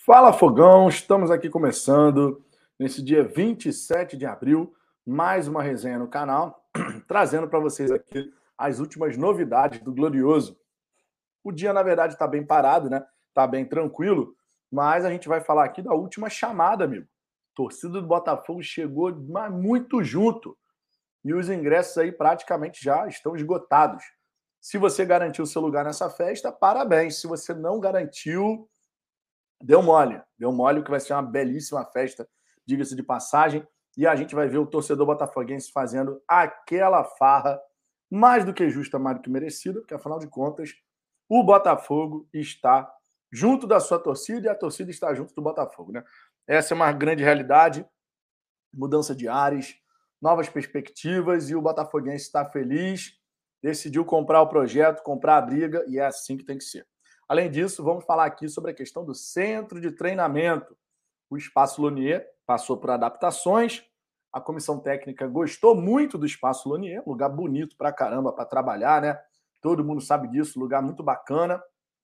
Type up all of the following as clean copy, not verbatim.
Fala Fogão, estamos aqui começando nesse dia 27 de abril, mais uma resenha no canal, trazendo para vocês aqui as últimas novidades do Glorioso. O dia, na verdade, está bem parado, né? Está bem tranquilo, mas a gente vai falar aqui da última chamada, amigo. A torcida do Botafogo chegou mas muito junto e os ingressos aí praticamente já estão esgotados. Se você garantiu seu lugar nessa festa, parabéns. Se você não garantiu, deu mole. Deu mole, o que vai ser uma belíssima festa, diga-se de passagem. E a gente vai ver o torcedor botafoguense fazendo aquela farra mais do que justa, mais do que merecida, porque afinal de contas, o Botafogo está junto da sua torcida e a torcida está junto do Botafogo, né? Essa é uma grande realidade, mudança de ares, novas perspectivas e o botafoguense está feliz, decidiu comprar o projeto, comprar a briga e é assim que tem que ser. Além disso, vamos falar aqui sobre a questão do centro de treinamento. O Espaço Lonier passou por adaptações, a comissão técnica gostou muito do Espaço Lonier, lugar bonito pra caramba para trabalhar, né? Todo mundo sabe disso, lugar muito bacana.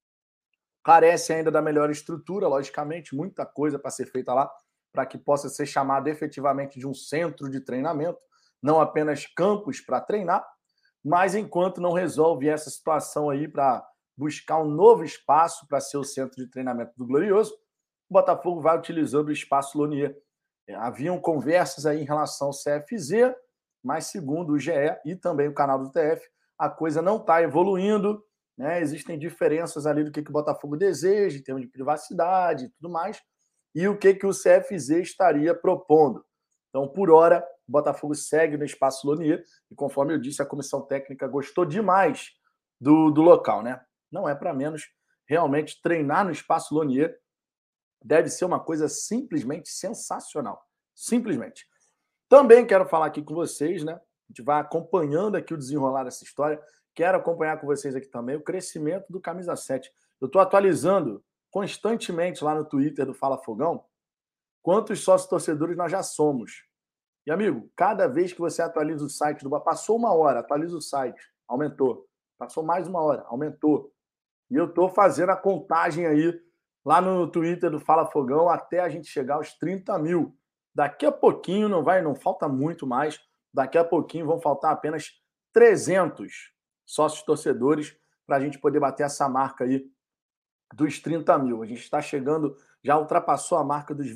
Carece ainda da melhor estrutura, logicamente, muita coisa para ser feita lá, para que possa ser chamado efetivamente de um centro de treinamento, não apenas campos para treinar, mas enquanto não resolve essa situação aí para buscar um novo espaço para ser o centro de treinamento do Glorioso, o Botafogo vai utilizando o Espaço Lonier. Haviam conversas aí em relação ao CFZ, mas segundo o GE e também o canal do TF, a coisa não está evoluindo, né? Existem diferenças ali do que o Botafogo deseja, em termos de privacidade e tudo mais, e o que o CFZ estaria propondo. Então, por hora, o Botafogo segue no Espaço Lonier, e conforme eu disse, a comissão técnica gostou demais do local, né? Não é para menos, realmente, treinar no Espaço Lonier deve ser uma coisa simplesmente sensacional. Simplesmente. Também quero falar aqui com vocês, né? A gente vai acompanhando aqui o desenrolar dessa história. Quero acompanhar com vocês aqui também o crescimento do Camisa 7. Eu estou atualizando constantemente lá no Twitter do Fala Fogão quantos sócios torcedores nós já somos. E, amigo, cada vez que você atualiza o site passou uma hora, atualiza o site, aumentou. Passou mais uma hora, aumentou. E eu estou fazendo a contagem aí lá no Twitter do Fala Fogão até a gente chegar aos 30 mil. Daqui a pouquinho, não falta muito mais, daqui a pouquinho vão faltar apenas 300 sócios torcedores para a gente poder bater essa marca aí dos 30 mil. A gente está chegando, já ultrapassou a marca dos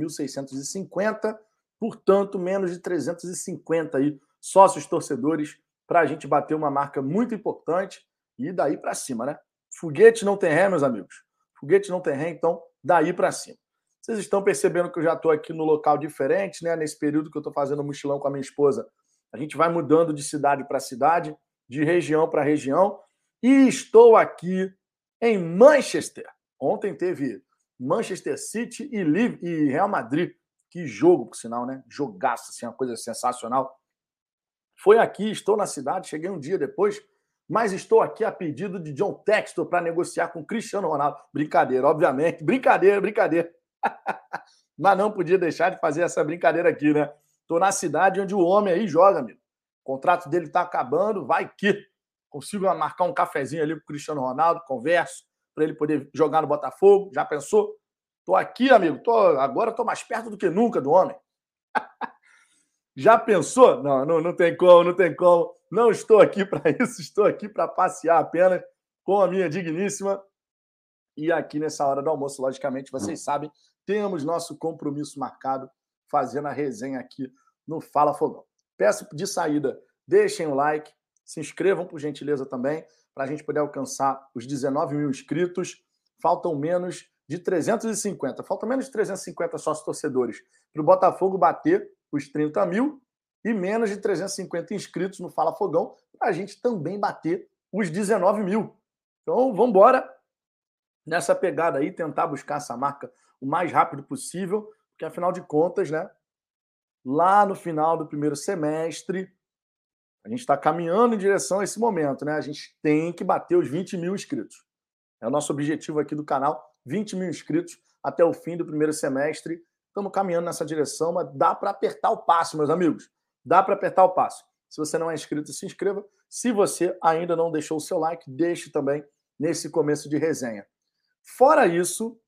29.650, portanto, menos de 350 aí sócios torcedores para a gente bater uma marca muito importante e daí para cima, né? Foguete não tem ré, meus amigos. Foguete não tem ré, então daí para cima. Vocês estão percebendo que eu já estou aqui no local diferente, né? Nesse período que eu estou fazendo mochilão com a minha esposa, a gente vai mudando de cidade para cidade, de região para região, e estou aqui em Manchester. Ontem teve Manchester City e Real Madrid. Que jogo, por sinal, né? Jogaço, assim, uma coisa sensacional. Foi aqui, estou na cidade, cheguei um dia depois, mas estou aqui a pedido de John Textor para negociar com Cristiano Ronaldo. Brincadeira, obviamente. Brincadeira. Mas não podia deixar de fazer essa brincadeira aqui, né? Estou na cidade onde o homem aí joga, amigo. O contrato dele está acabando, vai que consigo marcar um cafezinho ali com o Cristiano Ronaldo, converso, para ele poder jogar no Botafogo. Já pensou? Estou aqui, amigo. Agora estou mais perto do que nunca do homem. Já pensou? Não tem como, não tem como. Não estou aqui para isso, estou aqui para passear apenas com a minha digníssima. E aqui nessa hora do almoço, logicamente, vocês sabem, temos nosso compromisso marcado fazendo a resenha aqui no Fala Fogão. Peço de saída, deixem o like, se inscrevam por gentileza também, para a gente poder alcançar os 19 mil inscritos. Faltam menos de 350, faltam menos de 350 sócios torcedores para o Botafogo bater os 30 mil e menos de 350 inscritos no Fala Fogão para a gente também bater os 19 mil. Então, vamos embora nessa pegada aí, tentar buscar essa marca o mais rápido possível, porque afinal de contas, né, lá no final do primeiro semestre, a gente está caminhando em direção a esse momento, né? A gente tem que bater os 20 mil inscritos. É o nosso objetivo aqui do canal, 20 mil inscritos até o fim do primeiro semestre. Estamos caminhando nessa direção, mas dá para apertar o passo, meus amigos. Dá para apertar o passo. Se você não é inscrito, se inscreva. Se você ainda não deixou o seu like, deixe também nesse começo de resenha. Fora isso,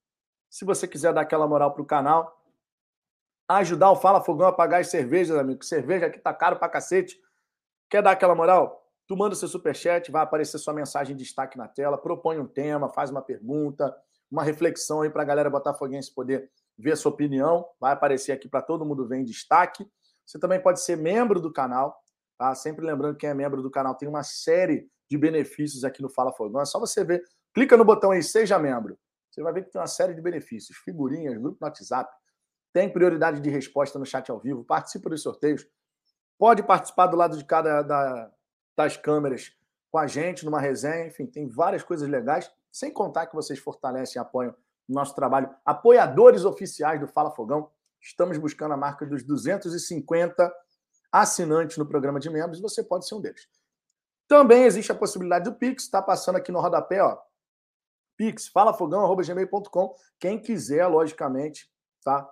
Se você quiser dar aquela moral pro canal, ajudar o Fala Fogão a pagar as cervejas, amigo. Cerveja aqui tá caro pra cacete. Quer dar aquela moral? Tu manda o seu superchat, vai aparecer sua mensagem de destaque na tela, propõe um tema, faz uma pergunta, uma reflexão aí pra galera botafoguense poder ver a sua opinião. Vai aparecer aqui para todo mundo ver em destaque. Você também pode ser membro do canal, tá? Sempre lembrando que quem é membro do canal tem uma série de benefícios aqui no Fala Fogão. É só você ver, clica no botão aí, seja membro. Você vai ver que tem uma série de benefícios, figurinhas, grupo no WhatsApp, tem prioridade de resposta no chat ao vivo, participa dos sorteios, pode participar do lado de cada das câmeras com a gente numa resenha, enfim, tem várias coisas legais, sem contar que vocês fortalecem e apoiam o nosso trabalho. Apoiadores oficiais do Fala Fogão, estamos buscando a marca dos 250 assinantes no programa de membros e você pode ser um deles. Também existe a possibilidade do Pix, está passando aqui no rodapé, ó. Pix, falafogão@gmail.com. Quem quiser, logicamente, tá?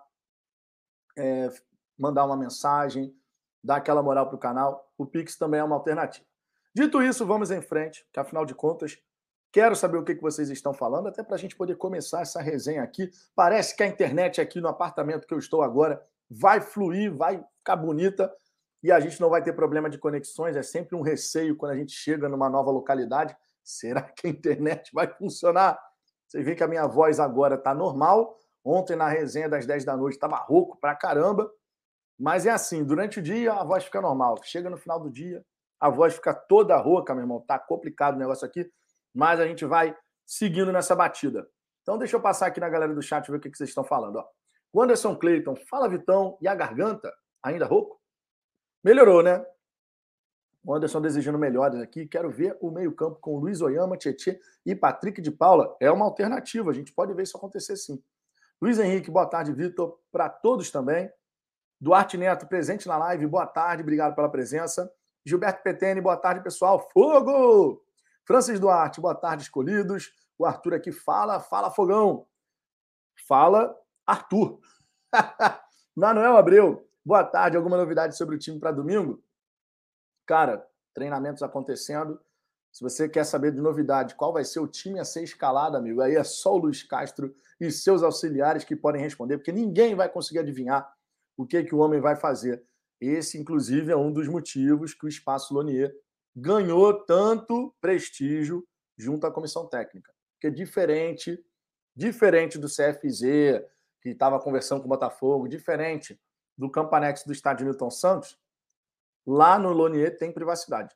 Mandar uma mensagem, dar aquela moral pro canal, o Pix também é uma alternativa. Dito isso, vamos em frente, que afinal de contas, quero saber o que vocês estão falando, até para a gente poder começar essa resenha aqui. Parece que a internet aqui no apartamento que eu estou agora vai fluir, vai ficar bonita e a gente não vai ter problema de conexões. É sempre um receio quando a gente chega numa nova localidade. Será que a internet vai funcionar? Vocês veem que a minha voz agora está normal. Ontem, na resenha das 10 da noite, estava rouco pra caramba. Mas é assim, durante o dia a voz fica normal. Chega no final do dia, a voz fica toda rouca, meu irmão. Tá complicado o negócio aqui, mas a gente vai seguindo nessa batida. Então deixa eu passar aqui na galera do chat ver o que vocês estão falando. Ó. O Anderson Clayton, fala Vitão, e a garganta? Ainda rouco? Melhorou, né? O Anderson desejando melhores aqui. Quero ver o meio-campo com Luiz Oyama, Tietê e Patrick de Paula. É uma alternativa, a gente pode ver isso acontecer sim. Luiz Henrique, boa tarde, Vitor. Para todos também. Duarte Neto, presente na live, boa tarde, obrigado pela presença. Gilberto Petene, boa tarde, pessoal. Fogo! Francis Duarte, boa tarde, escolhidos. O Arthur aqui fala Fogão. Fala, Arthur. Manuel Abreu, boa tarde. Alguma novidade sobre o time para domingo? Cara, treinamentos acontecendo. Se você quer saber de novidade, qual vai ser o time a ser escalado, amigo, aí é só o Luiz Castro e seus auxiliares que podem responder, porque ninguém vai conseguir adivinhar o que o homem vai fazer. Esse, inclusive, é um dos motivos que o Espaço Lonier ganhou tanto prestígio junto à comissão técnica. Porque diferente do CFZ, que estava conversando com o Botafogo, diferente do Campanex do estádio Newton Santos, lá no Lonier tem privacidade.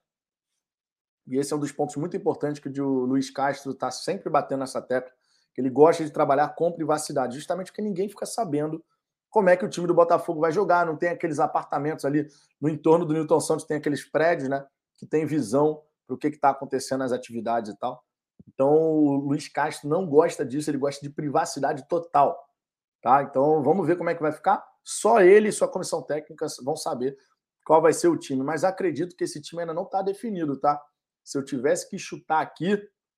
E esse é um dos pontos muito importantes que o Luiz Castro está sempre batendo nessa tecla, que ele gosta de trabalhar com privacidade, justamente porque ninguém fica sabendo como é que o time do Botafogo vai jogar, não tem aqueles apartamentos ali no entorno do Newton Santos, tem aqueles prédios, né, que tem visão para o que está acontecendo nas atividades e tal. Então, o Luiz Castro não gosta disso, ele gosta de privacidade total, tá? Então, vamos ver como é que vai ficar. Só ele e sua comissão técnica vão saber qual vai ser o time, mas acredito que esse time ainda não está definido, tá? Se eu tivesse que chutar aqui,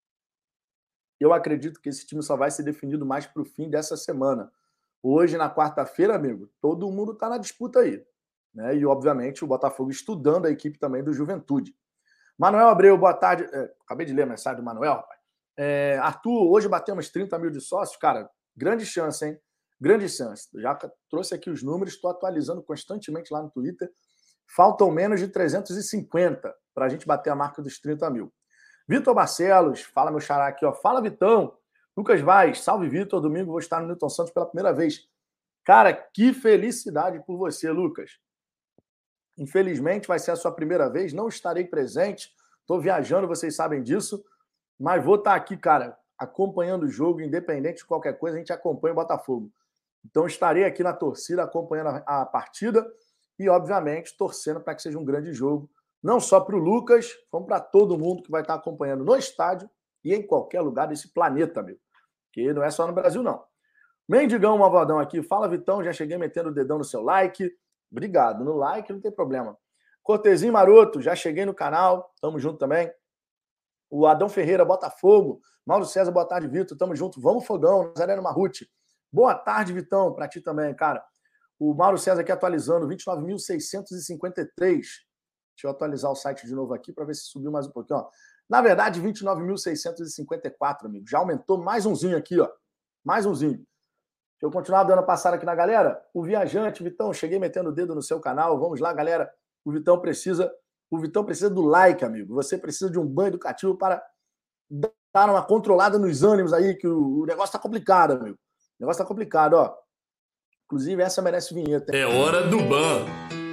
eu acredito que esse time só vai ser definido mais para o fim dessa semana. Hoje, na quarta-feira, amigo, todo mundo está na disputa aí. Né? E, obviamente, o Botafogo estudando a equipe também do Juventude. Manuel Abreu, boa tarde. Acabei de ler a mensagem do Manuel, rapaz. Arthur, hoje batemos 30 mil de sócios. Cara, grande chance, hein? Grande chance. Já trouxe aqui os números, estou atualizando constantemente lá no Twitter. Faltam menos de 350 para a gente bater a marca dos 30 mil. Vitor Barcelos, fala meu xará aqui, ó. Fala, Vitão. Lucas Vaz, salve, Vitor. Domingo vou estar no Newton Santos pela primeira vez. Cara, que felicidade por você, Lucas. Infelizmente, vai ser a sua primeira vez. Não estarei presente. Estou viajando, vocês sabem disso. Mas vou estar aqui, cara, acompanhando o jogo, independente de qualquer coisa, a gente acompanha o Botafogo. Então, estarei aqui na torcida, acompanhando a partida e, obviamente, torcendo para que seja um grande jogo. Não só para o Lucas, como para todo mundo que vai estar acompanhando no estádio e em qualquer lugar desse planeta, meu. Que não é só no Brasil, não. Mendigão Malvadão aqui. Fala, Vitão. Já cheguei metendo o dedão no seu like. Obrigado. No like não tem problema. Cortezinho Maroto. Já cheguei no canal. Tamo junto também. O Adão Ferreira, Botafogo. Mauro César, boa tarde, Vitor. Tamo junto. Vamos, Fogão. Nazareno Marruti. Boa tarde, Vitão. Pra ti também, cara. O Mauro César aqui atualizando. 29.653. Deixa eu atualizar o site de novo aqui para ver se subiu mais um pouquinho. Ó. Na verdade, 29.654, amigo. Já aumentou mais umzinho aqui, ó. Mais umzinho. Deixa eu continuar dando passada aqui na galera. O Viajante, Vitão, cheguei metendo o dedo no seu canal. Vamos lá, galera. O Vitão precisa do like, amigo. Você precisa de um banho educativo para dar uma controlada nos ânimos aí, que o negócio tá complicado, amigo. O negócio tá complicado, ó. Inclusive, essa merece vinheta. É hora do ban.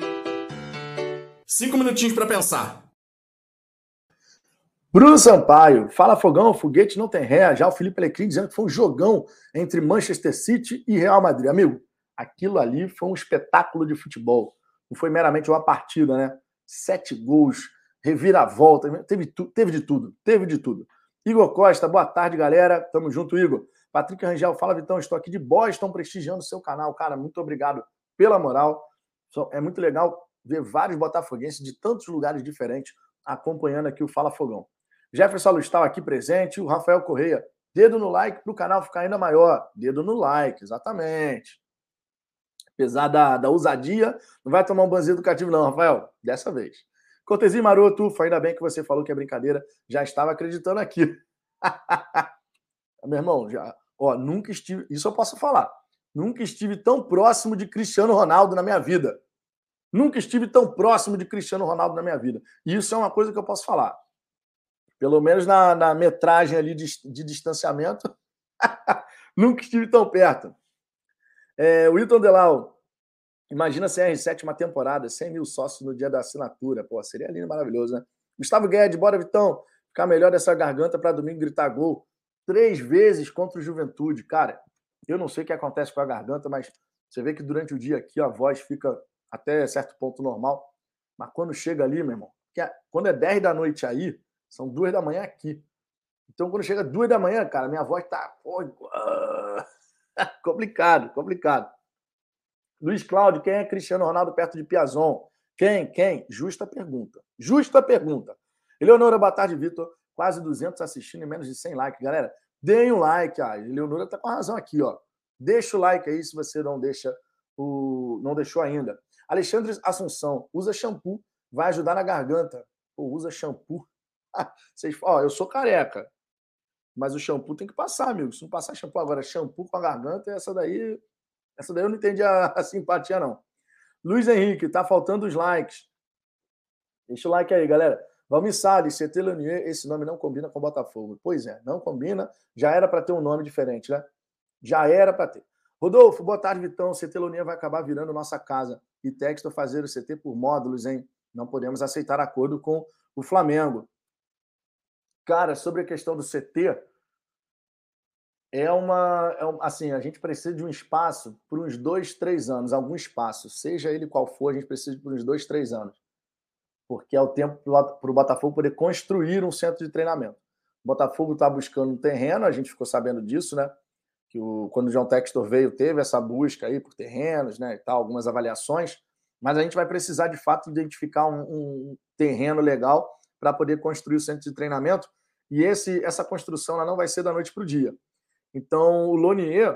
5 minutinhos para pensar. Bruno Sampaio, fala Fogão, foguete não tem ré. Já o Felipe Alecrim dizendo que foi um jogão entre Manchester City e Real Madrid. Amigo, aquilo ali foi um espetáculo de futebol. Não foi meramente uma partida, né? 7 gols, reviravolta, teve de tudo. Igor Costa, boa tarde, galera. Tamo junto, Igor. Patrick Rangel, fala Vitão, estou aqui de Boston prestigiando o seu canal. Cara, muito obrigado pela moral. É muito legal ver vários botafoguenses de tantos lugares diferentes acompanhando aqui o Fala Fogão. Jefferson Alustal aqui presente, o Rafael Correia, dedo no like para o canal ficar ainda maior. Dedo no like, exatamente. Apesar da ousadia, não vai tomar um banzinho educativo não, Rafael, dessa vez. Cortesia Maroto, ainda bem que você falou que é brincadeira, já estava acreditando aqui. Meu irmão, nunca estive, isso eu posso falar, nunca estive tão próximo de Cristiano Ronaldo na minha vida. Nunca estive tão próximo de Cristiano Ronaldo na minha vida. E isso é uma coisa que eu posso falar. Pelo menos na metragem ali de distanciamento, nunca estive tão perto. O Wilton Delau, imagina CR7 uma temporada, 100 mil sócios no dia da assinatura. Pô, seria lindo, maravilhoso, né? Gustavo Guedes, bora, Vitão. Ficar melhor dessa garganta para domingo gritar gol 3 vezes contra o Juventude. Cara, eu não sei o que acontece com a garganta, mas você vê que durante o dia aqui a voz fica até certo ponto normal. Mas quando chega ali, meu irmão, quando é 10 da noite aí, são 2 da manhã aqui. Então, quando chega 2 da manhã, cara, minha voz tá complicado. Luiz Cláudio, quem é Cristiano Ronaldo perto de Piazon? Quem? Justa pergunta. Eleonora, boa tarde, Vitor. Quase 200 assistindo e menos de 100 likes. Galera, deem um like. A Eleonora tá com razão aqui, ó. Deixa o like aí se você não deixou ainda. Alexandre Assunção, usa shampoo, vai ajudar na garganta. Pô, usa shampoo. Eu sou careca, mas o shampoo tem que passar, amigo. Se não passar shampoo agora, shampoo com a garganta, essa daí eu não entendi a simpatia, não. Luiz Henrique, tá faltando os likes. Deixa o like aí, galera. Valmir Salles, CT Lanier, esse nome não combina com Botafogo. Pois é, não combina. Já era para ter um nome diferente, né? Já era para ter. Rodolfo, boa tarde, Vitão. CT Lanier vai acabar virando nossa casa. E Textor fazer o CT por módulos, hein? Não podemos aceitar acordo com o Flamengo. Cara, sobre a questão do CT, assim, a gente precisa de um espaço por uns 2, 3 anos, algum espaço, seja ele qual for, a gente precisa por uns 2, 3 anos, porque é o tempo para o Botafogo poder construir um centro de treinamento. O Botafogo está buscando um terreno, a gente ficou sabendo disso, né? Que quando o João Textor veio, teve essa busca aí por terrenos, né? E tal, algumas avaliações, mas a gente vai precisar, de fato, identificar um terreno legal para poder construir o centro de treinamento, e essa construção ela não vai ser da noite para o dia. Então, o Lonier,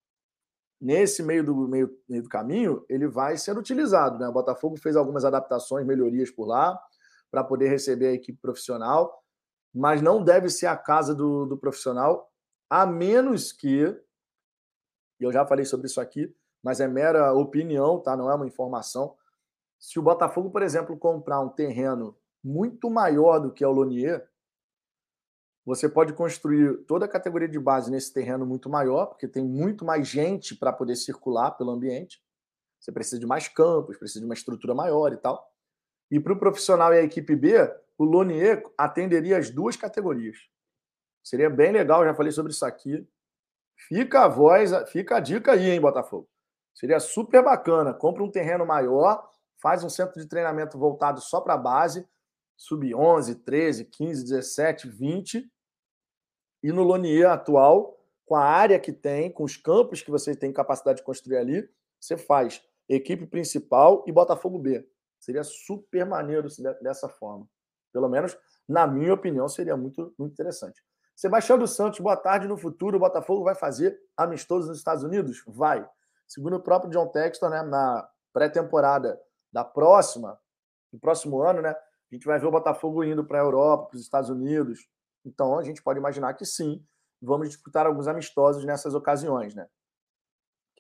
nesse meio do caminho, ele vai sendo utilizado, né? O Botafogo fez algumas adaptações, melhorias por lá, para poder receber a equipe profissional, mas não deve ser a casa do profissional, a menos que, e eu já falei sobre isso aqui, mas é mera opinião, tá? Não é uma informação. Se o Botafogo, por exemplo, comprar um terreno muito maior do que é o Lonier, você pode construir toda a categoria de base nesse terreno muito maior, porque tem muito mais gente para poder circular pelo ambiente. Você precisa de mais campos, precisa de uma estrutura maior e tal. E para o profissional e a equipe B, o Lonier atenderia as 2 categorias. Seria bem legal, já falei sobre isso aqui. Fica a dica aí, hein, Botafogo. Seria super bacana. Compra um terreno maior, faz um centro de treinamento voltado só para a base, sub-11, 13, 15, 17, 20. E no Lonier atual, com a área que tem, com os campos que você tem capacidade de construir ali, você faz equipe principal e Botafogo B. Seria super maneiro dessa forma. Pelo menos, na minha opinião, seria muito, muito interessante. Sebastião dos Santos, boa tarde. No futuro, o Botafogo vai fazer amistosos nos Estados Unidos? Vai. Segundo o próprio John Textor, né, na pré-temporada do próximo ano, né, a gente vai ver o Botafogo indo para a Europa, para os Estados Unidos. Então, a gente pode imaginar que sim, vamos disputar alguns amistosos nessas ocasiões, né?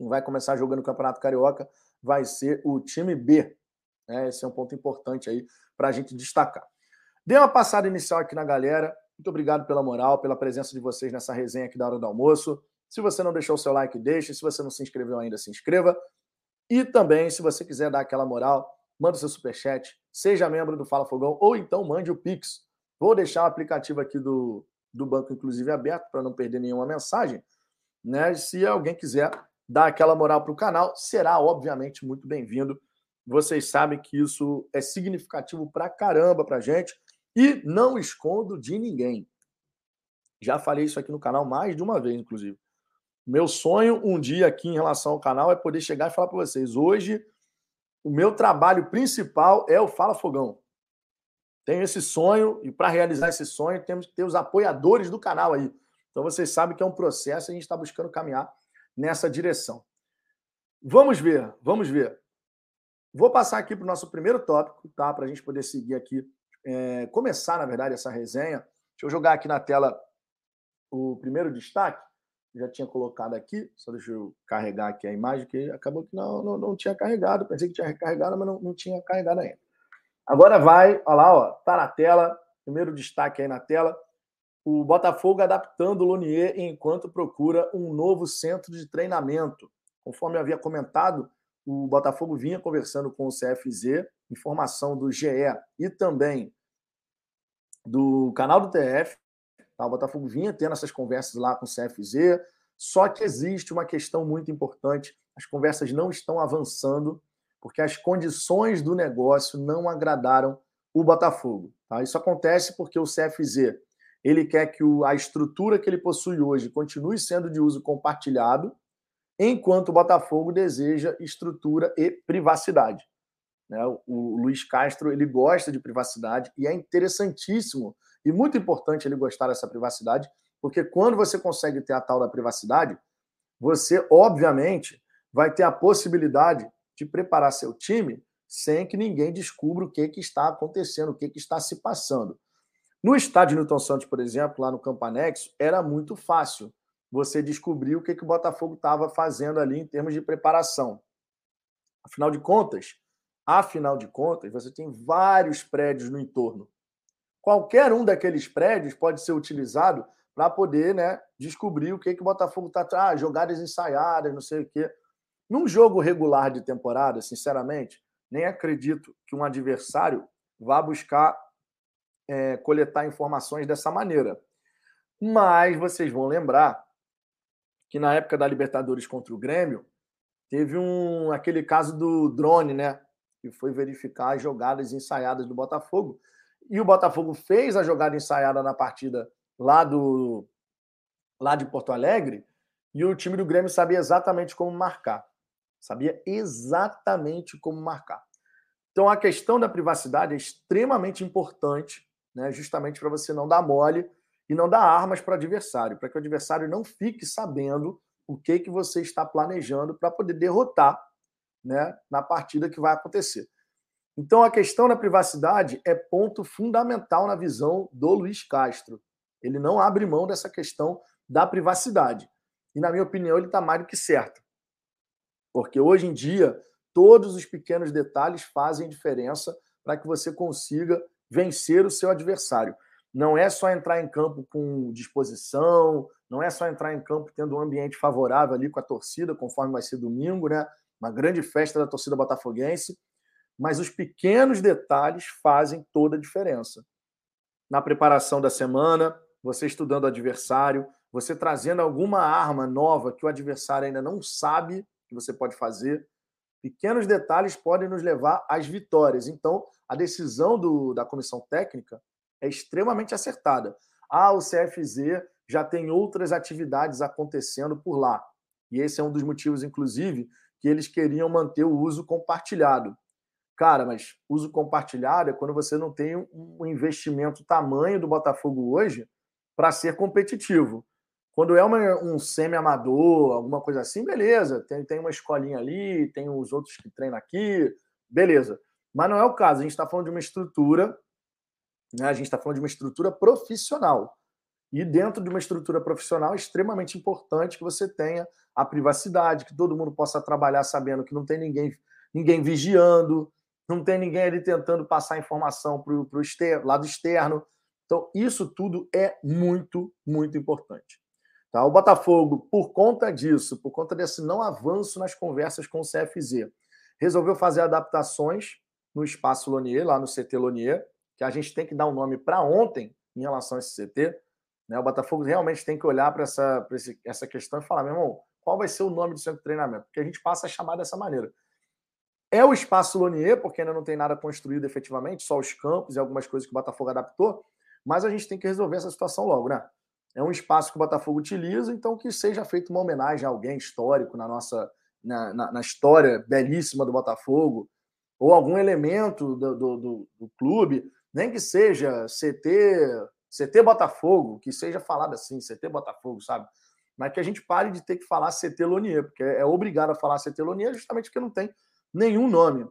Quem vai começar jogando o Campeonato Carioca vai ser o time B. Esse é um ponto importante aí para a gente destacar. Dê uma passada inicial aqui na galera. Muito obrigado pela moral, pela presença de vocês nessa resenha aqui da Hora do Almoço. Se você não deixou o seu like, deixe. Se você não se inscreveu ainda, se inscreva. E também, se você quiser dar aquela moral, manda o seu superchat, seja membro do Fala Fogão ou então mande o Pix. Vou deixar o aplicativo aqui do banco, inclusive, aberto para não perder nenhuma mensagem. Né? Se alguém quiser dar aquela moral para o canal, será, obviamente, muito bem-vindo. Vocês sabem que isso é significativo pra caramba pra gente e não escondo de ninguém. Já falei isso aqui no canal mais de uma vez, inclusive. Meu sonho um dia aqui em relação ao canal é poder chegar e falar para vocês, hoje o meu trabalho principal é o Fala Fogão. Tenho esse sonho e para realizar esse sonho temos que ter os apoiadores do canal aí. Então vocês sabem que é um processo e a gente está buscando caminhar nessa direção. Vamos ver, vamos ver. Vou passar aqui para o nosso primeiro tópico, tá? Para a gente poder seguir aqui, começar, na verdade, essa resenha. Deixa eu jogar aqui na tela o primeiro destaque. Já tinha colocado aqui, só deixa eu carregar aqui a imagem, que acabou que não tinha carregado. Pensei que tinha recarregado, mas não tinha carregado ainda. Agora vai, olha lá, ó, tá na tela, primeiro destaque aí na tela. O Botafogo adaptando o Lonier enquanto procura um novo centro de treinamento. Conforme eu havia comentado, o Botafogo vinha conversando com o CFZ, informação do GE e também do canal do TF. Tá? O Botafogo vinha tendo essas conversas lá com o CFZ, só que existe uma questão muito importante. As conversas não estão avançando porque as condições do negócio não agradaram o Botafogo. Tá? Isso acontece porque o CFZ ele quer que a estrutura que ele possui hoje continue sendo de uso compartilhado, enquanto o Botafogo deseja estrutura e privacidade. Né? O Luiz Castro ele gosta de privacidade e é interessantíssimo e muito importante ele gostar dessa privacidade, porque quando você consegue ter a tal da privacidade, você, obviamente, vai ter a possibilidade de preparar seu time sem que ninguém descubra o que está acontecendo, o que está se passando. No estádio Newton Santos, por exemplo, lá no Campo Anexo, era muito fácil você descobrir o que o Botafogo estava fazendo ali em termos de preparação. Afinal de contas, você tem vários prédios no entorno. Qualquer um daqueles prédios pode ser utilizado para poder, né, descobrir o que o Botafogo está... jogadas ensaiadas, não sei o quê. Num jogo regular de temporada, sinceramente, nem acredito que um adversário vá buscar coletar informações dessa maneira. Mas vocês vão lembrar que na época da Libertadores contra o Grêmio, teve aquele caso do drone, né? Que foi verificar as jogadas ensaiadas do Botafogo. E o Botafogo fez a jogada ensaiada na partida lá de Porto Alegre, e o time do Grêmio sabia exatamente como marcar. Então, a questão da privacidade é extremamente importante, né? Justamente para você não dar mole e não dar armas para o adversário, para que o adversário não fique sabendo o que você está planejando para poder derrotar, né, na partida que vai acontecer. Então, a questão da privacidade é ponto fundamental na visão do Luiz Castro. Ele não abre mão dessa questão da privacidade. E, na minha opinião, ele está mais do que certo. Porque, hoje em dia, todos os pequenos detalhes fazem diferença para que você consiga vencer o seu adversário. Não é só entrar em campo com disposição, não é só entrar em campo tendo um ambiente favorável ali com a torcida, conforme vai ser domingo, né? Uma grande festa da torcida botafoguense, mas os pequenos detalhes fazem toda a diferença. Na preparação da semana, você estudando o adversário, você trazendo alguma arma nova que o adversário ainda não sabe que você pode fazer, pequenos detalhes podem nos levar às vitórias. Então, a decisão da comissão técnica é extremamente acertada. O CFZ já tem outras atividades acontecendo por lá. E esse é um dos motivos, inclusive, que eles queriam manter o uso compartilhado. Cara, mas uso compartilhado é quando você não tem um investimento tamanho do Botafogo hoje para ser competitivo. Quando é um semi-amador, alguma coisa assim, beleza. Tem uma escolinha ali, tem os outros que treinam aqui, beleza. Mas não é o caso. A gente está falando de uma estrutura, né? A gente está falando de uma estrutura profissional. E dentro de uma estrutura profissional é extremamente importante que você tenha a privacidade, que todo mundo possa trabalhar sabendo que não tem ninguém vigiando, não tem ninguém ali tentando passar informação para o lado externo. Então, isso tudo é muito, muito importante. Tá? O Botafogo, por conta disso, por conta desse não avanço nas conversas com o CFZ, resolveu fazer adaptações no Espaço Lonier, lá no CT Lonier, que a gente tem que dar um nome para ontem em relação a esse CT. Né? O Botafogo realmente tem que olhar para essa questão e falar, meu irmão, qual vai ser o nome do centro de treinamento? Porque a gente passa a chamar dessa maneira. É o Espaço Lonier, porque ainda não tem nada construído efetivamente, só os campos e algumas coisas que o Botafogo adaptou, mas a gente tem que resolver essa situação logo, né? É um espaço que o Botafogo utiliza, então que seja feita uma homenagem a alguém histórico na história belíssima do Botafogo, ou algum elemento do clube, nem que seja CT Botafogo, que seja falado assim, CT Botafogo, sabe? Mas que a gente pare de ter que falar CT Lonier, porque é obrigado a falar CT Lonier justamente porque não tem nenhum nome.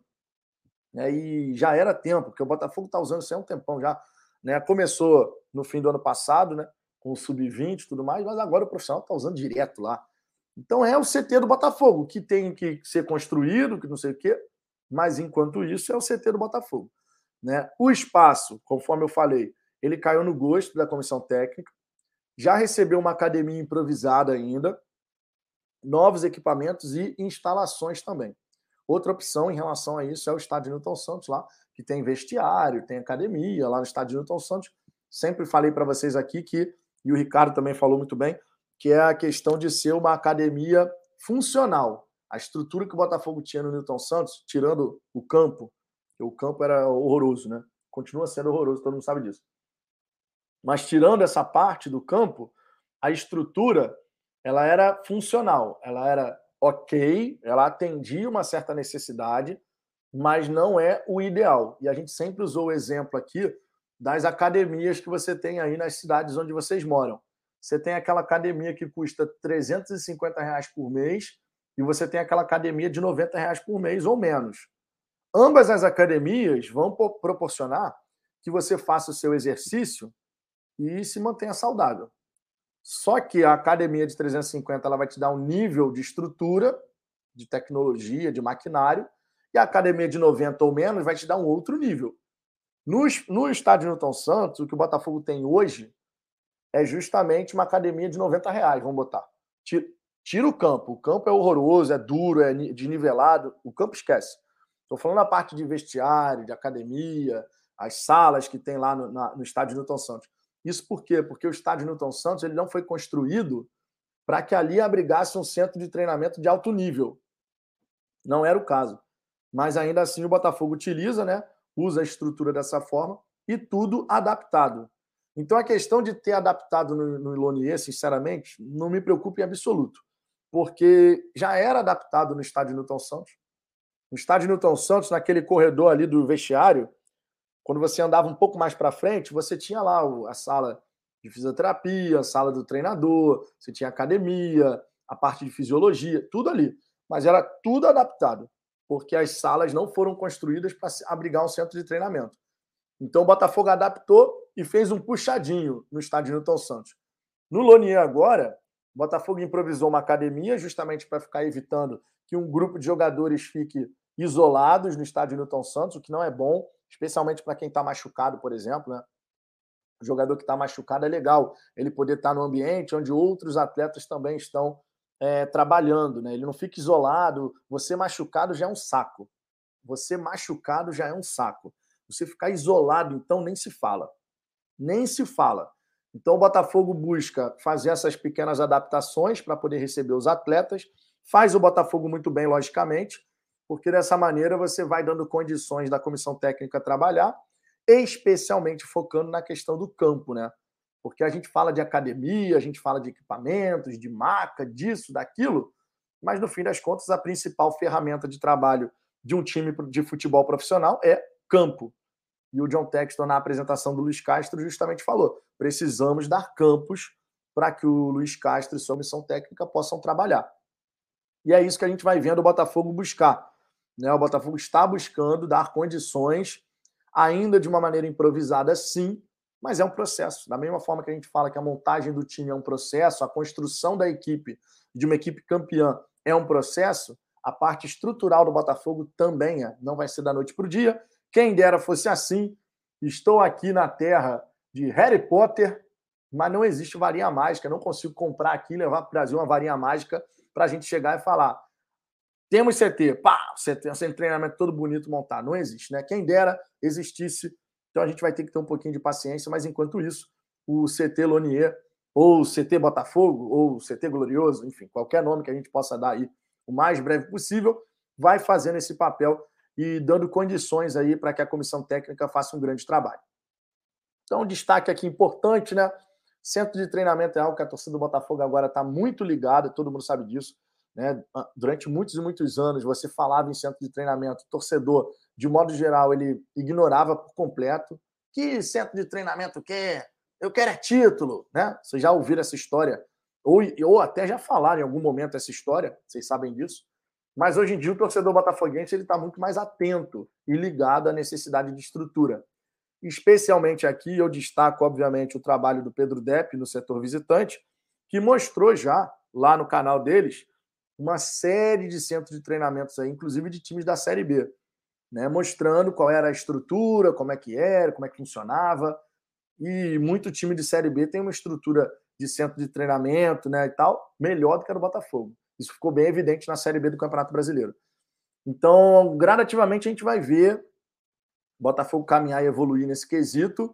E já era tempo, porque o Botafogo está usando isso há um tempão já. Né? Começou no fim do ano passado, né? Com o Sub-20 e tudo mais, mas agora o profissional está usando direto lá. Então é o CT do Botafogo, que tem que ser construído, que não sei o quê, mas enquanto isso é o CT do Botafogo. Né? O espaço, conforme eu falei, ele caiu no gosto da comissão técnica, já recebeu uma academia improvisada ainda, novos equipamentos e instalações também. Outra opção em relação a isso é o estádio Newton Santos lá, que tem vestiário, tem academia lá no estádio Newton Santos. Sempre falei para vocês aqui que, e o Ricardo também falou muito bem, que é a questão de ser uma academia funcional. A estrutura que o Botafogo tinha no Newton Santos, tirando o campo, que o campo era horroroso, né? Continua sendo horroroso, todo mundo sabe disso. Mas tirando essa parte do campo, a estrutura ela era funcional, ela era ok, ela atendia uma certa necessidade, mas não é o ideal. E a gente sempre usou o exemplo aqui das academias que você tem aí nas cidades onde vocês moram. Você tem aquela academia que custa R$350 por mês e você tem aquela academia de R$90 por mês ou menos. Ambas as academias vão proporcionar que você faça o seu exercício e se mantenha saudável. Só que a academia de 350 ela vai te dar um nível de estrutura, de tecnologia, de maquinário, e a academia de 90 ou menos vai te dar um outro nível. No estádio Newton Santos, o que o Botafogo tem hoje é justamente uma academia de R$90, vamos botar. Tira o campo é horroroso, é duro, é desnivelado, o campo esquece. Estou falando da parte de vestiário, de academia, as salas que tem lá no estádio Newton Santos. Isso por quê? Porque o estádio Newton Santos ele não foi construído para que ali abrigasse um centro de treinamento de alto nível. Não era o caso. Mas ainda assim o Botafogo utiliza, né? Usa a estrutura dessa forma e tudo adaptado. Então a questão de ter adaptado no Lonier, sinceramente, não me preocupa em absoluto. Porque já era adaptado no estádio Newton Santos. No estádio Newton Santos, naquele corredor ali do vestiário, quando você andava um pouco mais para frente, você tinha lá a sala de fisioterapia, a sala do treinador, você tinha academia, a parte de fisiologia, tudo ali. Mas era tudo adaptado, porque as salas não foram construídas para abrigar um centro de treinamento. Então o Botafogo adaptou e fez um puxadinho no estádio Newton Santos. No Lonier agora, o Botafogo improvisou uma academia justamente para ficar evitando que um grupo de jogadores fique isolados no estádio Newton Santos, o que não é bom, especialmente para quem está machucado, por exemplo. Né? O jogador que está machucado é legal ele poder estar no ambiente onde outros atletas também estão trabalhando. Né? Ele não fica isolado. Você machucado já é um saco. Você machucado já é um saco. Você ficar isolado, então, nem se fala. Nem se fala. Então, o Botafogo busca fazer essas pequenas adaptações para poder receber os atletas. Faz o Botafogo muito bem, logicamente, porque dessa maneira você vai dando condições da comissão técnica trabalhar, especialmente focando na questão do campo, né? Porque a gente fala de academia, a gente fala de equipamentos, de maca, disso, daquilo, mas no fim das contas a principal ferramenta de trabalho de um time de futebol profissional é campo. E o John Textor, na apresentação do Luiz Castro, justamente falou: precisamos dar campos para que o Luiz Castro e sua comissão técnica possam trabalhar. E é isso que a gente vai vendo o Botafogo buscar. Né? O Botafogo está buscando dar condições, ainda de uma maneira improvisada, sim, mas é um processo. Da mesma forma que a gente fala que a montagem do time é um processo, a construção da equipe, de uma equipe campeã, é um processo, a parte estrutural do Botafogo também é. Não vai ser da noite para o dia. Quem dera fosse assim. Estou aqui na terra de Harry Potter, mas não existe varinha mágica. Não consigo comprar aqui e levar para o Brasil uma varinha mágica para a gente chegar e falar: temos CT, pá, CT, sem treinamento todo bonito montado. Não existe, né? Quem dera existisse. Então a gente vai ter que ter um pouquinho de paciência, mas enquanto isso, o CT Lonier, ou CT Botafogo, ou CT Glorioso, enfim, qualquer nome que a gente possa dar aí o mais breve possível, vai fazendo esse papel e dando condições aí para que a comissão técnica faça um grande trabalho. Então, um destaque aqui importante, né? Centro de treinamento é algo que a torcida do Botafogo agora está muito ligada, todo mundo sabe disso, né? Durante muitos e muitos anos, você falava em centro de treinamento, o torcedor, de modo geral, ele ignorava por completo. Que centro de treinamento quer? Eu quero é título, né? Vocês já ouviram essa história, ou até já falaram em algum momento essa história, vocês sabem disso. Mas hoje em dia o torcedor botafoguense está muito mais atento e ligado à necessidade de estrutura. Especialmente aqui, eu destaco, obviamente, o trabalho do Pedro Depp no setor visitante, que mostrou já, lá no canal deles, uma série de centros de treinamentos, aí, inclusive de times da Série B, né? Mostrando qual era a estrutura, como é que era, como é que funcionava. E muito time de Série B tem uma estrutura de centro de treinamento, né, e tal, melhor do que a do Botafogo. Isso ficou bem evidente na Série B do Campeonato Brasileiro. Então, gradativamente, a gente vai ver o Botafogo caminhar e evoluir nesse quesito,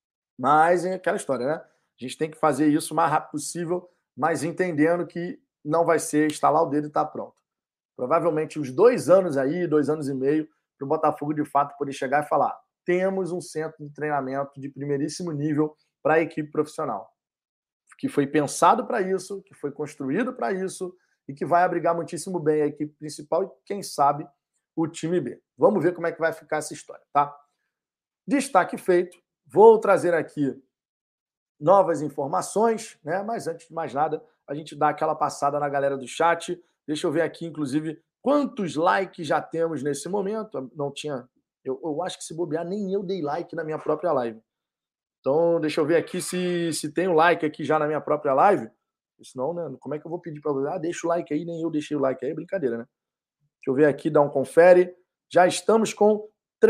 mas é aquela história, né? A gente tem que fazer isso o mais rápido possível, mas entendendo que não vai ser instalar o dedo e estar pronto. Provavelmente uns 2 anos aí, 2 anos e meio, para o Botafogo, de fato, poder chegar e falar: temos um centro de treinamento de primeiríssimo nível para a equipe profissional, que foi pensado para isso, que foi construído para isso e que vai abrigar muitíssimo bem a equipe principal e, quem sabe, o time B. Vamos ver como é que vai ficar essa história, tá? Destaque feito. Vou trazer aqui novas informações, né? Mas antes de mais nada, a gente dá aquela passada na galera do chat. Deixa eu ver aqui, inclusive, quantos likes já temos nesse momento. Não tinha... Eu acho que, se bobear, nem eu dei like na minha própria live. Então, deixa eu ver aqui se tem o like aqui já na minha própria live. Senão, né, como é que eu vou pedir para você? Deixa o like aí, nem eu deixei o like aí. Brincadeira, né? Deixa eu ver aqui, dá um confere. Já estamos com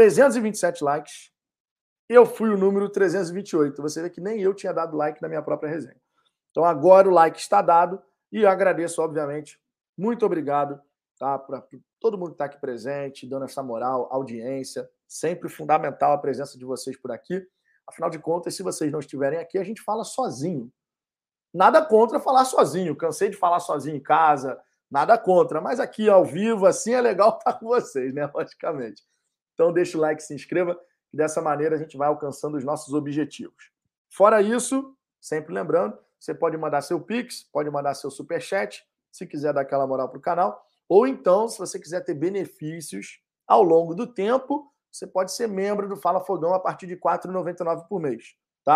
327 likes. Eu fui o número 328. Você vê que nem eu tinha dado like na minha própria resenha. Então, agora o like está dado. E eu agradeço, obviamente. Muito obrigado, tá, para todo mundo que está aqui presente, dando essa moral, audiência. Sempre fundamental a presença de vocês por aqui. Afinal de contas, se vocês não estiverem aqui, a gente fala sozinho. Nada contra falar sozinho. Cansei de falar sozinho em casa. Nada contra. Mas aqui, ao vivo, assim, é legal estar com vocês, né? Logicamente. Então, deixa o like, se inscreva. E dessa maneira a gente vai alcançando os nossos objetivos. Fora isso, sempre lembrando, você pode mandar seu Pix, pode mandar seu Superchat, se quiser dar aquela moral para o canal. Ou então, se você quiser ter benefícios ao longo do tempo, você pode ser membro do Fala Fogão a partir de R$ 4,99 por mês, tá?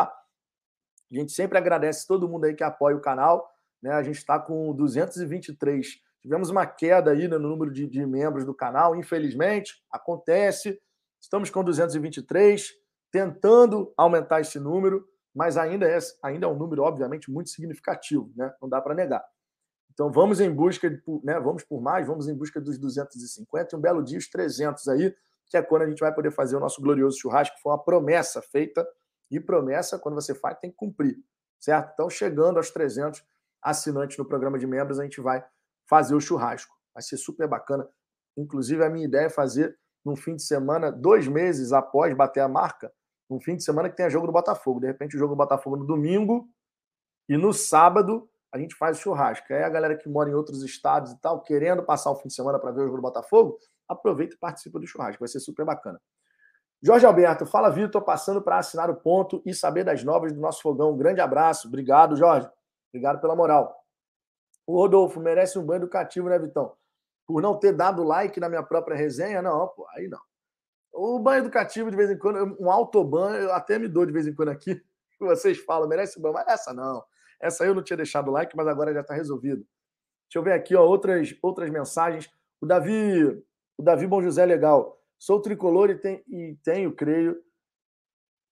A gente sempre agradece todo mundo aí que apoia o canal, né? A gente está com 223. Tivemos uma queda aí no número de membros do canal, infelizmente, acontece. Estamos com 223, tentando aumentar esse número, mas ainda é um número, obviamente, muito significativo, né? Não dá para negar. Então, vamos em busca, né? Vamos por mais, vamos em busca dos 250 e um belo dia os 300 aí, que é quando a gente vai poder fazer o nosso glorioso churrasco, que foi uma promessa feita, e promessa, quando você faz, tem que cumprir, certo? Então, chegando aos 300 assinantes no programa de membros, a gente vai fazer o churrasco. Vai ser super bacana. Inclusive, a minha ideia é fazer num fim de semana, 2 meses após bater a marca, um fim de semana que tenha jogo do Botafogo. De repente, o jogo do Botafogo no domingo e no sábado a gente faz o churrasco. Aí a galera que mora em outros estados e tal, querendo passar o fim de semana para ver o jogo do Botafogo, aproveita e participa do churrasco. Vai ser super bacana. Jorge Alberto, fala, Vitor, passando para assinar o ponto e saber das novas do nosso fogão. Um grande abraço. Obrigado, Jorge. Obrigado pela moral. O Rodolfo, merece um banho educativo, né, Vitão? Por não ter dado like na minha própria resenha? Não, pô, aí não. O banho educativo, de vez em quando, um autobanho, eu até me dou de vez em quando aqui. Vocês falam, merece um banho, mas essa não. Essa eu não tinha deixado like, mas agora já está resolvido. Deixa eu ver aqui, ó, outras mensagens. O Davi Bom José, legal. Sou tricolor e tenho, creio,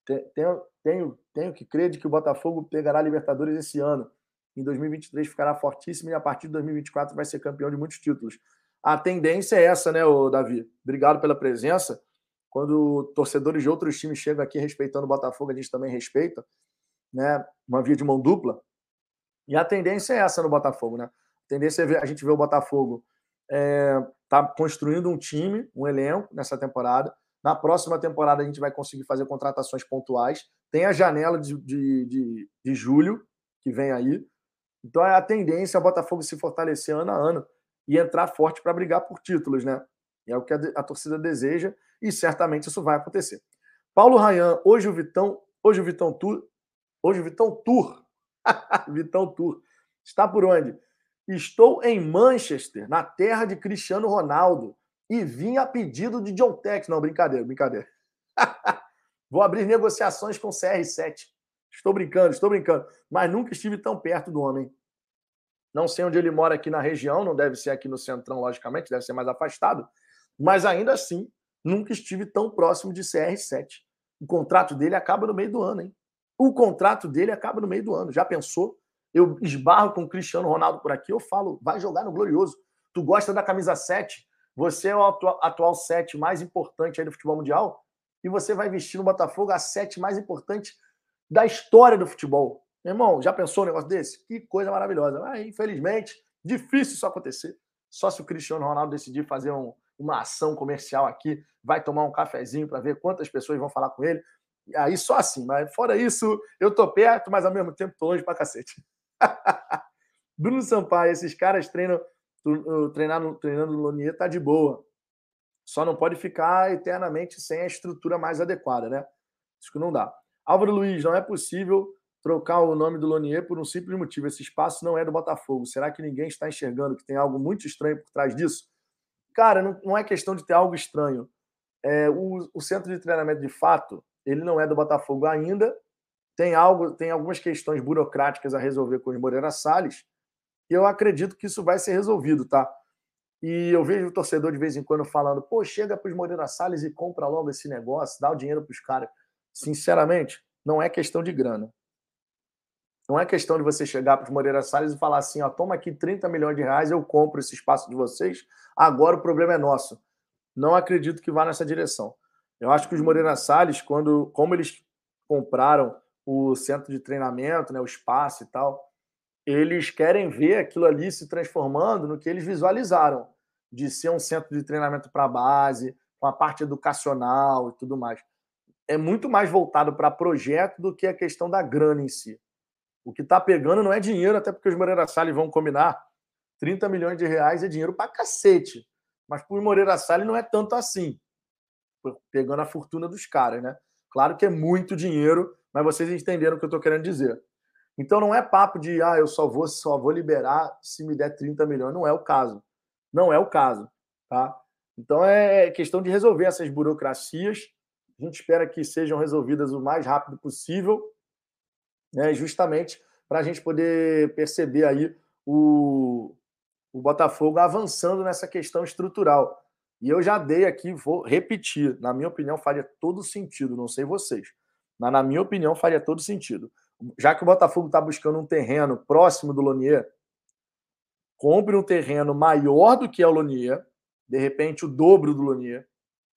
Tenho que crer de que o Botafogo pegará a Libertadores esse ano. Em 2023 ficará fortíssimo e a partir de 2024 vai ser campeão de muitos títulos. A tendência é essa, né, Davi? Obrigado pela presença. Quando torcedores de outros times chegam aqui respeitando o Botafogo, a gente também respeita, né? Uma via de mão dupla. E a tendência é essa no Botafogo, né? A tendência é a gente ver o Botafogo tá construindo um time, um elenco nessa temporada. Na próxima temporada a gente vai conseguir fazer contratações pontuais. Tem a janela de julho que vem aí. Então a tendência é o Botafogo se fortalecer ano a ano e entrar forte para brigar por títulos, né? E é o que a torcida deseja e certamente isso vai acontecer. Paulo Rayan, hoje o Vitão Tour Vitão Tour está por onde? Estou em Manchester, na terra de Cristiano Ronaldo, e vim a pedido de John Tex. Não, brincadeira. Vou abrir negociações com CR7. Estou brincando, mas nunca estive tão perto do homem. Não sei onde ele mora aqui na região, não deve ser aqui no Centrão, logicamente, deve ser mais afastado, mas ainda assim, nunca estive tão próximo de CR7. O contrato dele acaba no meio do ano, hein? Já pensou? Eu esbarro com o Cristiano Ronaldo por aqui, eu falo, vai jogar no Glorioso. Tu gosta da camisa 7? Você é o atual 7 mais importante aí do futebol mundial e você vai vestir no Botafogo a 7 mais importante da história do futebol. Meu irmão, já pensou um negócio desse? Que coisa maravilhosa. Mas, infelizmente, difícil isso acontecer. Só se o Cristiano Ronaldo decidir fazer uma ação comercial aqui, vai tomar um cafezinho para ver quantas pessoas vão falar com ele. E aí só assim. Mas fora isso, eu tô perto, mas ao mesmo tempo tô longe pra cacete. Bruno Sampaio, esses caras treinando no Lonier tá de boa. Só não pode ficar eternamente sem a estrutura mais adequada, né? Isso que não dá. Álvaro Luiz, não é possível trocar o nome do Lonier por um simples motivo. Esse espaço não é do Botafogo. Será que ninguém está enxergando que tem algo muito estranho por trás disso? Cara, não é questão de ter algo estranho. O centro de treinamento, de fato, ele não é do Botafogo ainda. Tem algumas questões burocráticas a resolver com os Moreira Salles. E eu acredito que isso vai ser resolvido, tá? E eu vejo o torcedor de vez em quando falando, pô, chega para os Moreira Salles e compra logo esse negócio, dá o dinheiro para os caras. Sinceramente, não é questão de grana. Não é questão de você chegar para os Moreira Salles e falar assim, ó, toma aqui 30 milhões de reais, eu compro esse espaço de vocês, agora o problema é nosso. Não acredito que vá nessa direção. Eu acho que os Moreira Salles, como eles compraram o centro de treinamento, né, o espaço e tal, eles querem ver aquilo ali se transformando no que eles visualizaram, de ser um centro de treinamento para a base, com a parte educacional e tudo mais. É muito mais voltado para projeto do que a questão da grana em si. O que está pegando não é dinheiro, até porque os Moreira Salles vão combinar. 30 milhões de reais é dinheiro para cacete. Mas para o Moreira Salles não é tanto assim. Pegando a fortuna dos caras, né? Claro que é muito dinheiro, mas vocês entenderam o que eu estou querendo dizer. Então não é papo de eu só vou liberar se me der 30 milhões. Não é o caso. Não é o caso. Tá? Então é questão de resolver essas burocracias. A gente espera que sejam resolvidas o mais rápido possível, né, justamente para a gente poder perceber aí o Botafogo avançando nessa questão estrutural. E eu já dei aqui, vou repetir, na minha opinião faria todo sentido, não sei vocês, mas na minha opinião faria todo sentido. Já que o Botafogo está buscando um terreno próximo do Lonier, compre um terreno maior do que é o Lonier, de repente o dobro do Lonier,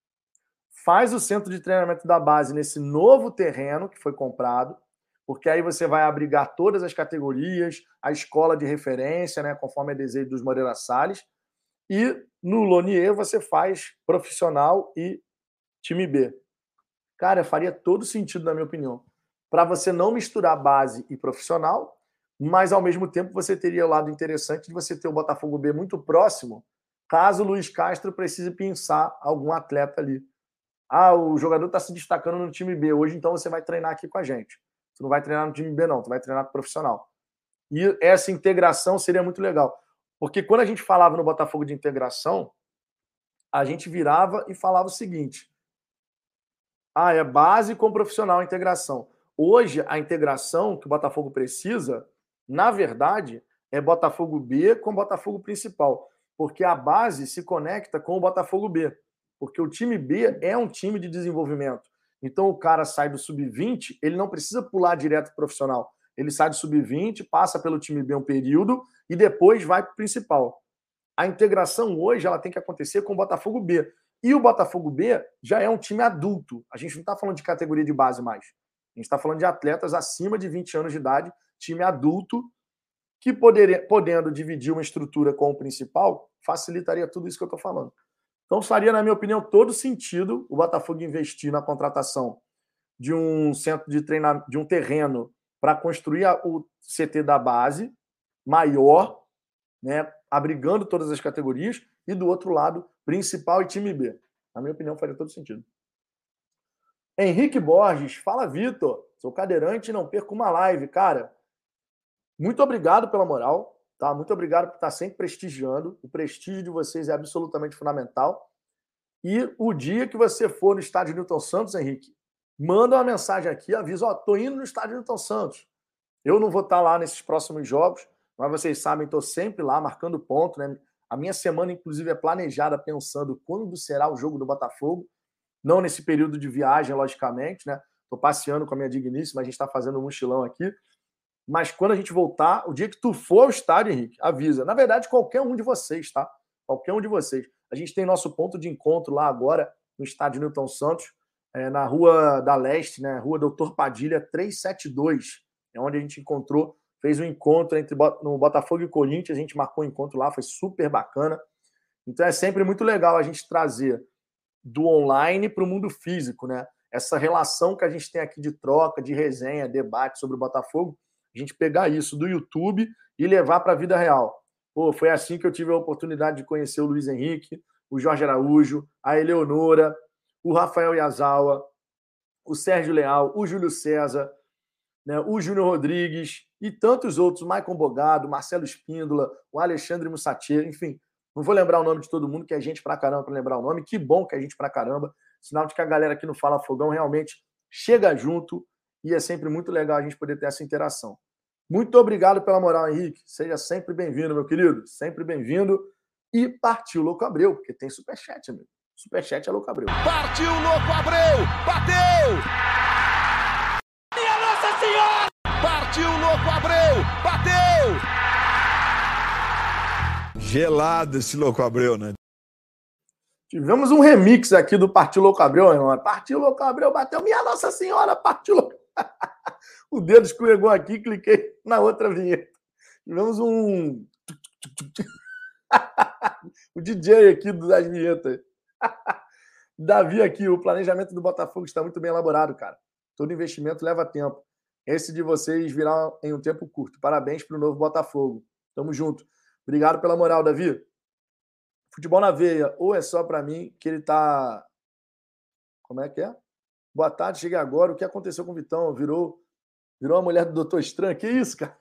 faz o centro de treinamento da base nesse novo terreno que foi comprado, porque aí você vai abrigar todas as categorias, a escola de referência, né, conforme é desejo dos Moreira Salles, e no Lonier você faz profissional e time B. Cara, faria todo sentido, na minha opinião, para você não misturar base e profissional, mas ao mesmo tempo você teria o lado interessante de você ter o Botafogo B muito próximo, caso o Luiz Castro precise pensar algum atleta ali. O jogador está se destacando no time B hoje, então você vai treinar aqui com a gente. Tu não vai treinar no time B, não. Tu vai treinar com o profissional. E essa integração seria muito legal. Porque quando a gente falava no Botafogo de integração, a gente virava e falava o seguinte. É base com profissional a integração. Hoje, a integração que o Botafogo precisa, na verdade, é Botafogo B com Botafogo principal. Porque a base se conecta com o Botafogo B. Porque o time B é um time de desenvolvimento. Então o cara sai do sub-20, ele não precisa pular direto para o profissional. Ele sai do sub-20, passa pelo time B um período e depois vai para o principal. A integração hoje ela tem que acontecer com o Botafogo B. E o Botafogo B já é um time adulto. A gente não está falando de categoria de base mais. A gente está falando de atletas acima de 20 anos de idade, time adulto, que podendo dividir uma estrutura com o principal, facilitaria tudo isso que eu estou falando. Então faria, na minha opinião, todo sentido o Botafogo investir na contratação de um centro de treinamento, de um terreno para construir o CT da base maior, né, abrigando todas as categorias, e do outro lado, principal e time B. Na minha opinião, faria todo sentido. Henrique Borges, fala, Vitor. Sou cadeirante e não perco uma live. Cara, muito obrigado pela moral, tá? Muito obrigado por estar sempre prestigiando. O prestígio de vocês é absolutamente fundamental. E o dia que você for no estádio Newton Santos, Henrique, manda uma mensagem aqui, avisa, ó, tô indo no estádio Newton Santos. Eu não vou estar lá nesses próximos jogos, mas vocês sabem, estou sempre lá marcando ponto, né? A minha semana, inclusive, é planejada pensando quando será o jogo do Botafogo. Não nesse período de viagem, logicamente, né? Estou passeando com a minha digníssima, a gente está fazendo um mochilão aqui. Mas quando a gente voltar, o dia que tu for ao estádio, Henrique, avisa. Na verdade, qualquer um de vocês, tá? Qualquer um de vocês. A gente tem nosso ponto de encontro lá agora, no estádio Newton Santos, na Rua da Leste, né? Rua Doutor Padilha 372. É onde a gente encontrou, fez um encontro no Botafogo e Corinthians, a gente marcou um encontro lá, foi super bacana. Então é sempre muito legal a gente trazer do online para o mundo físico, né? Essa relação que a gente tem aqui de troca, de resenha, debate sobre o Botafogo, a gente pegar isso do YouTube e levar para a vida real. Pô, foi assim que eu tive a oportunidade de conhecer o Luiz Henrique, o Jorge Araújo, a Eleonora, o Rafael Yazawa, o Sérgio Leal, o Júlio César, né, o Júnior Rodrigues e tantos outros, o Maicon Bogado, Marcelo Espíndola, o Alexandre Mussatier, enfim, não vou lembrar o nome de todo mundo, que é gente pra caramba para lembrar o nome, que bom que é gente pra caramba, sinal de que a galera aqui no Fala Fogão realmente chega junto e é sempre muito legal a gente poder ter essa interação. Muito obrigado pela moral, Henrique, seja sempre bem-vindo, meu querido, sempre bem-vindo, e partiu Louco Abreu, porque tem superchat, amigo, superchat é Louco Abreu. Partiu Louco Abreu, bateu! Minha Nossa Senhora! Partiu Louco Abreu, bateu! Gelado esse Louco Abreu, né? Tivemos um remix aqui do Partiu Louco Abreu, irmão. Partiu Louco Abreu, bateu, minha Nossa Senhora, partiu Louco. O dedo escorregou aqui, cliquei na outra vinheta. Tivemos um... o DJ aqui das vinhetas. Davi aqui, o planejamento do Botafogo está muito bem elaborado, cara. Todo investimento leva tempo. Esse de vocês virá em um tempo curto. Parabéns para o novo Botafogo. Tamo junto. Obrigado pela moral, Davi. Futebol na veia, ou é só para mim que ele tá... Como é que é? Boa tarde, cheguei agora. O que aconteceu com o Vitão? Virou a mulher do Doutor Estranho? Que isso, cara?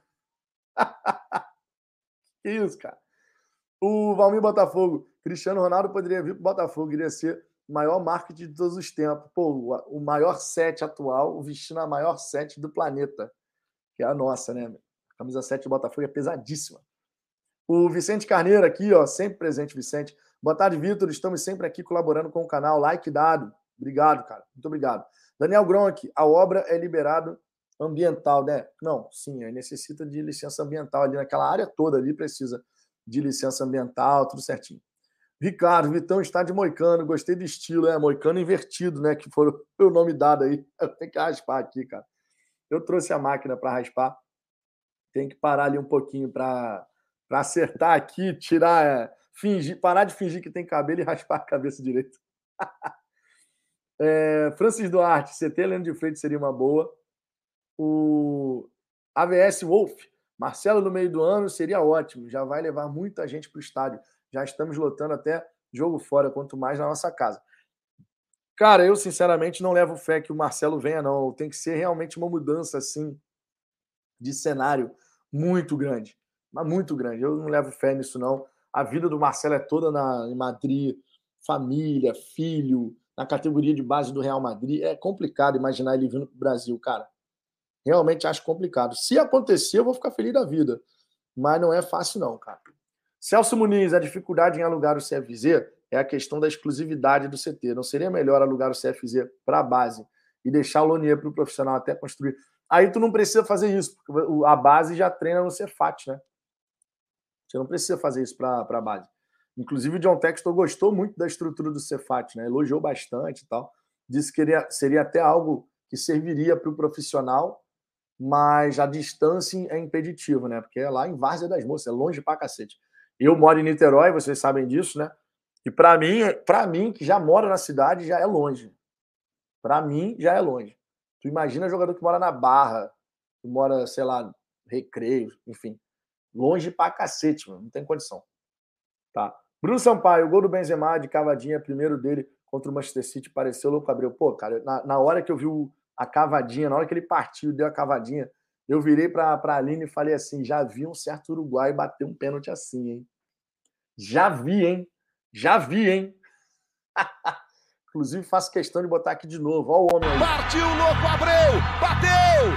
Que isso, cara? O Valmir Botafogo. Cristiano Ronaldo poderia vir para o Botafogo. Iria ser o maior marketing de todos os tempos. Pô, o maior set atual, vestindo a maior set do planeta. Que é a nossa, né? A camisa 7 do Botafogo é pesadíssima. O Vicente Carneiro aqui, ó, sempre presente, Vicente. Boa tarde, Vitor. Estamos sempre aqui colaborando com o canal. Like dado. Obrigado, cara. Muito obrigado. Daniel Gronk, a obra é liberado ambiental, né? Não, sim, necessita de licença ambiental ali naquela área toda ali, precisa de licença ambiental, tudo certinho. Ricardo, Vitão está de moicano, gostei do estilo, moicano invertido, né? Que foi o nome dado aí. Eu tenho que raspar aqui, cara. Eu trouxe a máquina para raspar. Tem que parar ali um pouquinho para acertar aqui, tirar, fingir, parar de fingir que tem cabelo e raspar a cabeça direito. Francis Duarte, CT Leandro de Freitas seria uma boa. O AVS Wolf, Marcelo no meio do ano seria ótimo, já vai levar muita gente para o estádio. Já estamos lotando até jogo fora, quanto mais na nossa casa. Cara, eu sinceramente não levo fé que o Marcelo venha, não. Tem que ser realmente uma mudança assim de cenário muito grande. Mas muito grande. Eu não levo fé nisso, não. A vida do Marcelo é toda em Madrid, família, filho, na categoria de base do Real Madrid. É complicado imaginar ele vindo para o Brasil, cara. Realmente acho complicado. Se acontecer, eu vou ficar feliz da vida. Mas não é fácil, não, cara. Celso Muniz, a dificuldade em alugar o CFZ é a questão da exclusividade do CT. Não seria melhor alugar o CFZ para a base e deixar o Lonier para o profissional até construir. Aí tu não precisa fazer isso, porque a base já treina no Cefat, né? Você não precisa fazer isso para a base. Inclusive, o John Textor gostou muito da estrutura do Cefat, né? Elogiou bastante e tal. Disse que seria até algo que serviria para o profissional, mas a distância é impeditiva, né? Porque é lá em Várzea das Moças, é longe pra cacete. Eu moro em Niterói, vocês sabem disso, né? E para mim, que já moro na cidade, já é longe. Para mim, já é longe. Tu imagina jogador que mora na Barra, que mora, sei lá, Recreio, enfim. Longe pra cacete, mano. Não tem condição. Tá. Bruno Sampaio, o gol do Benzema de cavadinha, primeiro dele contra o Manchester City, pareceu louco, Abreu. Pô, cara, na hora que eu vi a cavadinha, na hora que ele partiu, deu a cavadinha, eu virei pra Aline e falei assim, já vi um certo Uruguai bater um pênalti assim, hein? Já vi, hein? Já vi, hein? Inclusive, faço questão de botar aqui de novo. Olha o homem aí. Partiu, louco, Abreu! Bateu!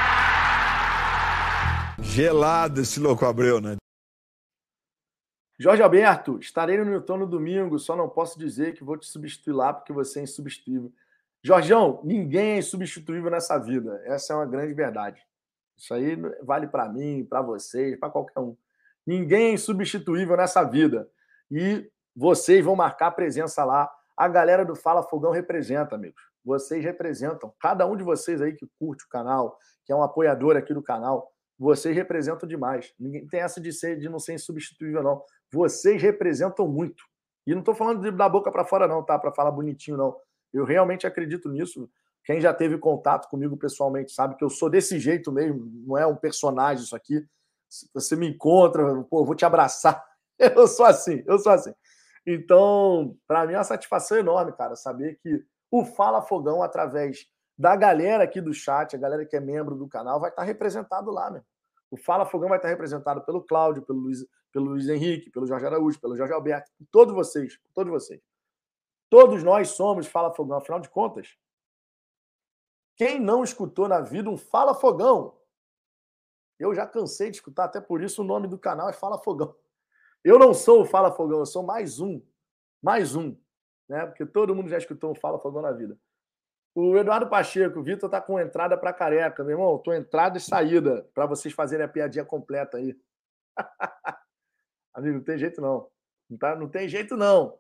Gelado esse louco Abreu, né? Jorge Alberto, estarei no Newton no domingo, só não posso dizer que vou te substituir lá porque você é insubstituível. Jorgeão, ninguém é insubstituível nessa vida. Essa é uma grande verdade. Isso aí vale para mim, para vocês, para qualquer um. Ninguém é insubstituível nessa vida. E vocês vão marcar presença lá. A galera do Fala Fogão representa, amigos. Vocês representam. Cada um de vocês aí que curte o canal, que é um apoiador aqui do canal, vocês representam demais. Ninguém tem essa de não ser insubstituível, não. Vocês representam muito. E não estou falando da boca para fora, não, tá? Para falar bonitinho, não. Eu realmente acredito nisso. Quem já teve contato comigo pessoalmente sabe que eu sou desse jeito mesmo. Não é um personagem isso aqui. Se você me encontra, pô, eu vou te abraçar. Eu sou assim, eu sou assim. Então, para mim é uma satisfação enorme, cara, saber que o Fala Fogão, através da galera aqui do chat, a galera que é membro do canal, vai estar representado lá, meu. O Fala Fogão vai estar representado pelo Cláudio, pelo Luiz Henrique, pelo Jorge Araújo, pelo Jorge Alberto, por todos vocês, por todos vocês. Todos nós somos Fala Fogão, afinal de contas. Quem não escutou na vida um Fala Fogão? Eu já cansei de escutar, até por isso o nome do canal é Fala Fogão. Eu não sou o Fala Fogão, eu sou mais um, né? Porque todo mundo já escutou um Fala Fogão na vida. O Eduardo Pacheco, o Vitor tá com entrada para careca. Meu irmão, tô entrada e saída para vocês fazerem a piadinha completa aí. Amigo, não tem jeito não. Não tem jeito não.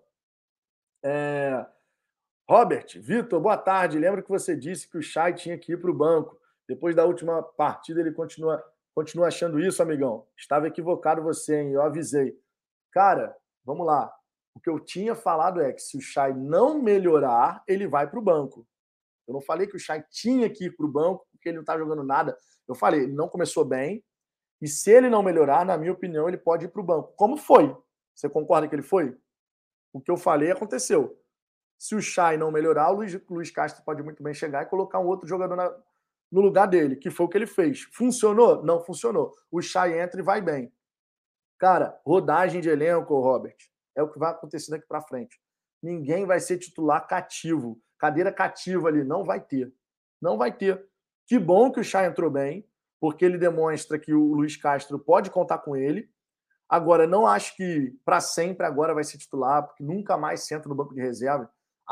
Robert, Vitor, boa tarde. Lembro que você disse que o Chay tinha que ir para o banco. Depois da última partida, ele continua achando isso, amigão. Estava equivocado você, hein? Eu avisei. Cara, vamos lá. O que eu tinha falado é que se o Chay não melhorar, ele vai para o banco. Eu não falei que o Chay tinha que ir para o banco porque ele não está jogando nada. Eu falei, ele não começou bem. E se ele não melhorar, na minha opinião, ele pode ir para o banco. Como foi? Você concorda que ele foi? O que eu falei aconteceu. Se o Chay não melhorar, o Luiz Castro pode muito bem chegar e colocar um outro jogador no lugar dele, que foi o que ele fez. Funcionou? Não funcionou. O Chay entra e vai bem. Cara, rodagem de elenco, Robert, é o que vai acontecer daqui para frente. Ninguém vai ser titular cativo. Cadeira cativa ali, não vai ter. Não vai ter. Que bom que o Chay entrou bem, porque ele demonstra que o Luiz Castro pode contar com ele. Agora, não acho que para sempre agora vai ser titular, porque nunca mais senta no banco de reserva.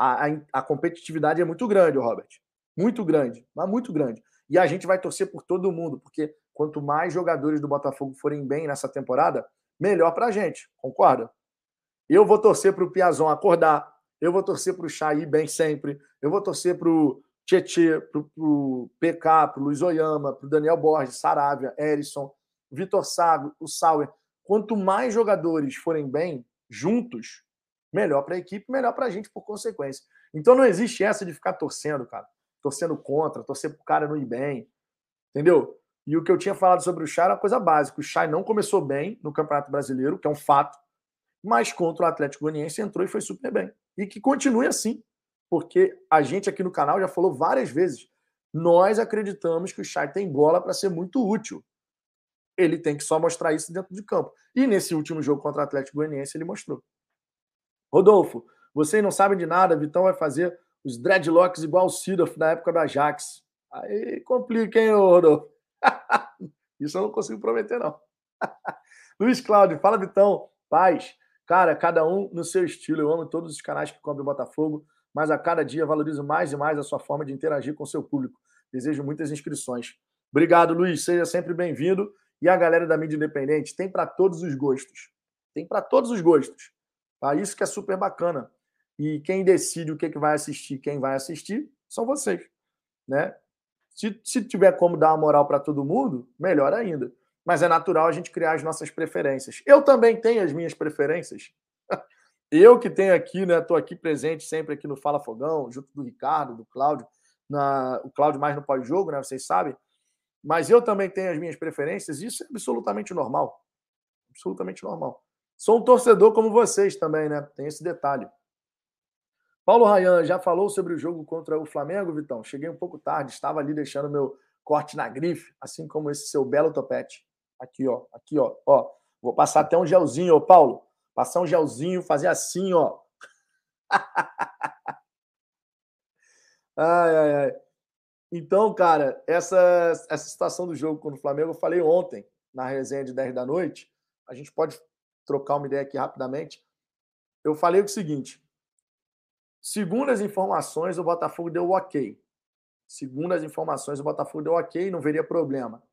A competitividade é muito grande, Robert. Muito grande, mas muito grande. E a gente vai torcer por todo mundo, porque quanto mais jogadores do Botafogo forem bem nessa temporada, melhor pra gente, concorda? Eu vou torcer pro Piazon acordar, eu vou torcer pro Chay ir bem sempre, eu vou torcer pro Tietê, pro PK, pro Luiz Oyama, pro Daniel Borges, Saravia, Erisson, Vitor Sago, o Sauer. Quanto mais jogadores forem bem juntos, melhor para a equipe, melhor para a gente por consequência. Então não existe essa de ficar torcendo, cara. Torcendo contra, torcer pro cara não ir bem. Entendeu? E o que eu tinha falado sobre o Chay era uma coisa básica. O Chay não começou bem no Campeonato Brasileiro, que é um fato, mas contra o Atlético Goianiense entrou e foi super bem. E que continue assim, porque a gente aqui no canal já falou várias vezes, nós acreditamos que o Chay tem bola para ser muito útil. Ele tem que só mostrar isso dentro de campo. E nesse último jogo contra o Atlético Goianiense ele mostrou. Rodolfo, vocês não sabem de nada, Vitão vai fazer os dreadlocks igual o Seedorf na época da Ajax. Aí complica, hein, Rodolfo? Isso eu não consigo prometer, não. Luiz Cláudio, fala, Vitão. Paz. Cara, cada um no seu estilo. Eu amo todos os canais que cobrem o Botafogo, mas a cada dia valorizo mais e mais a sua forma de interagir com o seu público. Desejo muitas inscrições. Obrigado, Luiz. Seja sempre bem-vindo. E a galera da mídia independente tem para todos os gostos. Tem para todos os gostos. Tá? Isso que é super bacana. E quem decide o que vai assistir, quem vai assistir, são vocês. Né? Se tiver como dar uma moral para todo mundo, melhor ainda. Mas é natural a gente criar as nossas preferências. Eu também tenho as minhas preferências. Eu que tenho aqui, né? Estou aqui presente sempre aqui no Fala Fogão, junto do Ricardo, do Cláudio. O Cláudio mais no pós-jogo, né? Vocês sabem. Mas eu também tenho as minhas preferências. Isso é absolutamente normal. Absolutamente normal. Sou um torcedor como vocês também, né? Tem esse detalhe. Paulo Rayan, já falou sobre o jogo contra o Flamengo, Vitão? Cheguei um pouco tarde, estava ali deixando meu corte na grife, assim como esse seu belo topete. Aqui, ó. Aqui, ó. Vou passar até um gelzinho, ô Paulo. Passar um gelzinho, fazer assim, ó. Ai. Então, cara, essa situação do jogo contra o Flamengo, eu falei ontem, na resenha de 10 da noite. A gente pode trocar uma ideia aqui rapidamente. Eu falei o seguinte. Segundo as informações, o Botafogo deu ok. Não veria problema.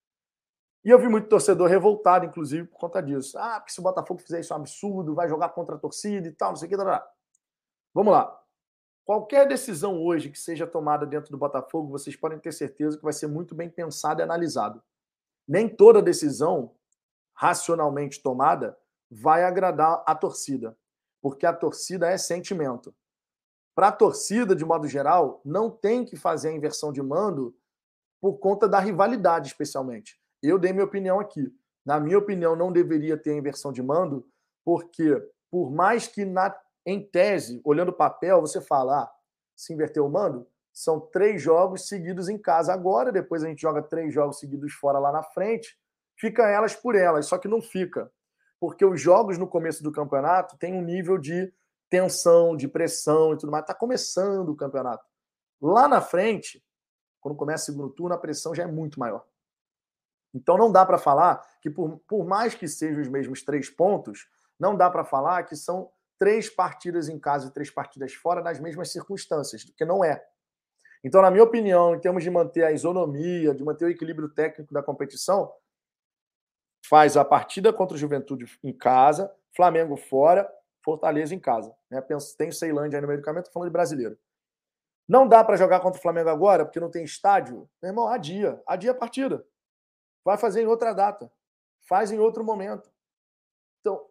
E eu vi muito torcedor revoltado, inclusive, por conta disso. Porque se o Botafogo fizer isso é um absurdo, vai jogar contra a torcida e tal, não sei o que. Vamos lá. Qualquer decisão hoje que seja tomada dentro do Botafogo, vocês podem ter certeza que vai ser muito bem pensado e analisado. Nem toda decisão racionalmente tomada vai agradar a torcida, porque a torcida é sentimento. Para a torcida, de modo geral, não tem que fazer a inversão de mando por conta da rivalidade, especialmente. Eu dei minha opinião aqui. Na minha opinião, não deveria ter a inversão de mando, porque, por mais que, em tese, olhando o papel, você fala, se inverter o mando, são 3 jogos seguidos em casa agora, depois a gente joga 3 jogos seguidos fora lá na frente, fica elas por elas, só que não fica. Porque os jogos no começo do campeonato têm um nível de tensão, de pressão e tudo mais. Está começando o campeonato. Lá na frente, quando começa o segundo turno, a pressão já é muito maior. Então não dá para falar que, por mais que sejam os mesmos 3 pontos, não dá para falar que são 3 partidas em casa e 3 partidas fora nas mesmas circunstâncias, porque não é. Então, na minha opinião, em termos de manter a isonomia, de manter o equilíbrio técnico da competição, faz a partida contra o Juventude em casa, Flamengo fora, Fortaleza em casa. Né? Tem o Ceilândia aí no meio do caminho, estou falando de brasileiro. Não dá para jogar contra o Flamengo agora, porque não tem estádio? Meu irmão, adia a partida. Vai fazer em outra data. Faz em outro momento. Então,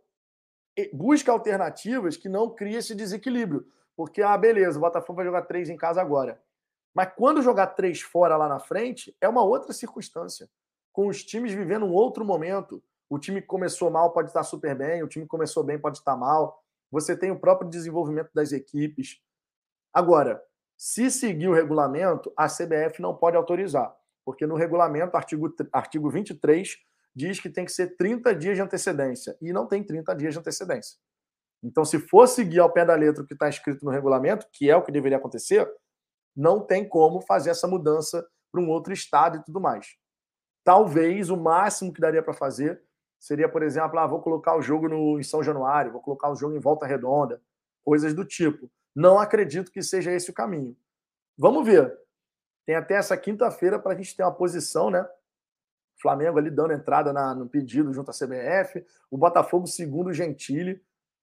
busca alternativas que não criem esse desequilíbrio. Porque, beleza, o Botafogo vai jogar 3 em casa agora. Mas quando jogar 3 fora lá na frente, é uma outra circunstância. Com os times vivendo um outro momento. O time que começou mal pode estar super bem, o time que começou bem pode estar mal. Você tem o próprio desenvolvimento das equipes. Agora, se seguir o regulamento, a CBF não pode autorizar. Porque no regulamento, artigo 23, diz que tem que ser 30 dias de antecedência. E não tem 30 dias de antecedência. Então, se for seguir ao pé da letra o que está escrito no regulamento, que é o que deveria acontecer, não tem como fazer essa mudança para um outro estado e tudo mais. Talvez o máximo que daria para fazer seria, por exemplo, vou colocar o jogo em São Januário, vou colocar o jogo em Volta Redonda, coisas do tipo. Não acredito que seja esse o caminho. Vamos ver. Tem até essa quinta-feira para a gente ter uma posição, né? O Flamengo ali dando entrada no pedido junto à CBF. O Botafogo, segundo o Gentili,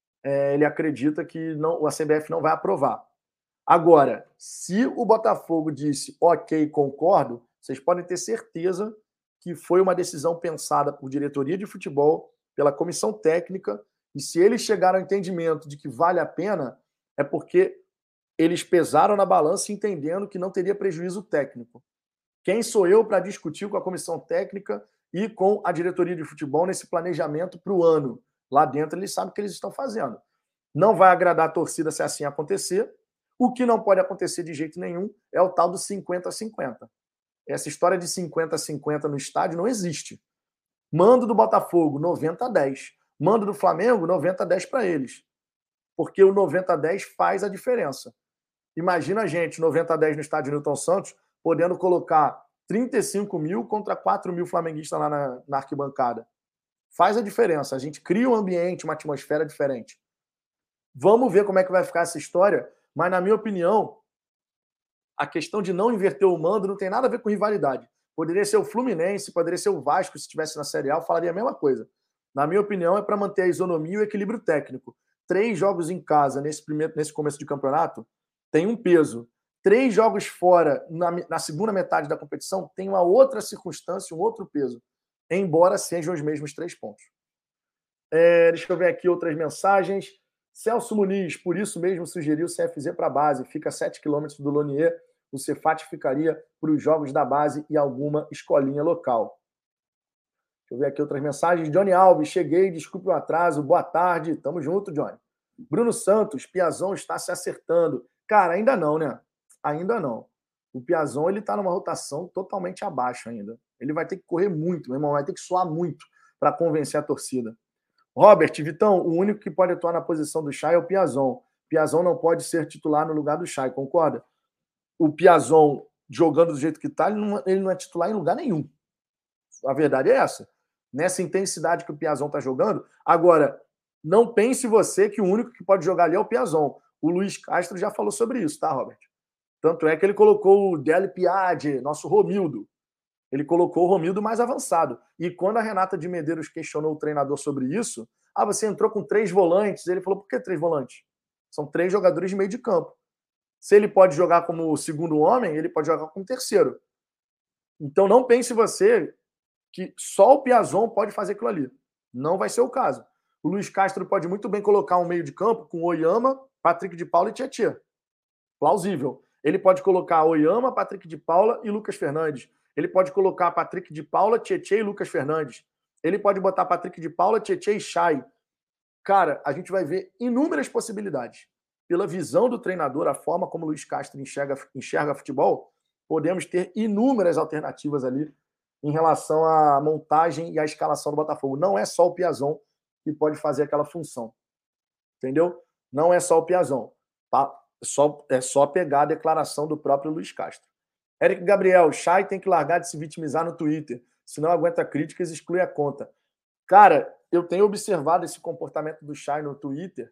ele acredita que a CBF não vai aprovar. Agora, se o Botafogo disse ok, concordo, vocês podem ter certeza que foi uma decisão pensada por diretoria de futebol, pela comissão técnica, e se eles chegaram ao entendimento de que vale a pena, é porque eles pesaram na balança entendendo que não teria prejuízo técnico. Quem sou eu para discutir com a comissão técnica e com a diretoria de futebol nesse planejamento para o ano? Lá dentro eles sabem o que eles estão fazendo. Não vai agradar a torcida se assim acontecer. O que não pode acontecer de jeito nenhum é o tal do 50-50. Essa história de 50-50 no estádio não existe. Mando do Botafogo, 90-10. Mando do Flamengo, 90-10 para eles. Porque o 90-10 faz a diferença. Imagina a gente, 90-10 no estádio Newton Santos, podendo colocar 35 mil contra 4 mil flamenguistas lá na arquibancada. Faz a diferença. A gente cria um ambiente, uma atmosfera diferente. Vamos ver como é que vai ficar essa história Mas, na minha opinião, a questão de não inverter o mando não tem nada a ver com rivalidade. Poderia ser o Fluminense, poderia ser o Vasco, se estivesse na Série A, eu falaria a mesma coisa. Na minha opinião, é para manter a isonomia e o equilíbrio técnico. 3 jogos em casa nesse começo de campeonato tem um peso. 3 jogos fora na segunda metade da competição tem uma outra circunstância, um outro peso. Embora sejam os mesmos 3 pontos. Deixa eu ver aqui outras mensagens. Celso Muniz, por isso mesmo, sugeriu o CFZ para a base. Fica a 7 km do Lonier. O Cefat ficaria para os jogos da base e alguma escolinha local. Deixa eu ver aqui outras mensagens. Johnny Alves, cheguei, desculpe o atraso. Boa tarde. Tamo junto, Johnny. Bruno Santos, Piazon está se acertando. Cara, ainda não, né? Ainda não. O Piazon, ele está numa rotação totalmente abaixo ainda. Ele vai ter que correr muito, meu irmão. Vai ter que suar muito para convencer a torcida. Robert, Vitão, o único que pode atuar na posição do Chay é o Piazon. Piazon não pode ser titular no lugar do Chay, concorda? O Piazon, jogando do jeito que está, ele não é titular em lugar nenhum. A verdade é essa. Nessa intensidade que o Piazon está jogando. Agora, não pense você que o único que pode jogar ali é o Piazon. O Luiz Castro já falou sobre isso, tá, Robert? Tanto é que ele colocou o Dele Piade, nosso Romildo. Ele colocou o Romildo mais avançado. E quando a Renata de Medeiros questionou o treinador sobre isso, você entrou com 3 volantes. Ele falou, por que 3 volantes? São 3 jogadores de meio de campo. Se ele pode jogar como segundo homem, ele pode jogar como terceiro. Então não pense você que só o Piazon pode fazer aquilo ali. Não vai ser o caso. O Luiz Castro pode muito bem colocar um meio de campo com Oyama, Patrick de Paula e Tietê. Plausível. Ele pode colocar Oyama, Patrick de Paula e Lucas Fernandes. Ele pode colocar Patrick de Paula, Tietê e Lucas Fernandes. Ele pode botar Patrick de Paula, Tietê e Chay. Cara, a gente vai ver inúmeras possibilidades. Pela visão do treinador, a forma como o Luiz Castro enxerga futebol, podemos ter inúmeras alternativas ali em relação à montagem e à escalação do Botafogo. Não é só o Piazon que pode fazer aquela função. Entendeu? Não é só o Piazon. Tá? É só pegar a declaração do próprio Luiz Castro. Eric Gabriel, Chay tem que largar de se vitimizar no Twitter. Se não aguenta críticas, exclui a conta. Cara, eu tenho observado esse comportamento do Chay no Twitter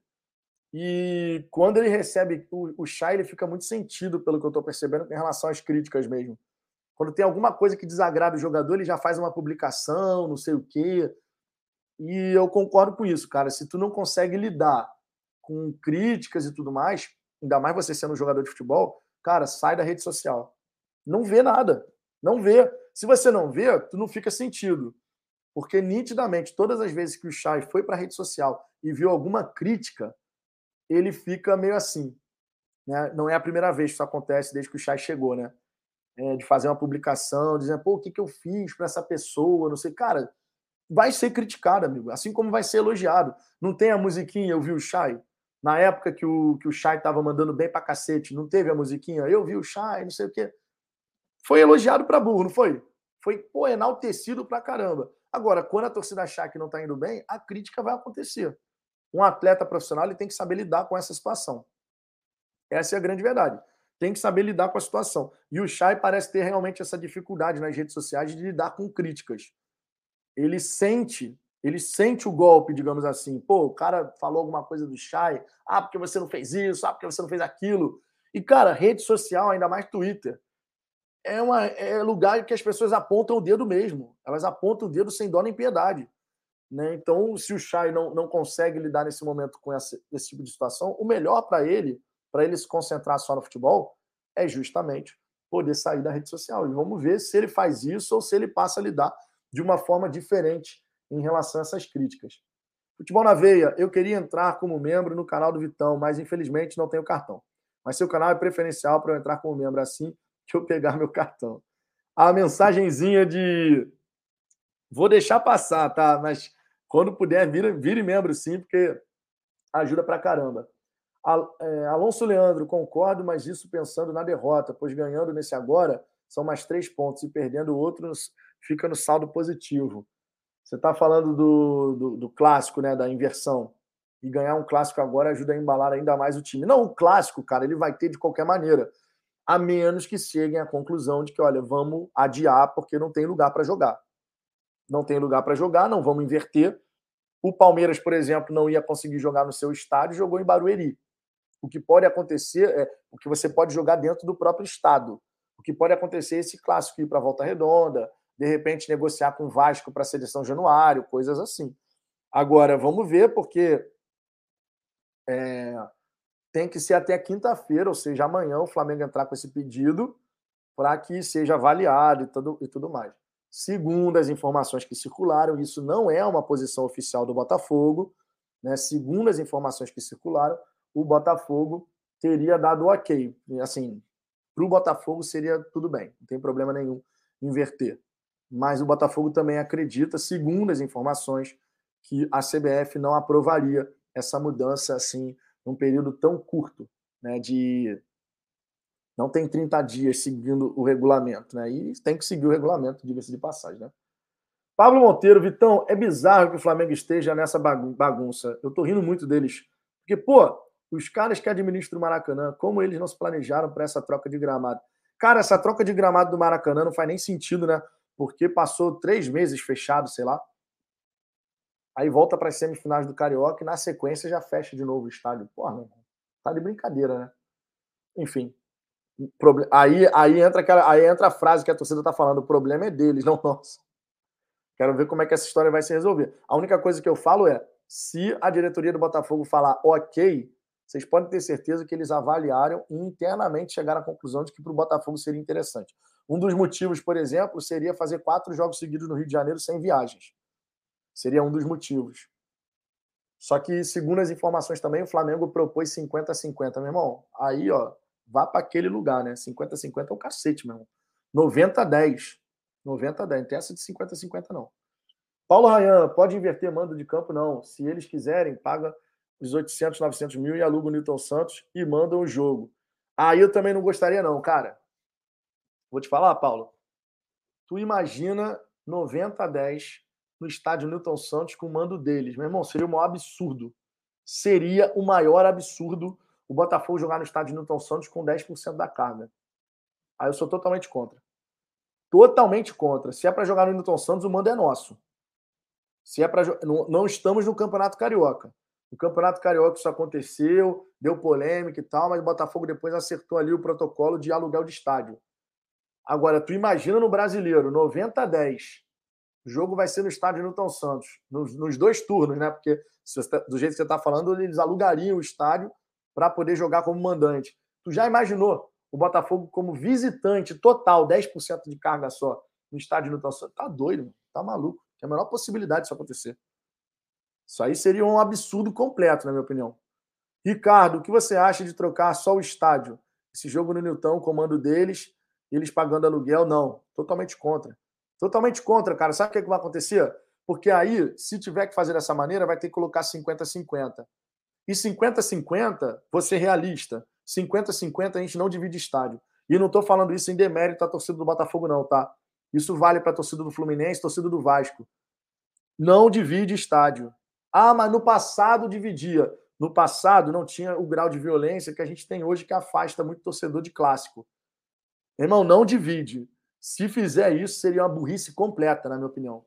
e quando ele recebe o Chay, ele fica muito sentido, pelo que eu estou percebendo, em relação às críticas mesmo. Quando tem alguma coisa que desagrada o jogador, ele já faz uma publicação, não sei o quê. E eu concordo com isso, cara. Se tu não consegue lidar com críticas e tudo mais, ainda mais você sendo um jogador de futebol, cara, sai da rede social. Não vê nada. Não vê. Se você não vê, tu não fica sentido. Porque nitidamente, todas as vezes que o Chay foi para a rede social e viu alguma crítica, ele fica meio assim. Né? Não é a primeira vez que isso acontece desde que o Chay chegou, né? De fazer uma publicação, dizendo, pô, o que eu fiz para essa pessoa? Não sei. Cara, vai ser criticado, amigo. Assim como vai ser elogiado. Não tem a musiquinha, eu vi o Chay? Na época que o Chay estava mandando bem pra cacete, não teve a musiquinha? Eu vi o Chay, não sei o quê. Foi elogiado pra burro, não foi? Foi, pô, enaltecido pra caramba. Agora, quando a torcida achar que não tá indo bem, a crítica vai acontecer. Um atleta profissional, ele tem que saber lidar com essa situação. Essa é a grande verdade. Tem que saber lidar com a situação. E o Chay parece ter realmente essa dificuldade nas redes sociais de lidar com críticas. Ele sente o golpe, digamos assim. Pô, o cara falou alguma coisa do Chay. Porque você não fez isso. Porque você não fez aquilo. E, cara, rede social, ainda mais Twitter, é lugar que as pessoas apontam o dedo mesmo. Elas apontam o dedo sem dó nem piedade. Né? Então, se o Chay não consegue lidar nesse momento com esse tipo de situação, o melhor para ele se concentrar só no futebol, é justamente poder sair da rede social. E vamos ver se ele faz isso ou se ele passa a lidar de uma forma diferente em relação a essas críticas. Futebol na Veia, eu queria entrar como membro no canal do Vitão, mas infelizmente não tenho cartão. Mas seu canal é preferencial para eu entrar como membro assim que eu pegar meu cartão. A mensagenzinha de... Vou deixar passar, tá? Mas quando puder, vire membro sim, porque ajuda pra caramba. Alonso Leandro, concordo, mas isso pensando na derrota, pois ganhando nesse agora são mais 3 pontos e perdendo outros fica no saldo positivo. Você está falando do clássico, né, da inversão. E ganhar um clássico agora ajuda a embalar ainda mais o time. Não, o clássico, cara, ele vai ter de qualquer maneira. A menos que cheguem à conclusão de que, olha, vamos adiar porque não tem lugar para jogar. Não tem lugar para jogar, não vamos inverter. O Palmeiras, por exemplo, não ia conseguir jogar no seu estádio, jogou em Barueri. O que pode acontecer é o que você pode jogar dentro do próprio estado. O que pode acontecer é esse clássico ir para a Volta Redonda, de repente negociar com o Vasco para a seleção Januário, coisas assim. Agora, vamos ver, porque tem que ser até quinta-feira, ou seja, amanhã o Flamengo entrar com esse pedido para que seja avaliado e tudo mais. Segundo as informações que circularam, isso não é uma posição oficial do Botafogo, né? Segundo as informações que circularam, o Botafogo teria dado ok. Assim, para o Botafogo seria tudo bem, não tem problema nenhum inverter. Mas o Botafogo também acredita, segundo as informações, que a CBF não aprovaria essa mudança assim num período tão curto, né? Não tem 30 dias seguindo o regulamento, né? E tem que seguir o regulamento, diga-se de passagem, né? Pablo Monteiro, Vitão, é bizarro que o Flamengo esteja nessa bagunça. Eu tô rindo muito deles. Porque, pô, os caras que administram o Maracanã, como eles não se planejaram para essa troca de gramado? Cara, essa troca de gramado do Maracanã não faz nem sentido, né? Porque passou 3 meses fechado, sei lá. Aí volta para as semifinais do Carioca e na sequência já fecha de novo o estádio. Porra, tá de brincadeira, né? Enfim. Aí entra a frase que a torcida tá falando, o problema é deles, não nosso. Quero ver como é que essa história vai se resolver. A única coisa que eu falo é, se a diretoria do Botafogo falar ok, vocês podem ter certeza que eles avaliaram e internamente chegaram à conclusão de que para o Botafogo seria interessante. Um dos motivos, por exemplo, seria fazer 4 jogos seguidos no Rio de Janeiro sem viagens. Seria um dos motivos. Só que, segundo as informações também, o Flamengo propôs 50-50, meu irmão. Aí, ó, vá para aquele lugar, né? 50-50 é o cacete, meu irmão. 90-10. 90-10. Não tem essa de 50-50, não. Paulo Rayan, pode inverter mando de campo? Não. Se eles quiserem, paga os 800, 900 mil e aluga o Newton Santos e mandam o jogo. Aí eu também não gostaria, não, cara. Vou te falar, Paulo. Tu imagina 90-10 no estádio Newton Santos com o mando deles. Meu irmão, seria o maior absurdo. Seria o maior absurdo o Botafogo jogar no estádio Newton Santos com 10% da carga. Aí eu sou totalmente contra. Totalmente contra. Se é para jogar no Newton Santos, o mando é nosso. Se é para não estamos no Campeonato Carioca. No Campeonato Carioca isso aconteceu, deu polêmica e tal, mas o Botafogo depois acertou ali o protocolo de aluguel de estádio. Agora, tu imagina no Brasileiro, 90-10. O jogo vai ser no estádio Newton Santos, nos 2 turnos, né? Porque do jeito que você está falando, eles alugariam o estádio para poder jogar como mandante. Tu já imaginou o Botafogo como visitante total, 10% de carga só, no estádio Newton Santos? Tá doido, mano. Tá maluco. Tem a menor possibilidade disso acontecer. Isso aí seria um absurdo completo, na minha opinião. Ricardo, o que você acha de trocar só o estádio? Esse jogo no Newton, o comando deles, eles pagando aluguel? Não. Totalmente contra. Totalmente contra, cara. Sabe o que, é que vai acontecer? Porque aí, se tiver que fazer dessa maneira, vai ter que colocar 50-50. E 50-50, vou ser realista. 50-50 a gente não divide estádio. E não estou falando isso em demérito à torcida do Botafogo, não, tá? Isso vale para a torcida do Fluminense, torcida do Vasco. Não divide estádio. Ah, mas no passado dividia. No passado não tinha o grau de violência que a gente tem hoje, que afasta muito torcedor de clássico. Irmão, não divide. Se fizer isso, seria uma burrice completa, na minha opinião.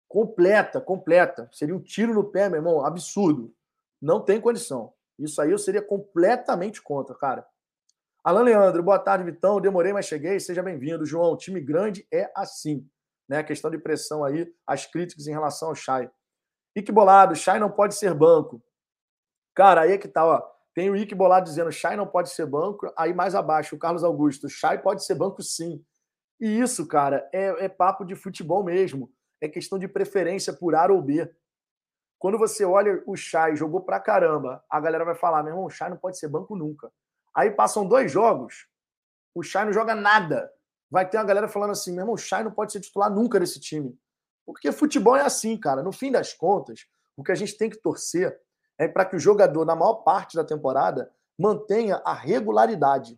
Completa. Seria um tiro no pé, meu irmão, absurdo. Não tem condição. Isso aí eu seria completamente contra, cara. Alan Leandro, boa tarde, Vitão. Demorei, mas cheguei. Seja bem-vindo. João, time grande é assim. Né? A questão de pressão aí, as críticas em relação ao Chay. Ike Bolado, Chay não pode ser banco. Cara, aí é que tá, ó. Tem o Ike Bolado dizendo Chay não pode ser banco. Aí mais abaixo, o Carlos Augusto, Chay pode ser banco sim. E isso, cara, é papo de futebol mesmo. É questão de preferência por A ou B. Quando você olha o Chay, jogou pra caramba, a galera vai falar, meu irmão, o Chay não pode ser banco nunca. Aí passam 2 jogos, o Chay não joga nada. Vai ter uma galera falando assim, meu irmão, o Chay não pode ser titular nunca desse time. Porque futebol é assim, cara. No fim das contas, o que a gente tem que torcer é para que o jogador, na maior parte da temporada, mantenha a regularidade.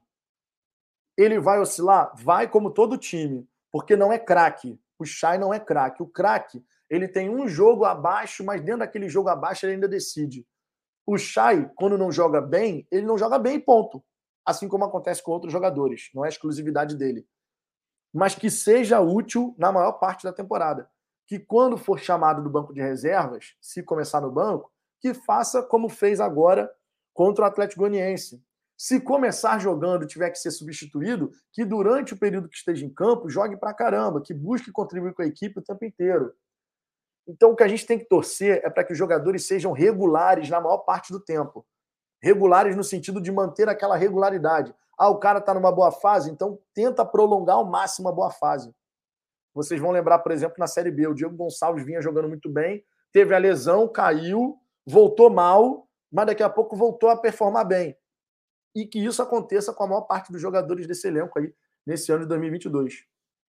Ele vai oscilar? Vai, como todo time, porque não é craque. O Chay não é craque. O craque, ele tem um jogo abaixo, mas dentro daquele jogo abaixo ele ainda decide. O Chay, quando não joga bem, ele não joga bem, ponto. Assim como acontece com outros jogadores. Não é exclusividade dele. Mas que seja útil na maior parte da temporada. Que quando for chamado do banco de reservas, se começar no banco, que faça como fez agora contra o Atlético Goianiense. Se começar jogando e tiver que ser substituído, que durante o período que esteja em campo, jogue pra caramba, que busque contribuir com a equipe o tempo inteiro. Então, o que a gente tem que torcer é para que os jogadores sejam regulares na maior parte do tempo. Regulares no sentido de manter aquela regularidade. Ah, o cara está numa boa fase, então tenta prolongar ao máximo a boa fase. Vocês vão lembrar, por exemplo, na Série B, o Diego Gonçalves vinha jogando muito bem, teve a lesão, caiu, voltou mal, mas daqui a pouco voltou a performar bem. E que isso aconteça com a maior parte dos jogadores desse elenco aí, nesse ano de 2022.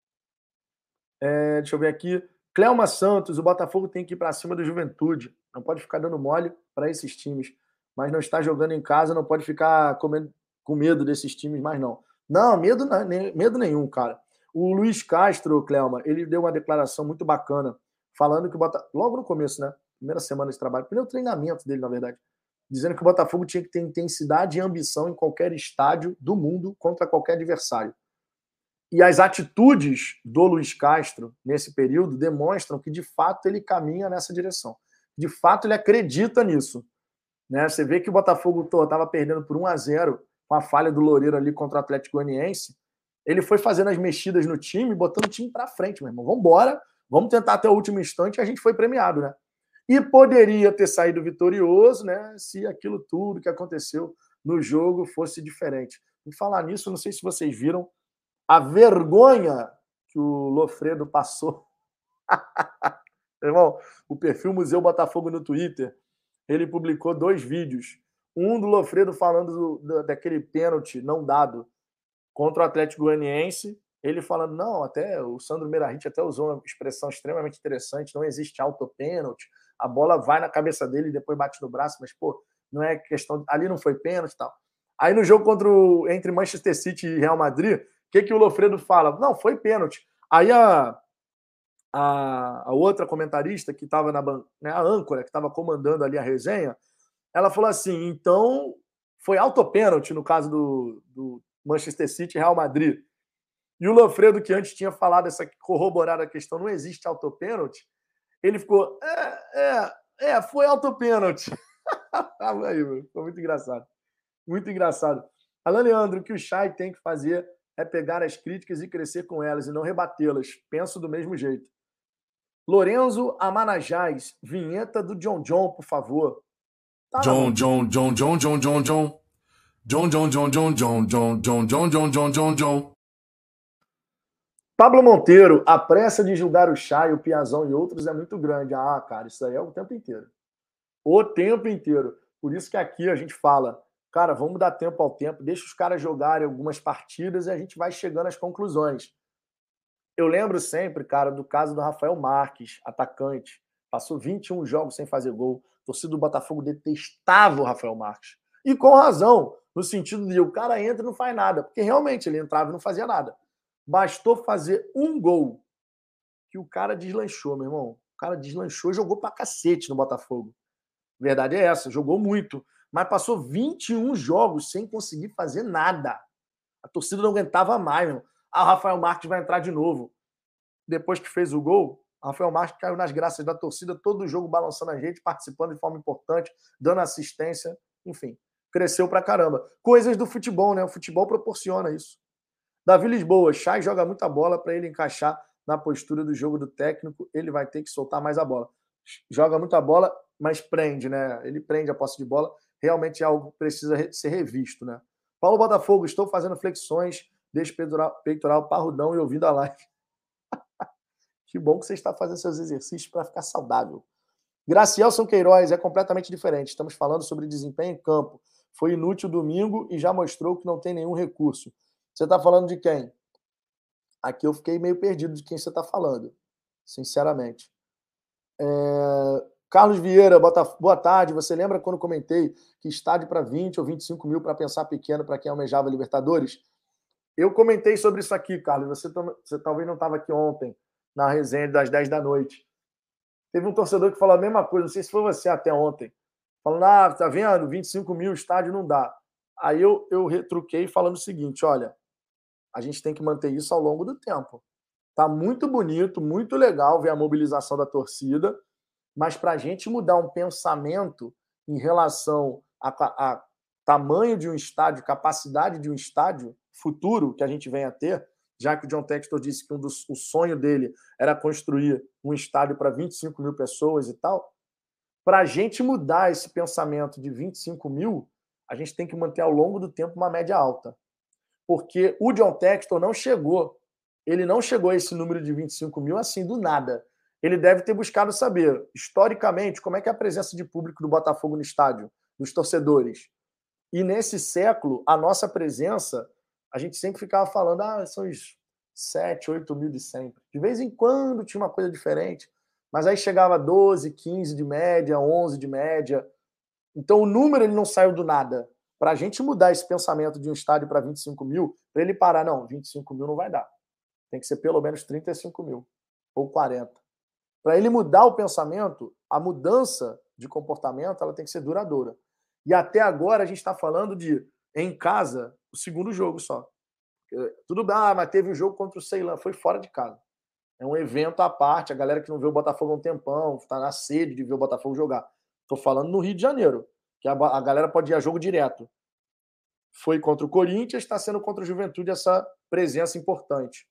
Deixa eu ver aqui. Cleuma Santos, o Botafogo tem que ir para cima do Juventude. Não pode ficar dando mole para esses times. Mas não está jogando em casa, não pode ficar com medo desses times mais não. Não, medo nenhum, cara. O Luiz Castro, Cleuma, ele deu uma declaração muito bacana, falando que o Botafogo, logo no começo, né? Primeira semana de trabalho, primeiro treinamento dele, na verdade, dizendo que o Botafogo tinha que ter intensidade e ambição em qualquer estádio do mundo contra qualquer adversário. E as atitudes do Luiz Castro, nesse período, demonstram que, de fato, ele caminha nessa direção. De fato, ele acredita nisso. Né? Você vê que o Botafogo estava perdendo por 1-0 com a falha do Loureiro ali contra o Atlético Goianiense. Ele foi fazendo as mexidas no time, botando o time para frente, meu irmão. Vamos embora, vamos tentar até o último instante, e a gente foi premiado, né? E poderia ter saído vitorioso, né? Se aquilo tudo que aconteceu no jogo fosse diferente. Em falar nisso, não sei se vocês viram a vergonha que o Lofredo passou. Irmão, o perfil Museu Botafogo no Twitter, ele publicou 2 vídeos. Um do Lofredo falando daquele pênalti não dado contra o Atlético Goianiense. Ele falando, não, até o Sandro Meirahit até usou uma expressão extremamente interessante, não existe autopênalti, a bola vai na cabeça dele e depois bate no braço, mas, pô, não é questão... Ali não foi pênalti e tal. Aí no jogo entre Manchester City e Real Madrid, o que o Lofredo fala? Não, foi pênalti. Aí a outra comentarista que estava né, a âncora, que estava comandando ali a resenha, ela falou assim, então foi autopênalti no caso do Manchester City e Real Madrid. E o Lofredo, que antes tinha falado corroborado a questão, não existe autopênalti, ele ficou, foi autopênalti. Aí, foi muito engraçado. Muito engraçado. Alan Leandro, o que o Chay tem que fazer é pegar as críticas e crescer com elas e não rebatê-las. Penso do mesmo jeito. Lorenzo Amanajás, vinheta do John John, por favor. Tá, John. Pablo Monteiro, a pressa de julgar o Chay, o Piazão e outros é muito grande. Ah, cara, isso aí é o tempo inteiro. O tempo inteiro. Por isso que aqui a gente fala, cara, vamos dar tempo ao tempo, deixa os caras jogarem algumas partidas e a gente vai chegando às conclusões. Eu lembro sempre, cara, do caso do Rafael Marques, atacante. Passou 21 jogos sem fazer gol. A torcida do Botafogo detestava o Rafael Marques. E com razão, no sentido de o cara entra e não faz nada. Porque realmente ele entrava e não fazia nada. Bastou fazer um gol que o cara deslanchou, meu irmão. O cara deslanchou e jogou pra cacete no Botafogo. A verdade é essa, jogou muito. Mas passou 21 jogos sem conseguir fazer nada. A torcida não aguentava mais, meu irmão. Ah, o Rafael Marques vai entrar de novo. Depois que fez o gol, o Rafael Marques caiu nas graças da torcida, todo o jogo balançando a gente, participando de forma importante, dando assistência, enfim. Cresceu pra caramba. Coisas do futebol, né? O futebol proporciona isso. Davi Lisboa, Chay joga muita bola para ele encaixar na postura do jogo do técnico, ele vai ter que soltar mais a bola. Joga muita bola, mas prende, né? Ele prende a posse de bola, realmente é algo que precisa ser revisto, né? Paulo Botafogo, estou fazendo flexões, deixo peitoral parrudão e ouvindo a live. Que bom que você está fazendo seus exercícios para ficar saudável. Gracielson Queiroz, é completamente diferente. Estamos falando sobre desempenho em campo. Foi inútil domingo e já mostrou que não tem nenhum recurso. Você está falando de quem? Aqui eu fiquei meio perdido de quem você está falando, sinceramente. Carlos Vieira, boa tarde. Você lembra quando comentei que estádio para 20 ou 25 mil para pensar pequeno para quem almejava Libertadores? Eu comentei sobre isso aqui, Carlos. Você talvez não estava aqui ontem, na resenha das 10 da noite. Teve um torcedor que falou a mesma coisa, não sei se foi você até ontem, falando, tá vendo, 25 mil estádio não dá. Aí eu retruquei falando o seguinte, olha, a gente tem que manter isso ao longo do tempo. Tá muito bonito, muito legal ver a mobilização da torcida, mas para a gente mudar um pensamento em relação a tamanho de um estádio, capacidade de um estádio futuro que a gente venha a ter, já que o John Textor disse que o sonho dele era construir um estádio para 25 mil pessoas e tal, para a gente mudar esse pensamento de 25 mil, a gente tem que manter ao longo do tempo uma média alta. Porque o John Textor não chegou, ele não chegou a esse número de 25 mil assim do nada. Ele deve ter buscado saber, historicamente, como é que é a presença de público do Botafogo no estádio, dos torcedores. E nesse século, a nossa presença, a gente sempre ficava falando, são os 7, 8 mil de sempre. De vez em quando tinha uma coisa diferente, mas aí chegava a 12, 15 de média, 11 de média. Então o número ele não saiu do nada. Para a gente mudar esse pensamento de um estádio para 25 mil, para ele parar, não, 25 mil não vai dar. Tem que ser pelo menos 35 mil ou 40. Para ele mudar o pensamento, a mudança de comportamento ela tem que ser duradoura. E até agora a gente está falando de, em casa, o segundo jogo só. Tudo bem, mas teve um jogo contra o Ceilândia, foi fora de casa. É um evento à parte, a galera que não vê o Botafogo há um tempão, está na sede de ver o Botafogo jogar. Estou falando no Rio de Janeiro, que a galera pode ir a jogo direto. Foi contra o Corinthians, está sendo contra o Juventude essa presença importante.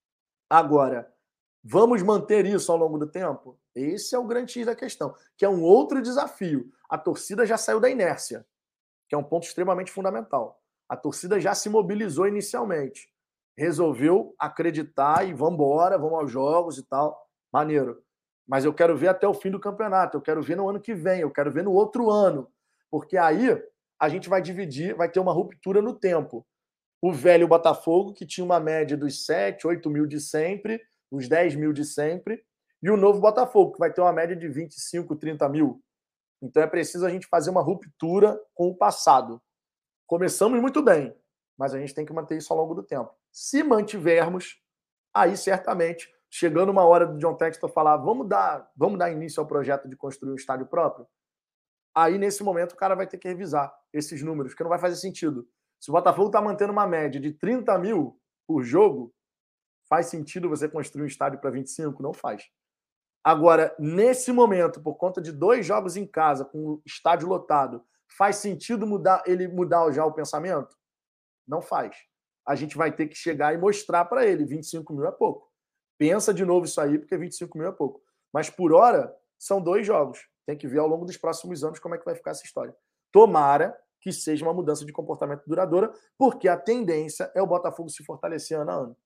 Agora, vamos manter isso ao longo do tempo? Esse é o grande X da questão, que é um outro desafio. A torcida já saiu da inércia, que é um ponto extremamente fundamental. A torcida já se mobilizou inicialmente. Resolveu acreditar e vamos embora, vamos aos jogos e tal. Maneiro. Mas eu quero ver até o fim do campeonato, eu quero ver no ano que vem, eu quero ver no outro ano. Porque aí a gente vai dividir, vai ter uma ruptura no tempo. O velho Botafogo, que tinha uma média dos 7, 8 mil de sempre, os 10 mil de sempre, e o novo Botafogo, que vai ter uma média de 25, 30 mil. Então é preciso a gente fazer uma ruptura com o passado. Começamos muito bem, mas a gente tem que manter isso ao longo do tempo. Se mantivermos, aí certamente, chegando uma hora do John Textor falar, vamos dar início ao projeto de construir um estádio próprio, aí nesse momento o cara vai ter que revisar esses números, porque não vai fazer sentido. Se o Botafogo está mantendo uma média de 30 mil por jogo, faz sentido você construir um estádio para 25? Não faz. Agora, nesse momento, por conta de 2 jogos em casa, com o estádio lotado, faz sentido ele mudar já o pensamento? Não faz. A gente vai ter que chegar e mostrar para ele, 25 mil é pouco. Pensa de novo isso aí, porque 25 mil é pouco. Mas por hora, são 2 jogos. Tem que ver ao longo dos próximos anos como é que vai ficar essa história. Tomara que seja uma mudança de comportamento duradoura, porque a tendência é o Botafogo se fortalecer ano a ano.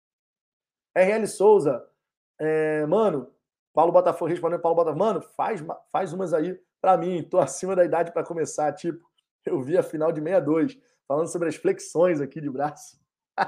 RL Souza, mano, Paulo Botafogo respondendo Paulo Botafogo, mano, faz umas aí pra mim, tô acima da idade para começar, tipo, eu vi a final de 62, falando sobre as flexões aqui de braço.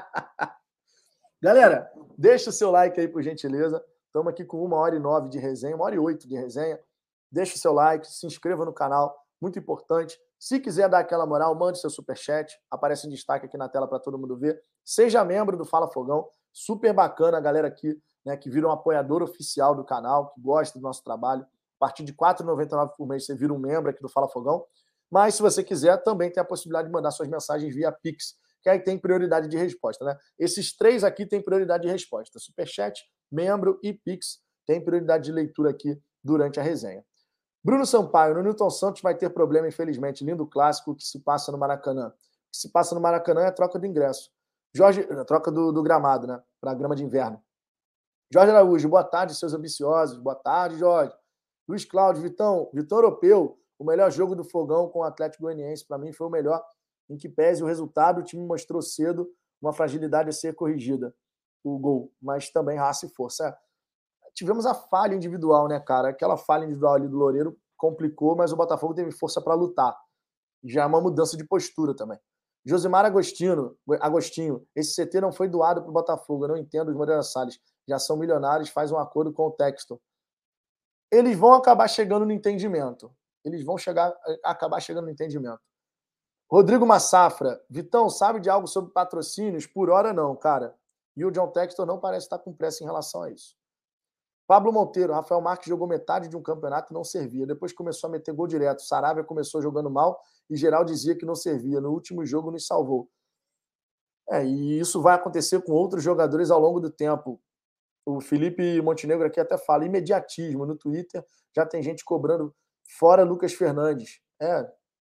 Galera, deixa o seu like aí, por gentileza. Estamos aqui com 1h09 de resenha, 1h08 de resenha. Deixa o seu like, se inscreva no canal, muito importante. Se quiser dar aquela moral, mande seu superchat, aparece em destaque aqui na tela para todo mundo ver. Seja membro do Fala Fogão, super bacana a galera aqui, né, que vira um apoiador oficial do canal, que gosta do nosso trabalho. A partir de R$ 4,99 por mês você vira um membro aqui do Fala Fogão. Mas se você quiser, também tem a possibilidade de mandar suas mensagens via Pix, que aí tem prioridade de resposta, né? Esses 3 aqui têm prioridade de resposta. Superchat, membro e Pix tem prioridade de leitura aqui durante a resenha. Bruno Sampaio, no Newton Santos vai ter problema, infelizmente. Lindo clássico que se passa no Maracanã. O que se passa no Maracanã é a troca do ingresso. A troca do gramado, né? Para a grama de inverno. Jorge Araújo, boa tarde, seus ambiciosos. Boa tarde, Jorge. Luiz Cláudio, Vitão Europeu, o melhor jogo do Fogão com o Atlético Goianiense, para mim, foi o melhor, em que pese o resultado, o time mostrou cedo uma fragilidade a ser corrigida, o gol, mas também raça e força. Tivemos a falha individual, né, cara? Aquela falha individual ali do Loureiro complicou, mas o Botafogo teve força para lutar. Já é uma mudança de postura também. Josimar Agostinho, esse CT não foi doado para o Botafogo, eu não entendo os Moreira Salles. Já são milionários, faz um acordo com o Textor. Eles vão acabar chegando no entendimento. Acabar chegando no entendimento. Rodrigo Massafra, Vitão, sabe de algo sobre patrocínios? Por hora não, cara. E o John Textor não parece estar com pressa em relação a isso. Pablo Monteiro, Rafael Marques jogou metade de um campeonato e não servia. Depois começou a meter gol direto. Saravia começou jogando mal e geral dizia que não servia. No último jogo nos salvou. E isso vai acontecer com outros jogadores ao longo do tempo. O Felipe Montenegro aqui até fala imediatismo. No Twitter já tem gente cobrando fora Lucas Fernandes.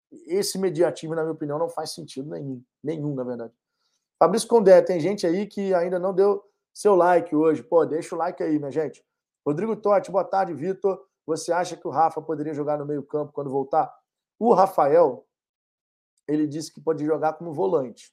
esse mediatismo, na minha opinião, não faz sentido nenhum, na verdade. Fabrício Condé, tem gente aí que ainda não deu seu like hoje. Pô, deixa o like aí, minha gente. Rodrigo Totti, boa tarde, Vitor. Você acha que o Rafa poderia jogar no meio-campo quando voltar? O Rafael, ele disse que pode jogar como volante.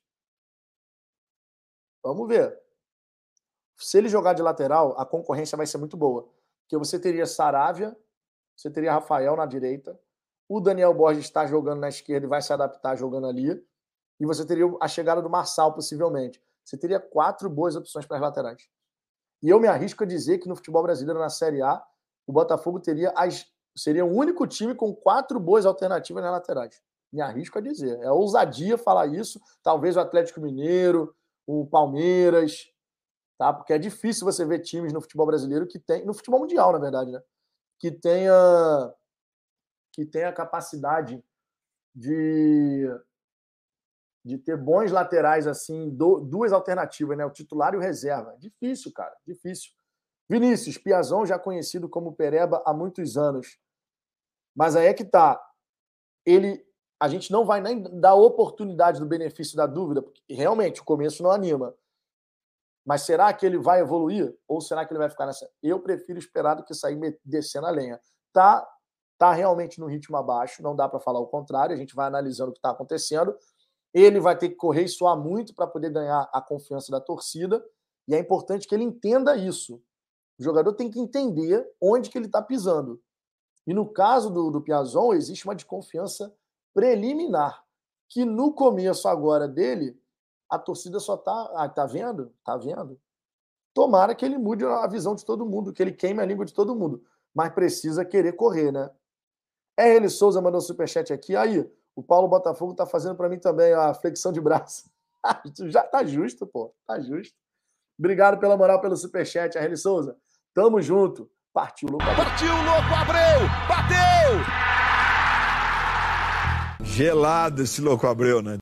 Vamos ver. Se ele jogar de lateral, a concorrência vai ser muito boa. Porque você teria Saravia, você teria Rafael na direita, o Daniel Borges está jogando na esquerda e vai se adaptar jogando ali, e você teria a chegada do Marçal, possivelmente. Você teria 4 boas opções para as laterais. E eu me arrisco a dizer que no futebol brasileiro, na Série A, o Botafogo seria o único time com 4 boas alternativas nas laterais. Me arrisco a dizer. É ousadia falar isso. Talvez o Atlético Mineiro, o Palmeiras, tá? Porque é difícil você ver times no futebol brasileiro que tem, no futebol mundial, na verdade, né? Que tenha capacidade de ter bons laterais, assim, 2 alternativas, né? O titular e o reserva. Difícil, cara, difícil. Vinícius, Piazon, já conhecido como Pereba há muitos anos. Mas aí é que tá. A gente não vai nem dar oportunidade do benefício da dúvida, porque realmente o começo não anima. Mas será que ele vai evoluir? Ou será que ele vai ficar nessa? Eu prefiro esperar do que sair descendo a lenha. Tá realmente no ritmo abaixo, não dá para falar o contrário, a gente vai analisando o que está acontecendo. Ele vai ter que correr e suar muito para poder ganhar a confiança da torcida, e é importante que ele entenda isso. O jogador tem que entender onde que ele está pisando. E no caso do Piazon, existe uma desconfiança preliminar, que no começo agora dele, a torcida só tá... tá vendo? Tá vendo? Tomara que ele mude a visão de todo mundo, que ele queime a língua de todo mundo. Mas precisa querer correr, né? R.L. Souza mandou um superchat aqui. Aí, o Paulo Botafogo tá fazendo para mim também a flexão de braço. Já tá justo, pô. Tá justo. Obrigado pela moral, pelo superchat, R.L. Souza. Tamo junto. Partiu, louco. Partiu, louco, Abreu! Bateu! Gelado esse louco Abreu, né?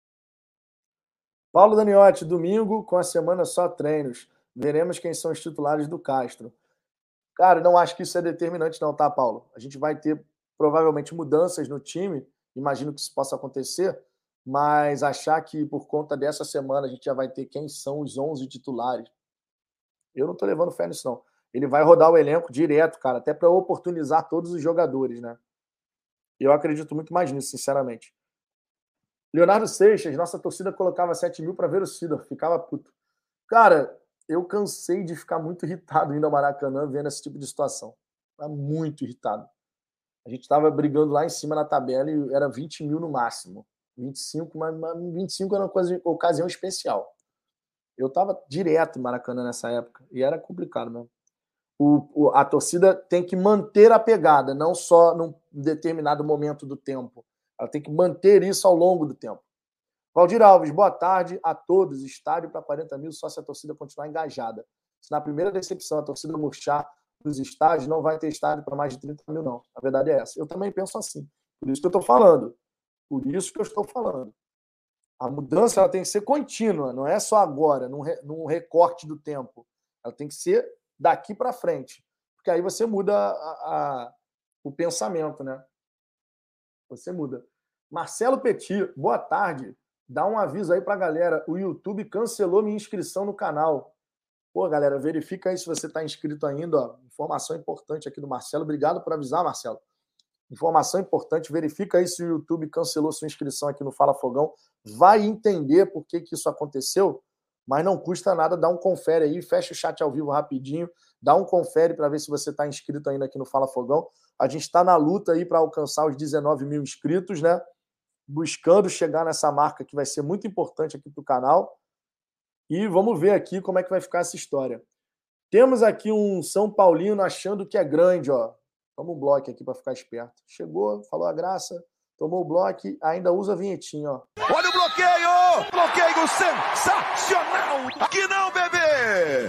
Paulo Daniotti, domingo, com a semana só treinos. Veremos quem são os titulares do Castro. Cara, não acho que isso é determinante não, tá, Paulo? A gente vai ter provavelmente mudanças no time, imagino que isso possa acontecer, mas achar que por conta dessa semana a gente já vai ter quem são os 11 titulares, eu não tô levando fé nisso não. Ele vai rodar o elenco direto, cara, até para oportunizar todos os jogadores, né? Eu acredito muito mais nisso, sinceramente. Leonardo Seixas, nossa torcida colocava 7 mil para ver o Sidor, ficava puto. Cara, eu cansei de ficar muito irritado indo ao Maracanã vendo esse tipo de situação. Estava muito irritado. A gente estava brigando lá em cima na tabela e era 20 mil no máximo. 25, mas 25 era uma ocasião especial. Eu estava direto no Maracanã nessa época e era complicado mesmo. A torcida tem que manter a pegada, não só num determinado momento do tempo. Ela tem que manter isso ao longo do tempo. Valdir Alves, boa tarde a todos. Estádio para 40 mil só se a torcida continuar engajada. Se na primeira decepção a torcida murchar nos estádios, não vai ter estádio para mais de 30 mil, não. A verdade é essa. Eu também penso assim. Por isso que eu estou falando. Por isso que eu estou falando. A mudança ela tem que ser contínua, não é só agora, num recorte do tempo. Ela tem que ser daqui para frente. Porque aí você muda o pensamento, né? Você muda. Marcelo Petit, boa tarde. Dá um aviso aí pra galera. O YouTube cancelou minha inscrição no canal. Pô, galera, verifica aí se você está inscrito ainda. Ó. Informação importante aqui do Marcelo. Obrigado por avisar, Marcelo. Informação importante. Verifica aí se o YouTube cancelou sua inscrição aqui no Fala Fogão. Vai entender por que isso aconteceu, mas não custa nada. Dá um confere aí. Fecha o chat ao vivo rapidinho. Dá um confere para ver se você está inscrito ainda aqui no Fala Fogão. A gente está na luta aí para alcançar os 19 mil inscritos, né? Buscando chegar nessa marca que vai ser muito importante aqui para o canal. E vamos ver aqui como é que vai ficar essa história. Temos aqui um São Paulino achando que é grande, ó. Toma um bloco aqui para ficar esperto. Chegou, falou a graça, tomou o bloco, ainda usa a vinhetinha, ó. Olha o bloqueio! Bloqueio sensacional! Aqui não, bebê!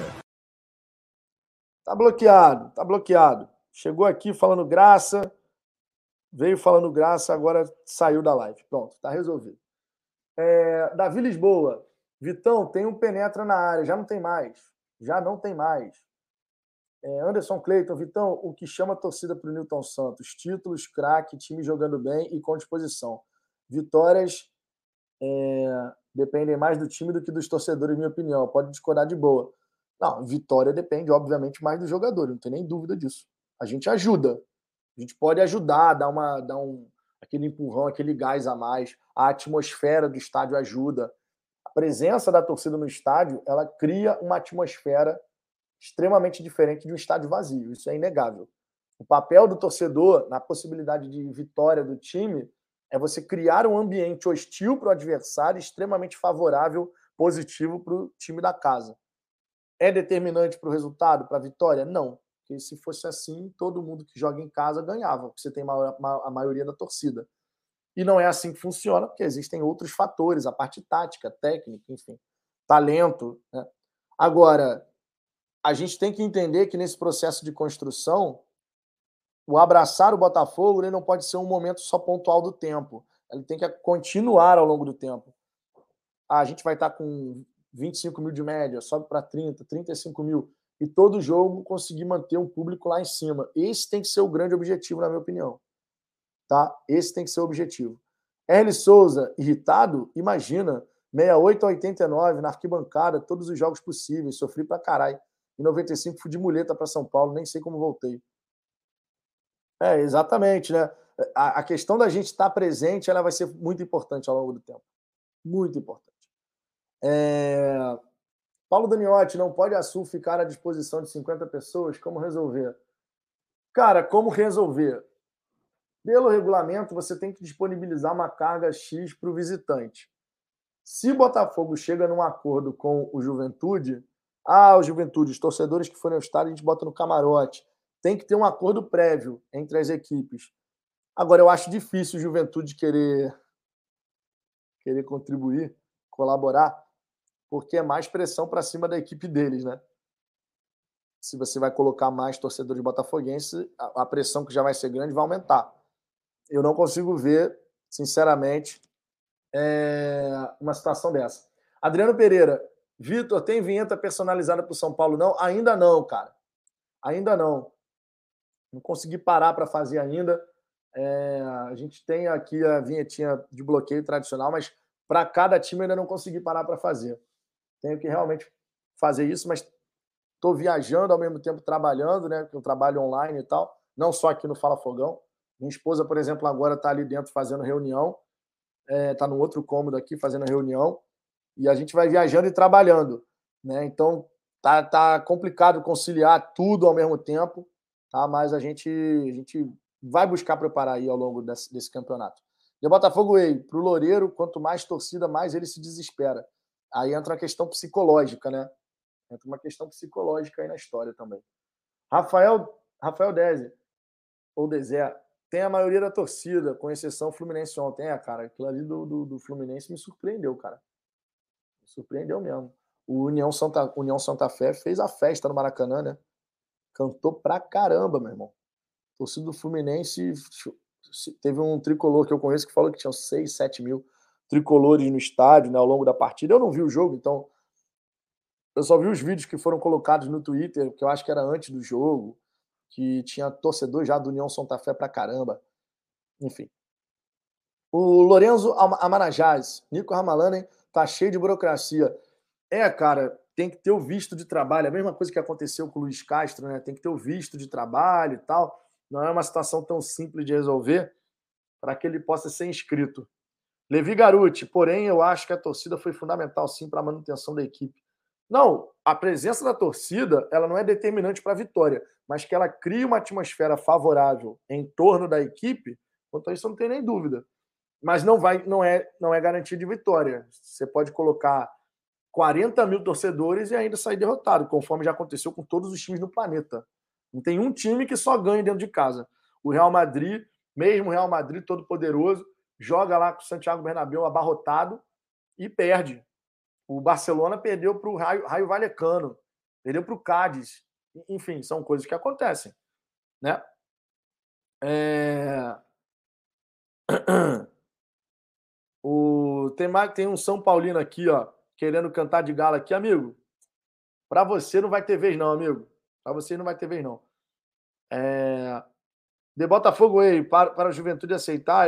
Tá bloqueado, tá bloqueado. Chegou aqui falando graça, veio falando graça, agora saiu da live. Pronto, tá resolvido. Davi Lisboa. Vitão, tem um penetra na área, já não tem mais. Já não tem mais. Anderson Cleiton, Vitão, o que chama a torcida para o Nilton Santos? Títulos, craque, time jogando bem e com disposição. Vitórias dependem mais do time do que dos torcedores, minha opinião. Pode discordar de boa. Não, vitória depende, obviamente, mais do jogador, não tem nem dúvida disso. A gente ajuda. A gente pode ajudar, dar aquele empurrão, aquele gás a mais. A atmosfera do estádio ajuda. A presença da torcida no estádio, ela cria uma atmosfera extremamente diferente de um estádio vazio. Isso é inegável. O papel do torcedor, na possibilidade de vitória do time, é você criar um ambiente hostil para o adversário, extremamente favorável, positivo para o time da casa. É determinante para o resultado, para a vitória? Não. Porque se fosse assim, todo mundo que joga em casa ganhava, porque você tem a maioria da torcida. E não é assim que funciona, porque existem outros fatores, a parte tática, técnica, enfim, talento, né? Agora, a gente tem que entender que nesse processo de construção, o abraçar o Botafogo ele não pode ser um momento só pontual do tempo. Ele tem que continuar ao longo do tempo. A gente vai estar com 25 mil de média, sobe para 30, 35 mil, e todo jogo conseguir manter um público lá em cima. Esse tem que ser o grande objetivo, na minha opinião. Tá? Esse tem que ser o objetivo. Erle Souza, irritado? Imagina, 68 a 89, na arquibancada, todos os jogos possíveis, sofri pra caralho. Em 95 fui de muleta para São Paulo, nem sei como voltei. Exatamente, né? A questão da gente estar presente, ela vai ser muito importante ao longo do tempo. Muito importante. Paulo Daniotti, não pode a Sul ficar à disposição de 50 pessoas? Como resolver? Cara, como resolver? Pelo regulamento, você tem que disponibilizar uma carga X para o visitante. Se Botafogo chega num acordo com o Juventude, o Juventude, os torcedores que forem ao estádio, a gente bota no camarote. Tem que ter um acordo prévio entre as equipes. Agora, eu acho difícil o Juventude querer contribuir, colaborar, porque é mais pressão para cima da equipe deles, né? Se você vai colocar mais torcedores botafoguenses, a pressão que já vai ser grande vai aumentar. Eu não consigo ver, sinceramente, uma situação dessa. Adriano Pereira, Vitor, tem vinheta personalizada para o São Paulo, não? Ainda não, cara. Ainda não. Não consegui parar para fazer ainda. A gente tem aqui a vinhetinha de bloqueio tradicional, mas para cada time eu ainda não consegui parar para fazer. Tenho que realmente fazer isso, mas estou viajando ao mesmo tempo trabalhando, né? Eu trabalho online e tal, não só aqui no Fala Fogão. Minha esposa, por exemplo, agora está ali dentro fazendo reunião, está no outro cômodo aqui fazendo reunião, e a gente vai viajando e trabalhando, né? Então tá complicado conciliar tudo ao mesmo tempo, tá? Mas a gente vai buscar preparar aí ao longo desse campeonato. E o Botafogo, para o Loureiro, quanto mais torcida, mais ele se desespera. Aí entra a questão psicológica, né? Entra uma questão psicológica aí na história também. Rafael Deze, ou Dezé, tem a maioria da torcida, com exceção Fluminense ontem. Cara, aquilo ali do Fluminense me surpreendeu, cara. Me surpreendeu mesmo. O União Santa Fé fez a festa no Maracanã, né? Cantou pra caramba, meu irmão. A torcida do Fluminense teve um tricolor que eu conheço que falou que tinham 6, 7 mil tricolores no estádio, né, ao longo da partida. Eu não vi o jogo, então eu só vi os vídeos que foram colocados no Twitter, que eu acho que era antes do jogo, que tinha torcedor já do União Santa Fé pra caramba. Enfim. O Lorenzo Amarajás, Nico Ramalanen, tá cheio de burocracia. Cara, tem que ter o visto de trabalho. A mesma coisa que aconteceu com o Luiz Castro, né? Tem que ter o visto de trabalho e tal. Não é uma situação tão simples de resolver para que ele possa ser inscrito. Levi Garuti, porém, eu acho que a torcida foi fundamental, sim, para a manutenção da equipe. Não, a presença da torcida ela não é determinante para a vitória, mas que ela cria uma atmosfera favorável em torno da equipe, quanto a isso eu não tenho nem dúvida. Mas não é garantia de vitória. Você pode colocar 40 mil torcedores e ainda sair derrotado, conforme já aconteceu com todos os times no planeta. Não tem um time que só ganha dentro de casa. O Real Madrid, mesmo o Real Madrid todo poderoso, joga lá com o Santiago Bernabéu abarrotado e perde. O Barcelona perdeu para o Raio Vallecano, perdeu para o Cádiz. Enfim, são coisas que acontecem, né? Tem um São Paulino aqui, ó, querendo cantar de gala aqui, amigo. Para você não vai ter vez não, amigo. Para você não vai ter vez não. De Botafogo, para a Juventude aceitar,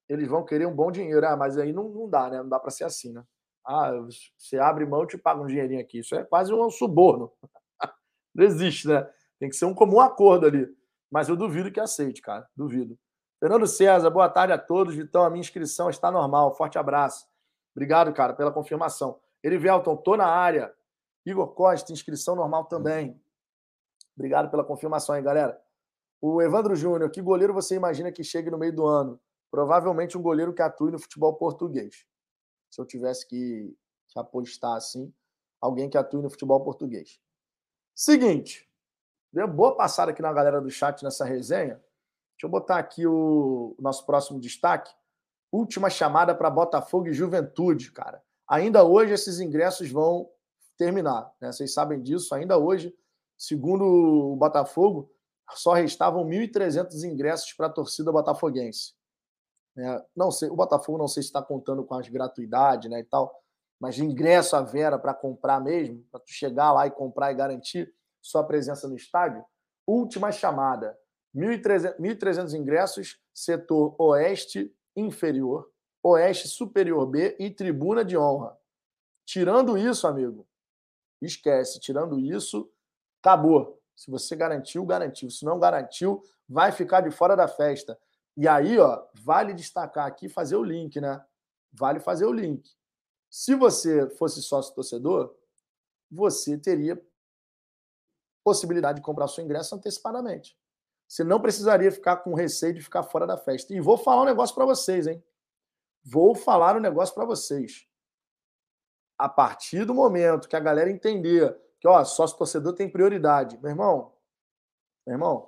eles vão querer um bom dinheiro. Ah, mas aí não dá, né? Não dá para ser assim, né? Ah, você abre mão, eu te pago um dinheirinho aqui. Isso é quase um suborno. Não existe, né? Tem que ser um comum acordo ali. Mas eu duvido que aceite, cara. Duvido. Fernando César, boa tarde a todos. Vitão, a minha inscrição está normal. Forte abraço. Obrigado, cara, pela confirmação. Erivelton, tô na área. Igor Costa, inscrição normal também. Obrigado pela confirmação aí, galera. O Evandro Júnior, que goleiro você imagina que chegue no meio do ano? Provavelmente um goleiro que atue no futebol português. Se eu tivesse que apostar assim, alguém que atue no futebol português. Seguinte, deu boa passada aqui na galera do chat nessa resenha. Deixa eu botar aqui o nosso próximo destaque. Última chamada para Botafogo e Juventude, cara. Ainda hoje esses ingressos vão terminar, né? Vocês sabem disso. Ainda hoje, segundo o Botafogo, só restavam 1.300 ingressos para a torcida botafoguense. Não sei, o Botafogo não sei se está contando com as gratuidades, né, e tal, mas de ingresso à vera para comprar mesmo, para tu chegar lá e comprar e garantir sua presença no estádio, última chamada. 1.300 ingressos, setor oeste inferior, oeste superior B e tribuna de honra. Tirando isso, amigo, esquece. Tirando isso, acabou. Se você garantiu, garantiu. Se não garantiu, vai ficar de fora da festa. E aí, ó, vale destacar aqui, fazer o link, né? Vale fazer o link. Se você fosse sócio-torcedor, você teria possibilidade de comprar seu ingresso antecipadamente. Você não precisaria ficar com receio de ficar fora da festa. E vou falar um negócio para vocês, hein? Vou falar um negócio para vocês. A partir do momento que a galera entender que, ó, sócio-torcedor tem prioridade. Meu irmão,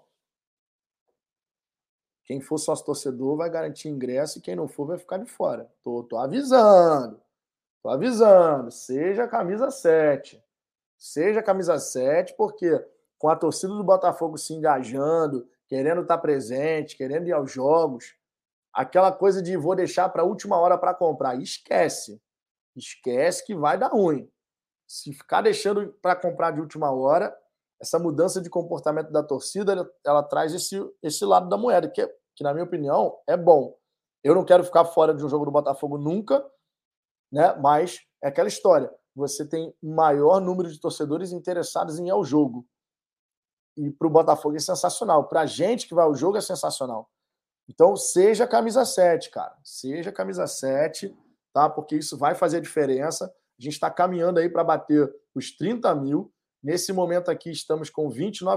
quem for sócio-torcedor vai garantir ingresso e quem não for vai ficar de fora. Tô avisando. Tô avisando. Seja camisa 7. Seja camisa 7, porque com a torcida do Botafogo se engajando, querendo estar presente, querendo ir aos jogos, aquela coisa de vou deixar para a última hora para comprar, esquece. Esquece que vai dar ruim. Se ficar deixando para comprar de última hora, essa mudança de comportamento da torcida, ela traz esse lado da moeda, que, na minha opinião, é bom. Eu não quero ficar fora de um jogo do Botafogo nunca, né? Mas é aquela história. Você tem maior número de torcedores interessados em ir ao jogo. E para o Botafogo é sensacional. Para a gente que vai ao jogo é sensacional. Então, seja camisa 7, cara. Seja camisa 7, tá? Porque isso vai fazer diferença. A gente está caminhando aí para bater os 30 mil. Nesse momento aqui, estamos com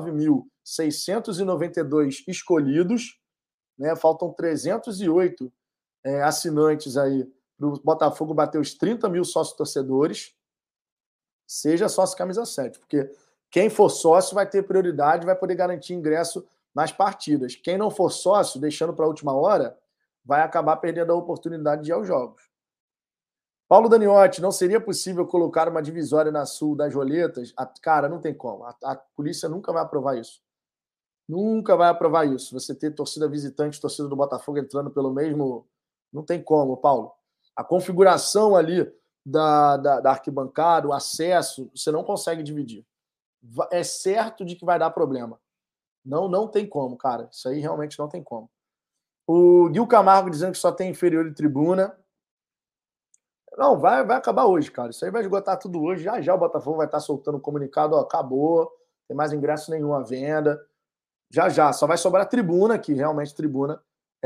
29.692 escolhidos, né? Faltam 308 assinantes aí para o Botafogo bater os 30 mil sócios-torcedores. Seja sócio camisa 7, porque quem for sócio vai ter prioridade, vai poder garantir ingresso nas partidas. Quem não for sócio, deixando para a última hora, vai acabar perdendo a oportunidade de ir aos jogos. Paulo Daniotti, não seria possível colocar uma divisória na Sul das roletas? Cara, não tem como. A polícia nunca vai aprovar isso. Nunca vai aprovar isso. Você ter torcida visitante, torcida do Botafogo entrando pelo mesmo... Não tem como, Paulo. A configuração ali da arquibancada, o acesso, você não consegue dividir. É certo de que vai dar problema. Não tem como, cara. Isso aí realmente não tem como. O Gil Camargo dizendo que só tem inferior e tribuna. Não, vai acabar hoje, cara. Isso aí vai esgotar tudo hoje. Já o Botafogo vai estar soltando um comunicado, ó, acabou, não tem mais ingresso nenhum à venda. Já. Só vai sobrar tribuna, que realmente tribuna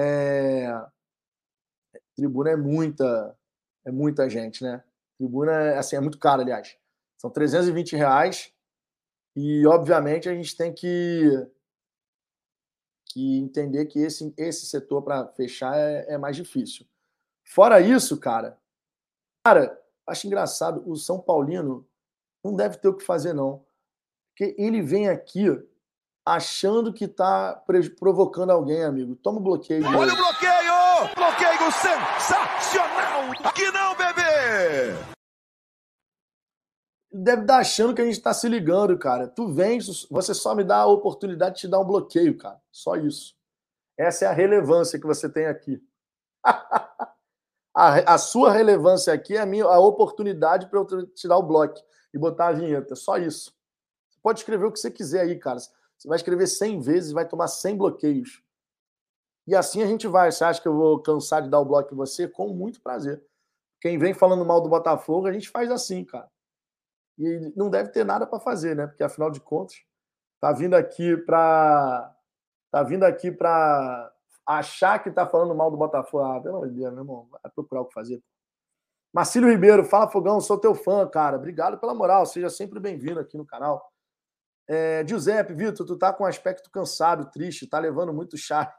é muita gente, né? Tribuna é muito caro, aliás. São R$320 e, obviamente, a gente tem que entender que esse setor para fechar é mais difícil. Fora isso, cara, acho engraçado, o São Paulino não deve ter o que fazer, não. Porque ele vem aqui achando que está provocando alguém, amigo. Toma o bloqueio. Olha o bloqueio! Bloqueio sensacional! Aqui não, bebê! Deve estar achando que a gente está se ligando, cara. Tu vem, você só me dá a oportunidade de te dar um bloqueio, cara. Só isso. Essa é a relevância que você tem aqui. A sua relevância aqui é a oportunidade para eu te dar o bloco e botar a vinheta. Só isso. Você pode escrever o que você quiser aí, cara. Você vai escrever 100 vezes e vai tomar 100 bloqueios. E assim a gente vai. Você acha que eu vou cansar de dar o bloco em você? Com muito prazer. Quem vem falando mal do Botafogo, a gente faz assim, cara. E não deve ter nada para fazer, né? Porque, afinal de contas, tá vindo aqui para achar que tá falando mal do Botafogo. Ah, pelo amor de Deus, meu irmão, vai procurar o que fazer. Marcílio Ribeiro, fala Fogão, sou teu fã, cara. Obrigado pela moral, seja sempre bem-vindo aqui no canal. Giuseppe, Vitor, tu tá com um aspecto cansado, triste, tá levando muito chá.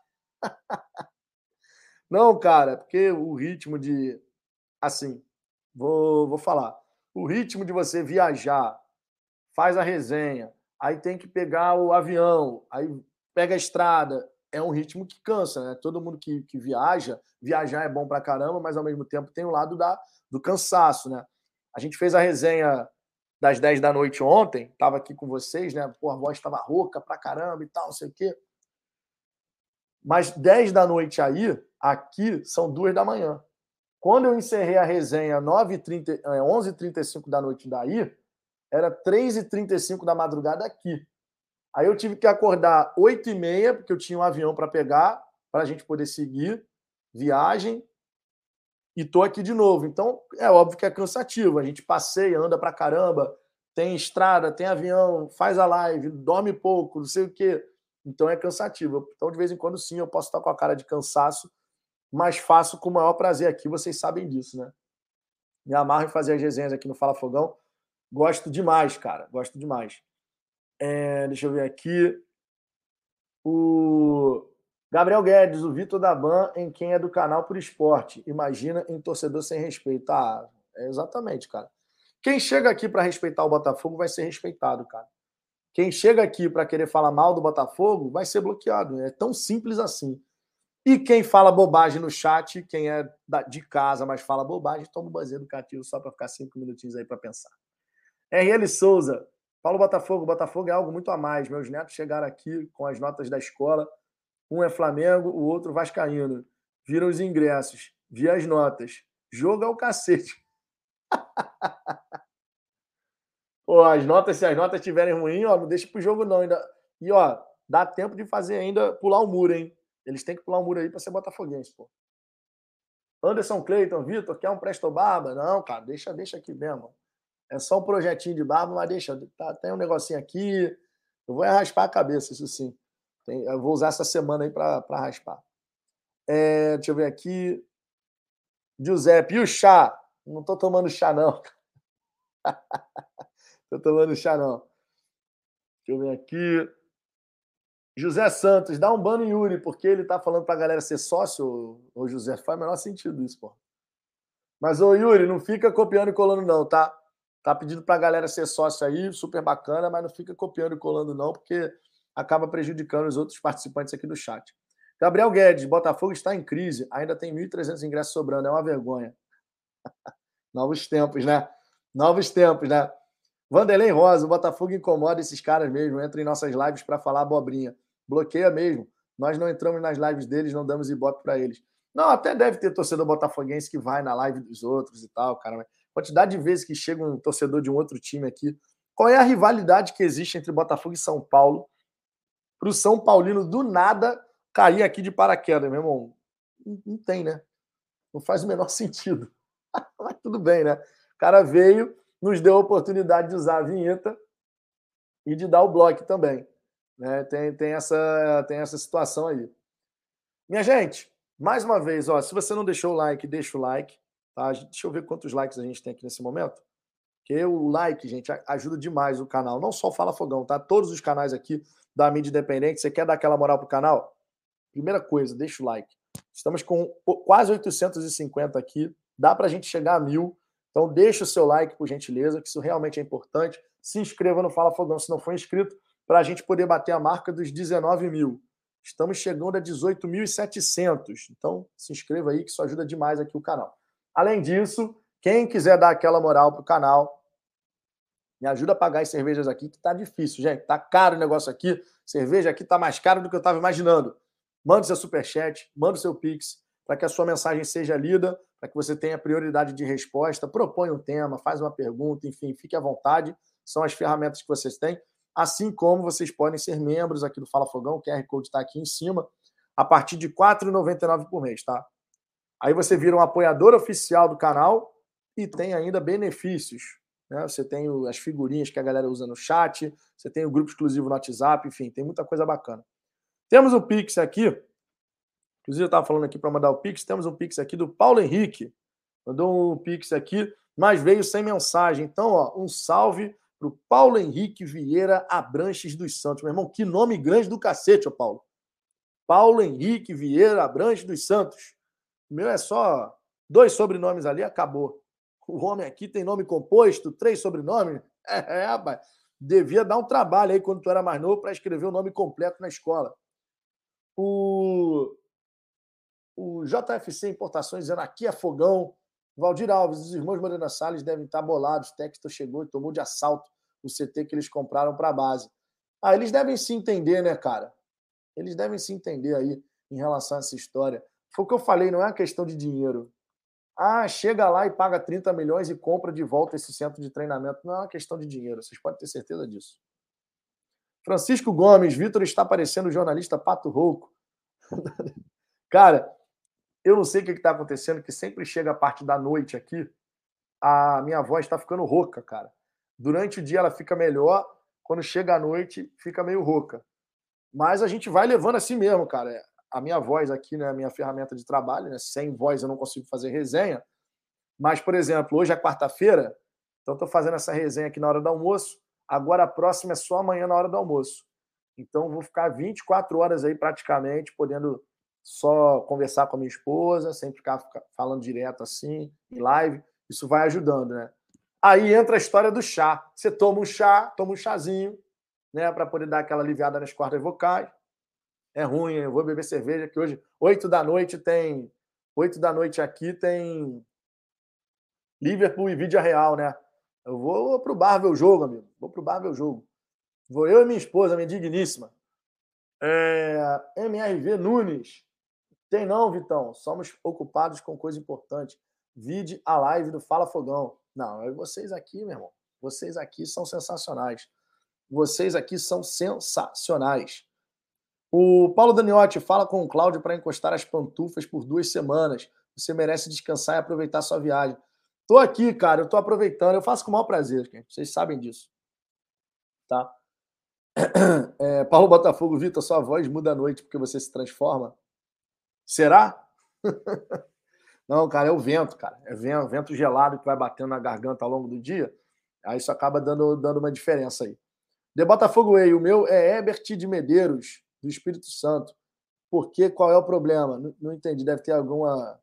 Não, cara, porque o ritmo de... Assim, vou falar. O ritmo de você viajar, faz a resenha, aí tem que pegar o avião, aí pega a estrada, é um ritmo que cansa, né? Todo mundo que viajar é bom pra caramba, mas ao mesmo tempo tem o lado do cansaço, né? A gente fez a resenha das 10 da noite ontem, tava aqui com vocês, né? Pô, a voz tava rouca pra caramba e tal, não sei o quê. Mas 10 da noite aí, aqui, são 2 da manhã. Quando eu encerrei a resenha 11h35 da noite daí, era 3h35 da madrugada aqui. Aí eu tive que acordar 8h30, porque eu tinha um avião para pegar, para a gente poder seguir viagem, e tô aqui de novo. Então, é óbvio que é cansativo. A gente passeia, anda pra caramba, tem estrada, tem avião, faz a live, dorme pouco, não sei o quê. Então é cansativo. Então, de vez em quando, sim, eu posso estar com a cara de cansaço, mas faço com o maior prazer aqui, vocês sabem disso, né? Me amarro em fazer as resenhas aqui no Fala Fogão. Gosto demais, cara. Gosto demais. Deixa eu ver aqui. O Gabriel Guedes, o Vitor da Ban, em quem é do canal por esporte. Imagina em torcedor sem respeito. Ah, exatamente, cara. Quem chega aqui para respeitar o Botafogo vai ser respeitado, cara. Quem chega aqui para querer falar mal do Botafogo vai ser bloqueado. É tão simples assim. E quem fala bobagem no chat, quem é de casa, mas fala bobagem, toma um banzinho educativo só para ficar 5 minutinhos aí para pensar. RL Souza, Paulo Botafogo é algo muito a mais. Meus netos chegaram aqui com as notas da escola. Um é Flamengo, o outro vascaíno. Viram os ingressos, vi as notas. Jogo é o cacete. Pô, se as notas estiverem ruins, ó, não deixa pro jogo não. Ainda. E, ó, dá tempo de fazer ainda, pular o muro, hein? Eles têm que pular o muro aí para ser botafoguense, pô. Anderson Cleiton, Vitor, quer um Presto Barba? Não, cara, deixa aqui mesmo. É só um projetinho de barba, mas deixa. Tem um negocinho aqui. Eu vou raspar a cabeça, isso sim. Eu vou usar essa semana aí para raspar. Deixa eu ver aqui. Giuseppe, e o chá? Não tô tomando chá, não. Tô tomando chá, não. Deixa eu ver aqui. José Santos, dá um ban no Yuri, porque ele tá falando pra galera ser sócio, ô José. Faz o menor sentido isso, pô. Mas, ô Yuri, não fica copiando e colando, não, tá? Tá pedindo pra galera ser sócio aí, super bacana, mas não fica copiando e colando, não, porque acaba prejudicando os outros participantes aqui do chat. Gabriel Guedes, Botafogo está em crise, ainda tem 1.300 ingressos sobrando, é uma vergonha. Novos tempos, né? Novos tempos, né? Vanderlei Rosa, o Botafogo incomoda esses caras mesmo, entra em nossas lives para falar abobrinha. Bloqueia mesmo. Nós não entramos nas lives deles, não damos ibope para eles. Não, até deve ter torcedor botafoguense que vai na live dos outros e tal, cara. Mas quantidade de vezes que chega um torcedor de um outro time aqui. Qual é a rivalidade que existe entre Botafogo e São Paulo para o São Paulino do nada cair aqui de paraquedas, meu irmão? Não tem, né? Não faz o menor sentido. Mas tudo bem, né? O cara veio, nos deu a oportunidade de usar a vinheta e de dar o bloco também. Né? Tem essa situação aí. Minha gente, mais uma vez, ó, se você não deixou o like, deixa o like. Tá? Deixa eu ver quantos likes a gente tem aqui nesse momento. Porque o like, gente, ajuda demais o canal. Não só o Fala Fogão, tá? Todos os canais aqui da mídia independente. Você quer dar aquela moral pro canal? Primeira coisa, deixa o like. Estamos com quase 850 aqui. Dá pra gente chegar a 1.000. Então deixa o seu like, por gentileza, que isso realmente é importante. Se inscreva no Fala Fogão se não for inscrito, para a gente poder bater a marca dos 19.000. Estamos chegando a 18.700. Então se inscreva aí, que isso ajuda demais aqui o canal. Além disso, quem quiser dar aquela moral pro canal, me ajuda a pagar as cervejas aqui, que tá difícil, gente. Tá caro o negócio aqui. Cerveja aqui tá mais cara do que eu estava imaginando. Mande seu superchat, manda o seu Pix, para que a sua mensagem seja lida, para que você tenha prioridade de resposta, propõe um tema, faz uma pergunta, enfim, fique à vontade. São as ferramentas que vocês têm. Assim como vocês podem ser membros aqui do Fala Fogão, o QR Code está aqui em cima. a partir de R$ 4,99 por mês, tá? Aí você vira um apoiador oficial do canal e tem ainda benefícios, né? Você tem as figurinhas que a galera usa no chat, você tem o grupo exclusivo no WhatsApp, enfim, tem muita coisa bacana. Temos um Pix aqui, inclusive eu estava falando aqui para mandar o Pix, temos um Pix aqui do Paulo Henrique, mandou um Pix aqui, mas veio sem mensagem. Então, ó, um salve para o Paulo Henrique Vieira Abranches dos Santos. Meu irmão, que nome grande do cacete, ó Paulo. Paulo Henrique Vieira Abranches dos Santos. O meu é só 2 sobrenomes ali, acabou. O homem aqui tem nome composto, 3 sobrenomes. Rapaz, devia dar um trabalho aí quando tu era mais novo para escrever o nome completo na escola. O JFC Importações dizendo aqui é fogão. Valdir Alves, os irmãos Morena Salles devem estar bolados. Textor chegou e tomou de assalto o CT que eles compraram para a base. Ah, eles devem se entender, né, cara? Eles devem se entender aí em relação a essa história. Foi o que eu falei, não é uma questão de dinheiro. Ah, chega lá e paga 30 milhões e compra de volta esse centro de treinamento. Não é uma questão de dinheiro, vocês podem ter certeza disso. Francisco Gomes, Vitor está parecendo o jornalista Pato Rouco. Cara, eu não sei o que está acontecendo, que sempre chega a parte da noite aqui, a minha voz está ficando rouca, cara. Durante o dia ela fica melhor, quando chega a noite fica meio rouca. Mas a gente vai levando assim mesmo, cara. A minha voz aqui, né, a minha ferramenta de trabalho, né, sem voz eu não consigo fazer resenha. Mas, por exemplo, hoje é quarta-feira, então estou fazendo essa resenha aqui na hora do almoço. Agora a próxima é só amanhã na hora do almoço. Então vou ficar 24 horas aí praticamente, podendo só conversar com a minha esposa, sem ficar falando direto assim, em live. Isso vai ajudando, né? Aí entra a história do chá. Você toma um chazinho, né, para poder dar aquela aliviada nas cordas vocais. É ruim, eu vou beber cerveja, que hoje, 8 da noite aqui tem Liverpool e Vídea Real, né? Eu vou pro bar ver o jogo, amigo. Vou pro bar ver o jogo. Vou eu e minha esposa, minha digníssima. MRV Nunes. Tem não, Vitão. Somos ocupados com coisa importante. Vide a live do Fala Fogão. Não, vocês aqui, meu irmão. Vocês aqui são sensacionais. Vocês aqui são sensacionais. O Paulo Daniotti fala com o Cláudio para encostar as pantufas por 2 semanas. Você merece descansar e aproveitar sua viagem. Tô aqui, cara. Eu tô aproveitando. Eu faço com o maior prazer, gente. Vocês sabem disso. Tá? Paulo Botafogo, Vitor, sua voz muda à noite porque você se transforma. Será? Não, cara, é o vento, cara. É vento gelado que vai batendo na garganta ao longo do dia. Aí isso acaba dando uma diferença aí. De Botafogo Way, o meu é Herbert de Medeiros, do Espírito Santo. Por quê? Qual é o problema? Não entendi. Deve ter alguma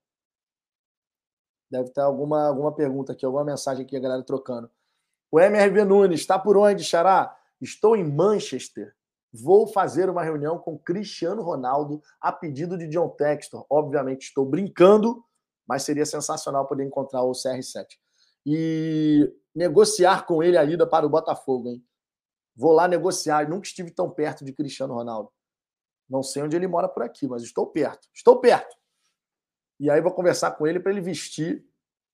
pergunta aqui, alguma mensagem aqui, a galera trocando. O MRV Nunes, está por onde, Xará? Estou em Manchester. Vou fazer uma reunião com Cristiano Ronaldo a pedido de John Textor. Obviamente estou brincando, mas seria sensacional poder encontrar o CR7. E negociar com ele a ida para o Botafogo, hein? Vou lá negociar. Nunca estive tão perto de Cristiano Ronaldo. Não sei onde ele mora por aqui, mas estou perto. Estou perto. E aí vou conversar com ele para ele vestir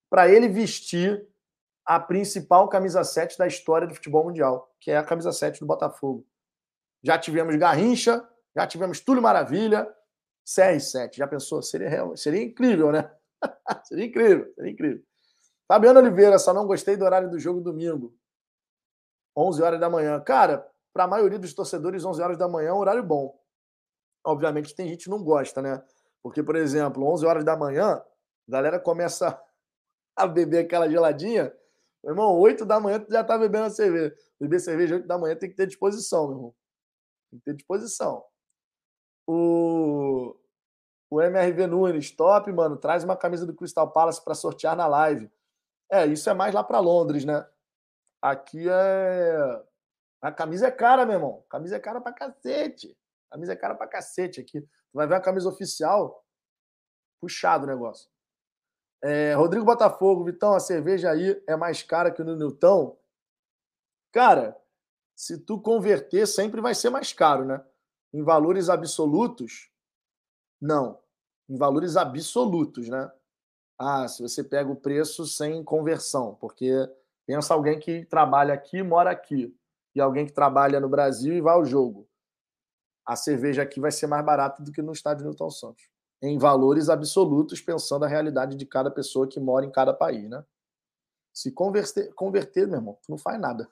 a principal camisa 7 da história do futebol mundial, que é a camisa 7 do Botafogo. Já tivemos Garrincha, já tivemos Túlio Maravilha, CR7. Já pensou? Seria incrível, né? Seria incrível. Fabiano Oliveira, só não gostei do horário do jogo domingo. 11 horas da manhã. Cara, para a maioria dos torcedores, 11 horas da manhã é um horário bom. Obviamente tem gente que não gosta, né? Porque, por exemplo, 11 horas da manhã, a galera começa a beber aquela geladinha. Meu irmão, 8 da manhã tu já tá bebendo a cerveja. Beber cerveja 8 da manhã tem que ter disposição, meu irmão. Tem que ter disposição. O MRV Nunes, top, mano. Traz uma camisa do Crystal Palace para sortear na live. Isso é mais lá para Londres, né? Aqui a camisa é cara, meu irmão. A camisa é cara pra cacete. Aqui. Tu vai ver a camisa oficial, puxado o negócio. Rodrigo Botafogo, Vitão, a cerveja aí é mais cara que no Newton? Cara, se tu converter, sempre vai ser mais caro, né? Em valores absolutos, não. Em valores absolutos, né? Se você pega o preço sem conversão, porque pensa alguém que trabalha aqui, mora aqui, e alguém que trabalha no Brasil e vai ao jogo. a cerveja aqui vai ser mais barata do que no estádio Newton Santos. Em valores absolutos, pensando a realidade de cada pessoa que mora em cada país, né? Se converter, meu irmão, tu não faz nada.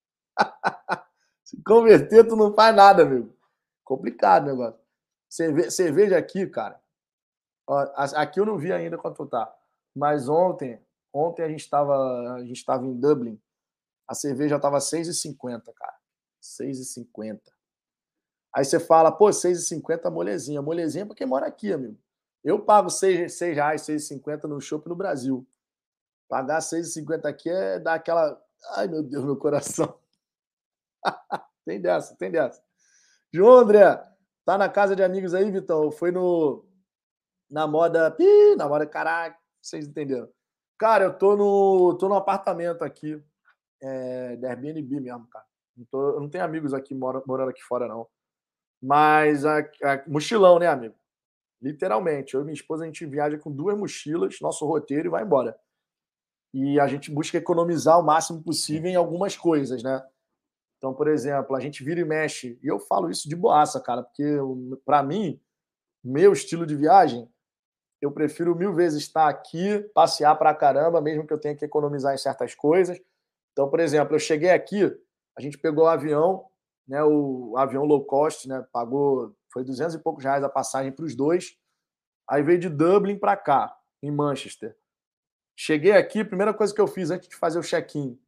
Se converter, tu não faz nada, amigo. Complicado o negócio. Cerveja aqui, cara. Ó, aqui eu não vi ainda quanto tá. Mas ontem a gente estava em Dublin. A cerveja tava 6,50, cara. 6,50. Aí você fala, pô, 6,50 molezinha. Molezinha é pra quem mora aqui, amigo. Eu pago R$6, 6,50 no shopping no Brasil. Pagar 6,50 aqui é dar aquela... Ai, meu Deus, meu coração. Tem dessa. João André, tá na casa de amigos aí, Vitão? Foi na moda... Na moda, caraca, vocês entenderam. Cara, eu tô no apartamento aqui, da Airbnb mesmo, cara. Eu não tenho amigos aqui morando aqui fora, não. Mas mochilão, né, amigo? Literalmente. Eu e minha esposa, a gente viaja com 2 mochilas, nosso roteiro, e vai embora. E a gente busca economizar o máximo possível em algumas coisas, né? Então, por exemplo, a gente vira e mexe. E eu falo isso de boaça, cara, porque para mim, meu estilo de viagem, eu prefiro 1000 vezes estar aqui, passear pra caramba, mesmo que eu tenha que economizar em certas coisas. Então, por exemplo, eu cheguei aqui, a gente pegou o avião, né, o avião low cost, né, foi 200 e poucos reais a passagem para os dois. Aí veio de Dublin para cá, em Manchester. Cheguei aqui, primeira coisa que eu fiz antes de fazer o check-in,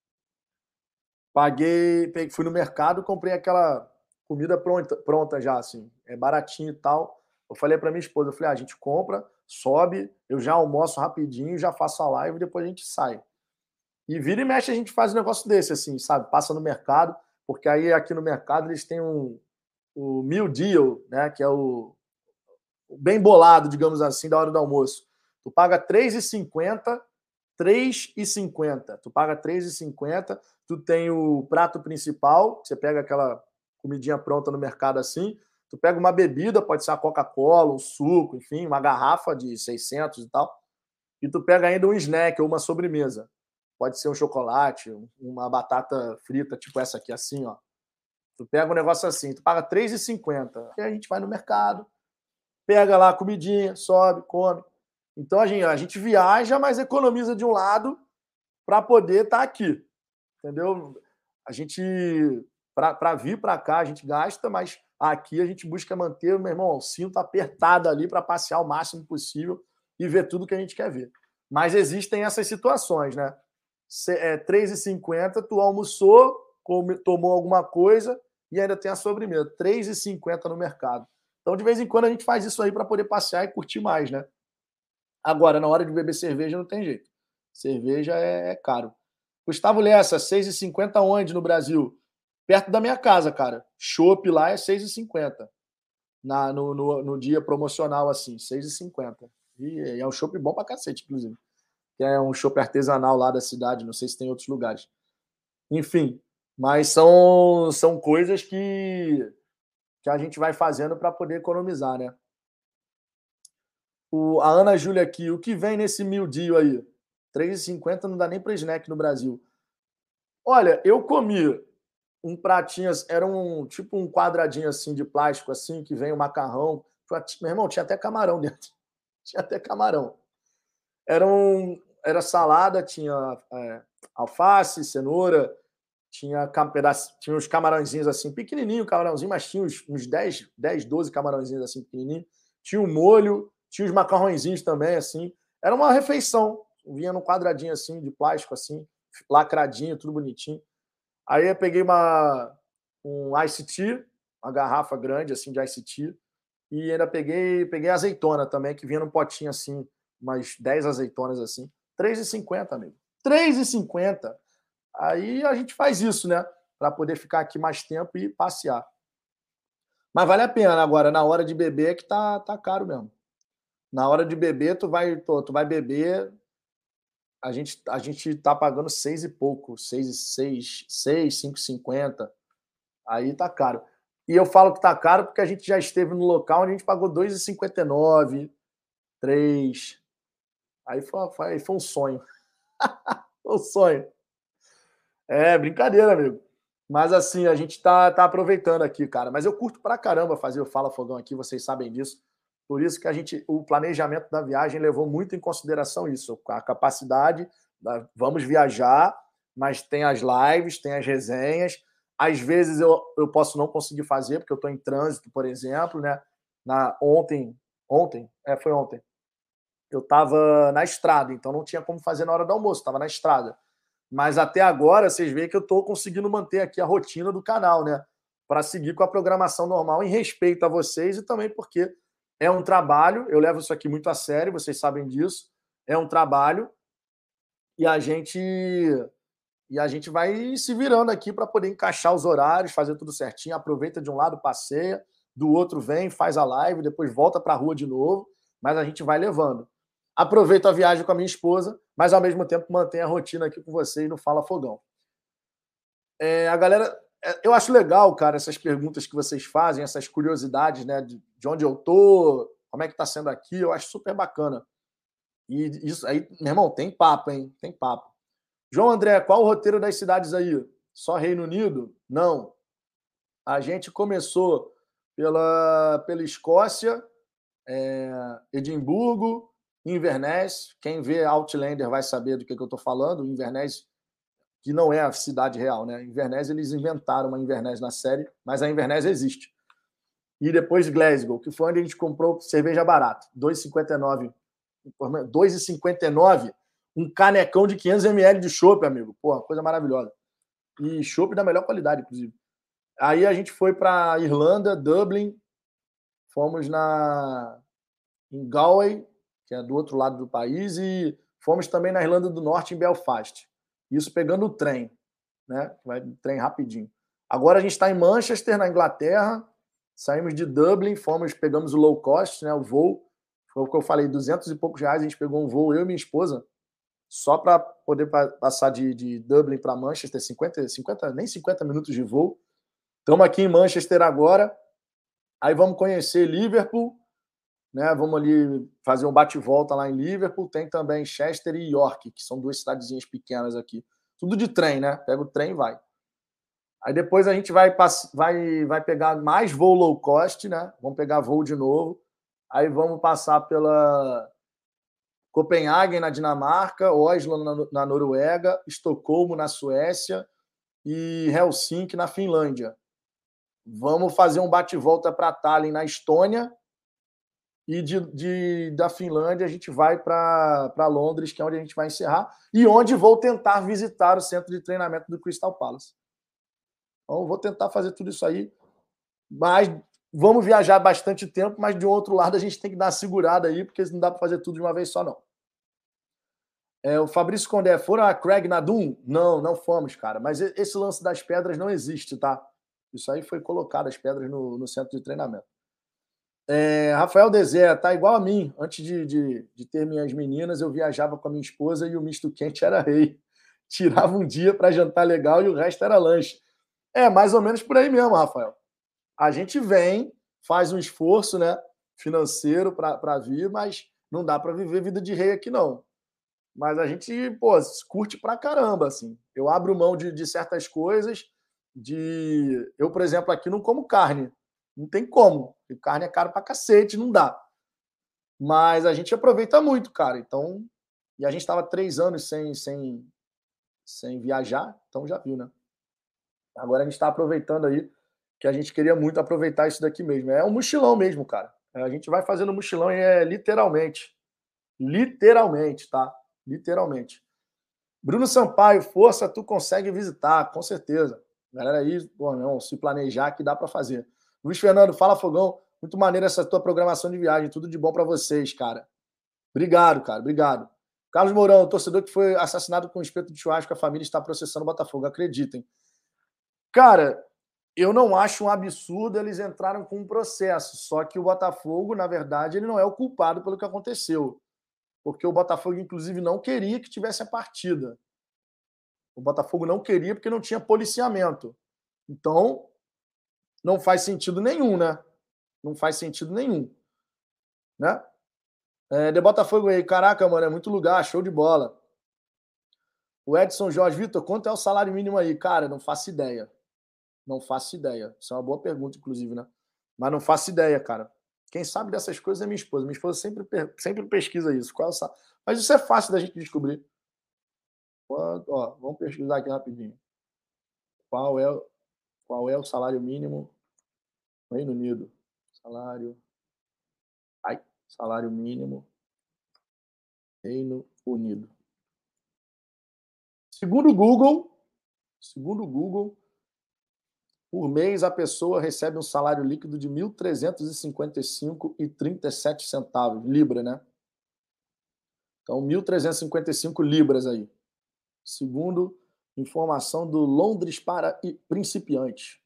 fui no mercado, comprei aquela comida pronta já, assim, baratinho e tal. Eu falei para minha esposa, eu falei, a gente compra, sobe, eu já almoço rapidinho, já faço a live e depois a gente sai. E vira e mexe a gente faz um negócio desse, assim, sabe? Passa no mercado, porque aí aqui no mercado eles têm o meal deal, né? Que é o bem bolado, digamos assim, da hora do almoço. Tu paga R$3,50, R$3,50. Tu paga R$3,50, tu tem o prato principal, você pega aquela comidinha pronta no mercado assim, tu pega uma bebida, pode ser uma Coca-Cola, um suco, enfim, uma garrafa de 600 e tal, e tu pega ainda um snack ou uma sobremesa. Pode ser um chocolate, uma batata frita, tipo essa aqui, assim, ó. Tu pega um negócio assim, tu paga R$3,50. E a gente vai no mercado, pega lá a comidinha, sobe, come. Então a gente viaja, mas economiza de um lado para poder estar aqui. Entendeu? A gente, para vir para cá, a gente gasta, mas aqui a gente busca manter, meu irmão, o cinto apertado ali para passear o máximo possível e ver tudo que a gente quer ver. Mas existem essas situações, né? R$3,50, tu almoçou, tomou alguma coisa e ainda tem a sobremesa. R$3,50 no mercado. Então, de vez em quando, a gente faz isso aí para poder passear e curtir mais, né? Agora, na hora de beber cerveja, não tem jeito. Cerveja é caro. Gustavo Lessa, R$6,50 onde no Brasil? Perto da minha casa, cara. Chopp lá é R$6,50. No dia promocional, assim, R$6,50. E é um chopp bom pra cacete, inclusive. Que é um chopp artesanal lá da cidade, não sei se tem outros lugares. Enfim, mas são coisas que a gente vai fazendo para poder economizar, né? A Ana Júlia aqui, o que vem nesse meal deal aí? R$3,50 não dá nem para snack no Brasil. Olha, eu comi um pratinho, era tipo um quadradinho assim de plástico, assim, que vem o macarrão. Meu irmão, tinha até camarão dentro. Tinha até camarão. Era salada, tinha alface, cenoura, tinha uns camarãozinhos assim, pequenininho camarãozinho, mas tinha uns 10, 12 camarãozinhos assim, pequenininho. Tinha um molho, tinha uns macarrõezinhos também, assim. Era uma refeição. Vinha num quadradinho assim, de plástico, assim, lacradinho, tudo bonitinho. Aí eu peguei um Ice Tea, uma garrafa grande, assim, de Ice Tea. E ainda peguei azeitona também, que vinha num potinho assim, umas 10 azeitonas assim. R$3,50, amigo. R$3,50. Aí a gente faz isso, né? Para poder ficar aqui mais tempo e passear. Mas vale a pena. Agora, na hora de beber é que tá caro mesmo. Na hora de beber, tu vai beber, a gente tá pagando 6 e pouco, 5,50. Aí tá caro. E eu falo que tá caro porque a gente já esteve no local onde a gente pagou 2,59, 3. Aí foi um sonho. Foi um sonho. Brincadeira, amigo. Mas assim, a gente tá aproveitando aqui, cara. Mas eu curto pra caramba fazer o Fala Fogão aqui, vocês sabem disso. Por isso que o planejamento da viagem levou muito em consideração isso, a capacidade, vamos viajar, mas tem as lives, tem as resenhas. Às vezes eu posso não conseguir fazer, porque eu estou em trânsito, por exemplo, né? Foi ontem. Eu estava na estrada, então não tinha como fazer na hora do almoço, estava na estrada. Mas até agora, vocês veem que eu estou conseguindo manter aqui a rotina do canal, né? Para seguir com a programação normal, em respeito a vocês e também porque é um trabalho, eu levo isso aqui muito a sério, vocês sabem disso. É um trabalho e a gente vai se virando aqui para poder encaixar os horários, fazer tudo certinho. Aproveita de um lado, passeia, do outro vem, faz a live, depois volta para a rua de novo, mas a gente vai levando. Aproveito a viagem com a minha esposa, mas ao mesmo tempo mantenho a rotina aqui com vocês no Fala Fogão. A galera, eu acho legal, cara, essas perguntas que vocês fazem, essas curiosidades, né, de onde eu tô, como é que tá sendo aqui, eu acho super bacana. E isso aí, meu irmão, tem papo, hein? Tem papo. João André, qual o roteiro das cidades aí? Só Reino Unido? Não. A gente começou pela Escócia, Edimburgo, Inverness. Quem vê Outlander vai saber do que eu estou falando. Inverness, que não é a cidade real, né? Inverness, eles inventaram uma Inverness na série, mas a Inverness existe. E depois Glasgow, que foi onde a gente comprou cerveja barata, R$2,59, um canecão de 500 ml de chopp, amigo. Porra, coisa maravilhosa. E chopp da melhor qualidade, inclusive. Aí a gente foi para Irlanda, Dublin, fomos em Galway, que é do outro lado do país, e fomos também na Irlanda do Norte, em Belfast. Isso pegando o trem, né? Vai trem rapidinho. Agora a gente está em Manchester, na Inglaterra. Saímos de Dublin, pegamos o low cost, né? O voo. Foi o que eu falei, 200 e poucos reais. A gente pegou um voo, eu e minha esposa, só para poder passar de Dublin para Manchester, nem 50 minutos de voo. Estamos aqui em Manchester agora. Aí vamos conhecer Liverpool, né? Vamos ali fazer um bate-volta lá em Liverpool. Tem também Chester e York, que são duas cidadezinhas pequenas aqui. Tudo de trem, né? Pega o trem e vai. Aí depois a gente vai pegar mais voo low cost, né? Vamos pegar voo de novo. Aí vamos passar pela Copenhague, na Dinamarca, Oslo, na Noruega, Estocolmo, na Suécia e Helsinki, na Finlândia. Vamos fazer um bate-volta para Tallinn, na Estônia, e da Finlândia a gente vai para Londres, que é onde a gente vai encerrar, e onde vou tentar visitar o centro de treinamento do Crystal Palace. Então, vou tentar fazer tudo isso aí, mas vamos viajar bastante tempo, mas de outro lado a gente tem que dar uma segurada aí, porque não dá para fazer tudo de uma vez só, não. O Fabrício Condé, foram a Craig Nadum? Não fomos, cara, mas esse lance das pedras não existe, tá? Isso aí foi colocado, as pedras, no centro de treinamento. Rafael Dezé, tá igual a mim. Antes de ter minhas meninas, eu viajava com a minha esposa e o misto quente era rei. Tirava um dia para jantar legal e o resto era lanche. Mais ou menos por aí mesmo, Rafael. A gente vem, faz um esforço, né, financeiro para vir, mas não dá para viver vida de rei aqui, não. Mas a gente, curte pra caramba, assim. Eu abro mão de certas coisas. Eu, por exemplo, aqui não como carne. Não tem como. Porque carne é caro pra cacete, não dá. Mas a gente aproveita muito, cara. Então, e a gente estava 3 anos sem viajar, então já viu, né? Agora a gente está aproveitando aí, que a gente queria muito aproveitar isso daqui mesmo. É um mochilão mesmo, cara. A gente vai fazendo mochilão e literalmente. Literalmente, tá? Literalmente. Bruno Sampaio, força, tu consegue visitar, com certeza. Galera aí, não, se planejar que dá para fazer. Luiz Fernando, fala Fogão, muito maneiro essa tua programação de viagem, tudo de bom para vocês, cara. Obrigado, cara, obrigado. Carlos Mourão, torcedor que foi assassinado com espeto de churrasco, a família está processando o Botafogo, acreditem. Cara, eu não acho um absurdo eles entraram com um processo, só que o Botafogo, na verdade, ele não é o culpado pelo que aconteceu. Porque o Botafogo, inclusive, não queria que tivesse a partida. O Botafogo não queria porque não tinha policiamento. Então, não faz sentido nenhum, né? Não faz sentido nenhum. Né? De Botafogo aí, caraca, mano, é muito lugar, show de bola. O Edson Jorge, Vitor, quanto é o salário mínimo aí? Cara, não faço ideia. Não faço ideia. Isso é uma boa pergunta, inclusive, né? Mas não faço ideia, cara. Quem sabe dessas coisas é minha esposa. Minha esposa sempre pesquisa isso. Mas isso é fácil da gente descobrir. Ó, vamos pesquisar aqui rapidinho. Qual é o salário mínimo no Reino Unido? Salário mínimo Reino Unido. Segundo o Google, por mês a pessoa recebe um salário líquido de 1.355,37 centavos, libra, né? Então, 1.355 libras aí. Segundo informação do Londres para principiantes.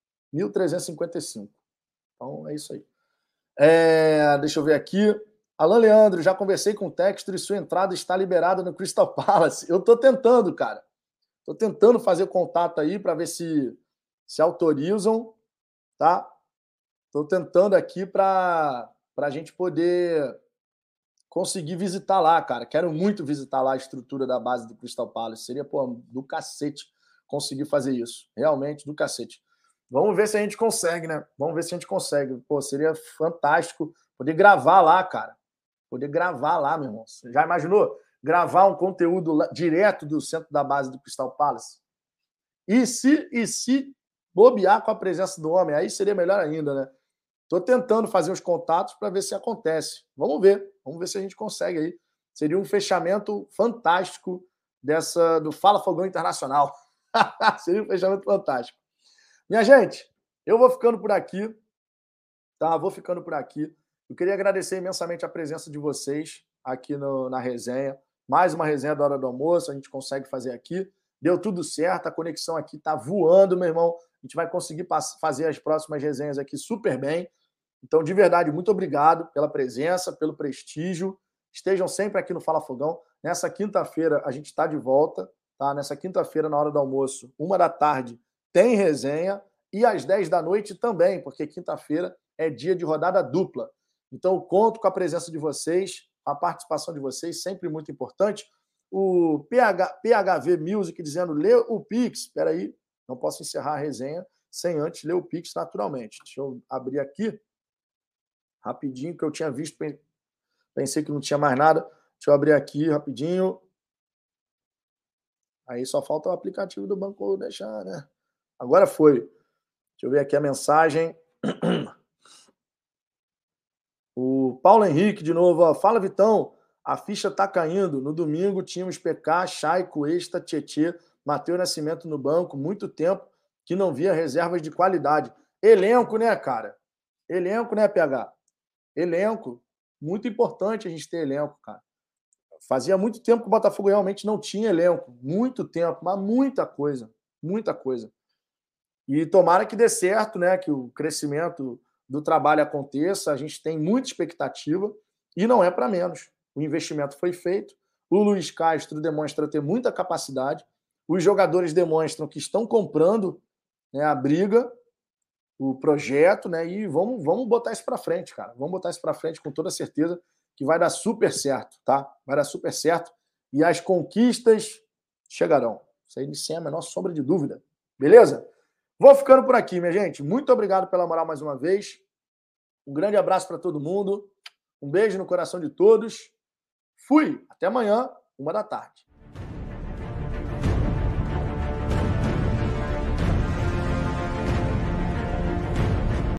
1.355. Então, é isso aí. Deixa eu ver aqui. Alan Leandro, já conversei com o Textor e sua entrada está liberada no Crystal Palace. Eu estou tentando, cara. Estou tentando fazer contato aí para ver se autorizam, tá? Estou tentando aqui para a gente poder conseguir visitar lá, cara. Quero muito visitar lá a estrutura da base do Crystal Palace. Seria, pô, do cacete conseguir fazer isso. Realmente, do cacete. Vamos ver se a gente consegue, né? Vamos ver se a gente consegue. Pô, seria fantástico poder gravar lá, cara. Poder gravar lá, meu irmão. Você já imaginou? Gravar um conteúdo direto do centro da base do Crystal Palace? E se bobear com a presença do homem, aí seria melhor ainda, né? Estou tentando fazer os contatos para ver se acontece. Vamos ver se a gente consegue aí. Seria um fechamento fantástico do Fala Fogão Internacional. Seria um fechamento fantástico. Minha gente, eu vou ficando por aqui, tá? Vou ficando por aqui. Eu queria agradecer imensamente a presença de vocês aqui na resenha. Mais uma resenha da Hora do Almoço, a gente consegue fazer aqui. Deu tudo certo, a conexão aqui tá voando, meu irmão. A gente vai conseguir fazer as próximas resenhas aqui super bem. Então, de verdade, muito obrigado pela presença, pelo prestígio. Estejam sempre aqui no Fala Fogão. Nessa quinta-feira, a gente está de volta, tá? Nessa quinta-feira, na hora do almoço, 13h, tem resenha. E às 10 da noite também, porque quinta-feira é dia de rodada dupla. Então, eu conto com a presença de vocês, a participação de vocês, sempre muito importante. O PHV Music dizendo, lê o Pix. Espera aí, não posso encerrar a resenha sem antes ler o Pix naturalmente. Deixa eu abrir aqui rapidinho, que eu tinha visto, pensei que não tinha mais nada. Deixa eu abrir aqui rapidinho. Aí só falta o aplicativo do banco deixar, né? Agora foi. Deixa eu ver aqui a mensagem. O Paulo Henrique, de novo, ó. Fala, Vitão. A ficha tá caindo. No domingo tínhamos PK, Chay, Cuesta, Tietê, Matheus Nascimento no banco. Muito tempo que não via reservas de qualidade. Elenco, né, cara? Elenco, né, PH? Elenco. Muito importante a gente ter elenco, cara. Fazia muito tempo que o Botafogo realmente não tinha elenco. Muito tempo, mas muita coisa. Muita coisa. E tomara que dê certo, né? Que o crescimento do trabalho aconteça. A gente tem muita expectativa e não é para menos. O investimento foi feito. O Luiz Castro demonstra ter muita capacidade. Os jogadores demonstram que estão comprando, né, a briga, o projeto, né? E vamos botar isso para frente, cara. Vamos botar isso para frente com toda certeza que vai dar super certo, tá? Vai dar super certo e as conquistas chegarão. Isso aí sem a menor sombra de dúvida. Beleza? Vou ficando por aqui, minha gente. Muito obrigado pela moral mais uma vez. Um grande abraço para todo mundo. Um beijo no coração de todos. Fui. Até amanhã, 13h.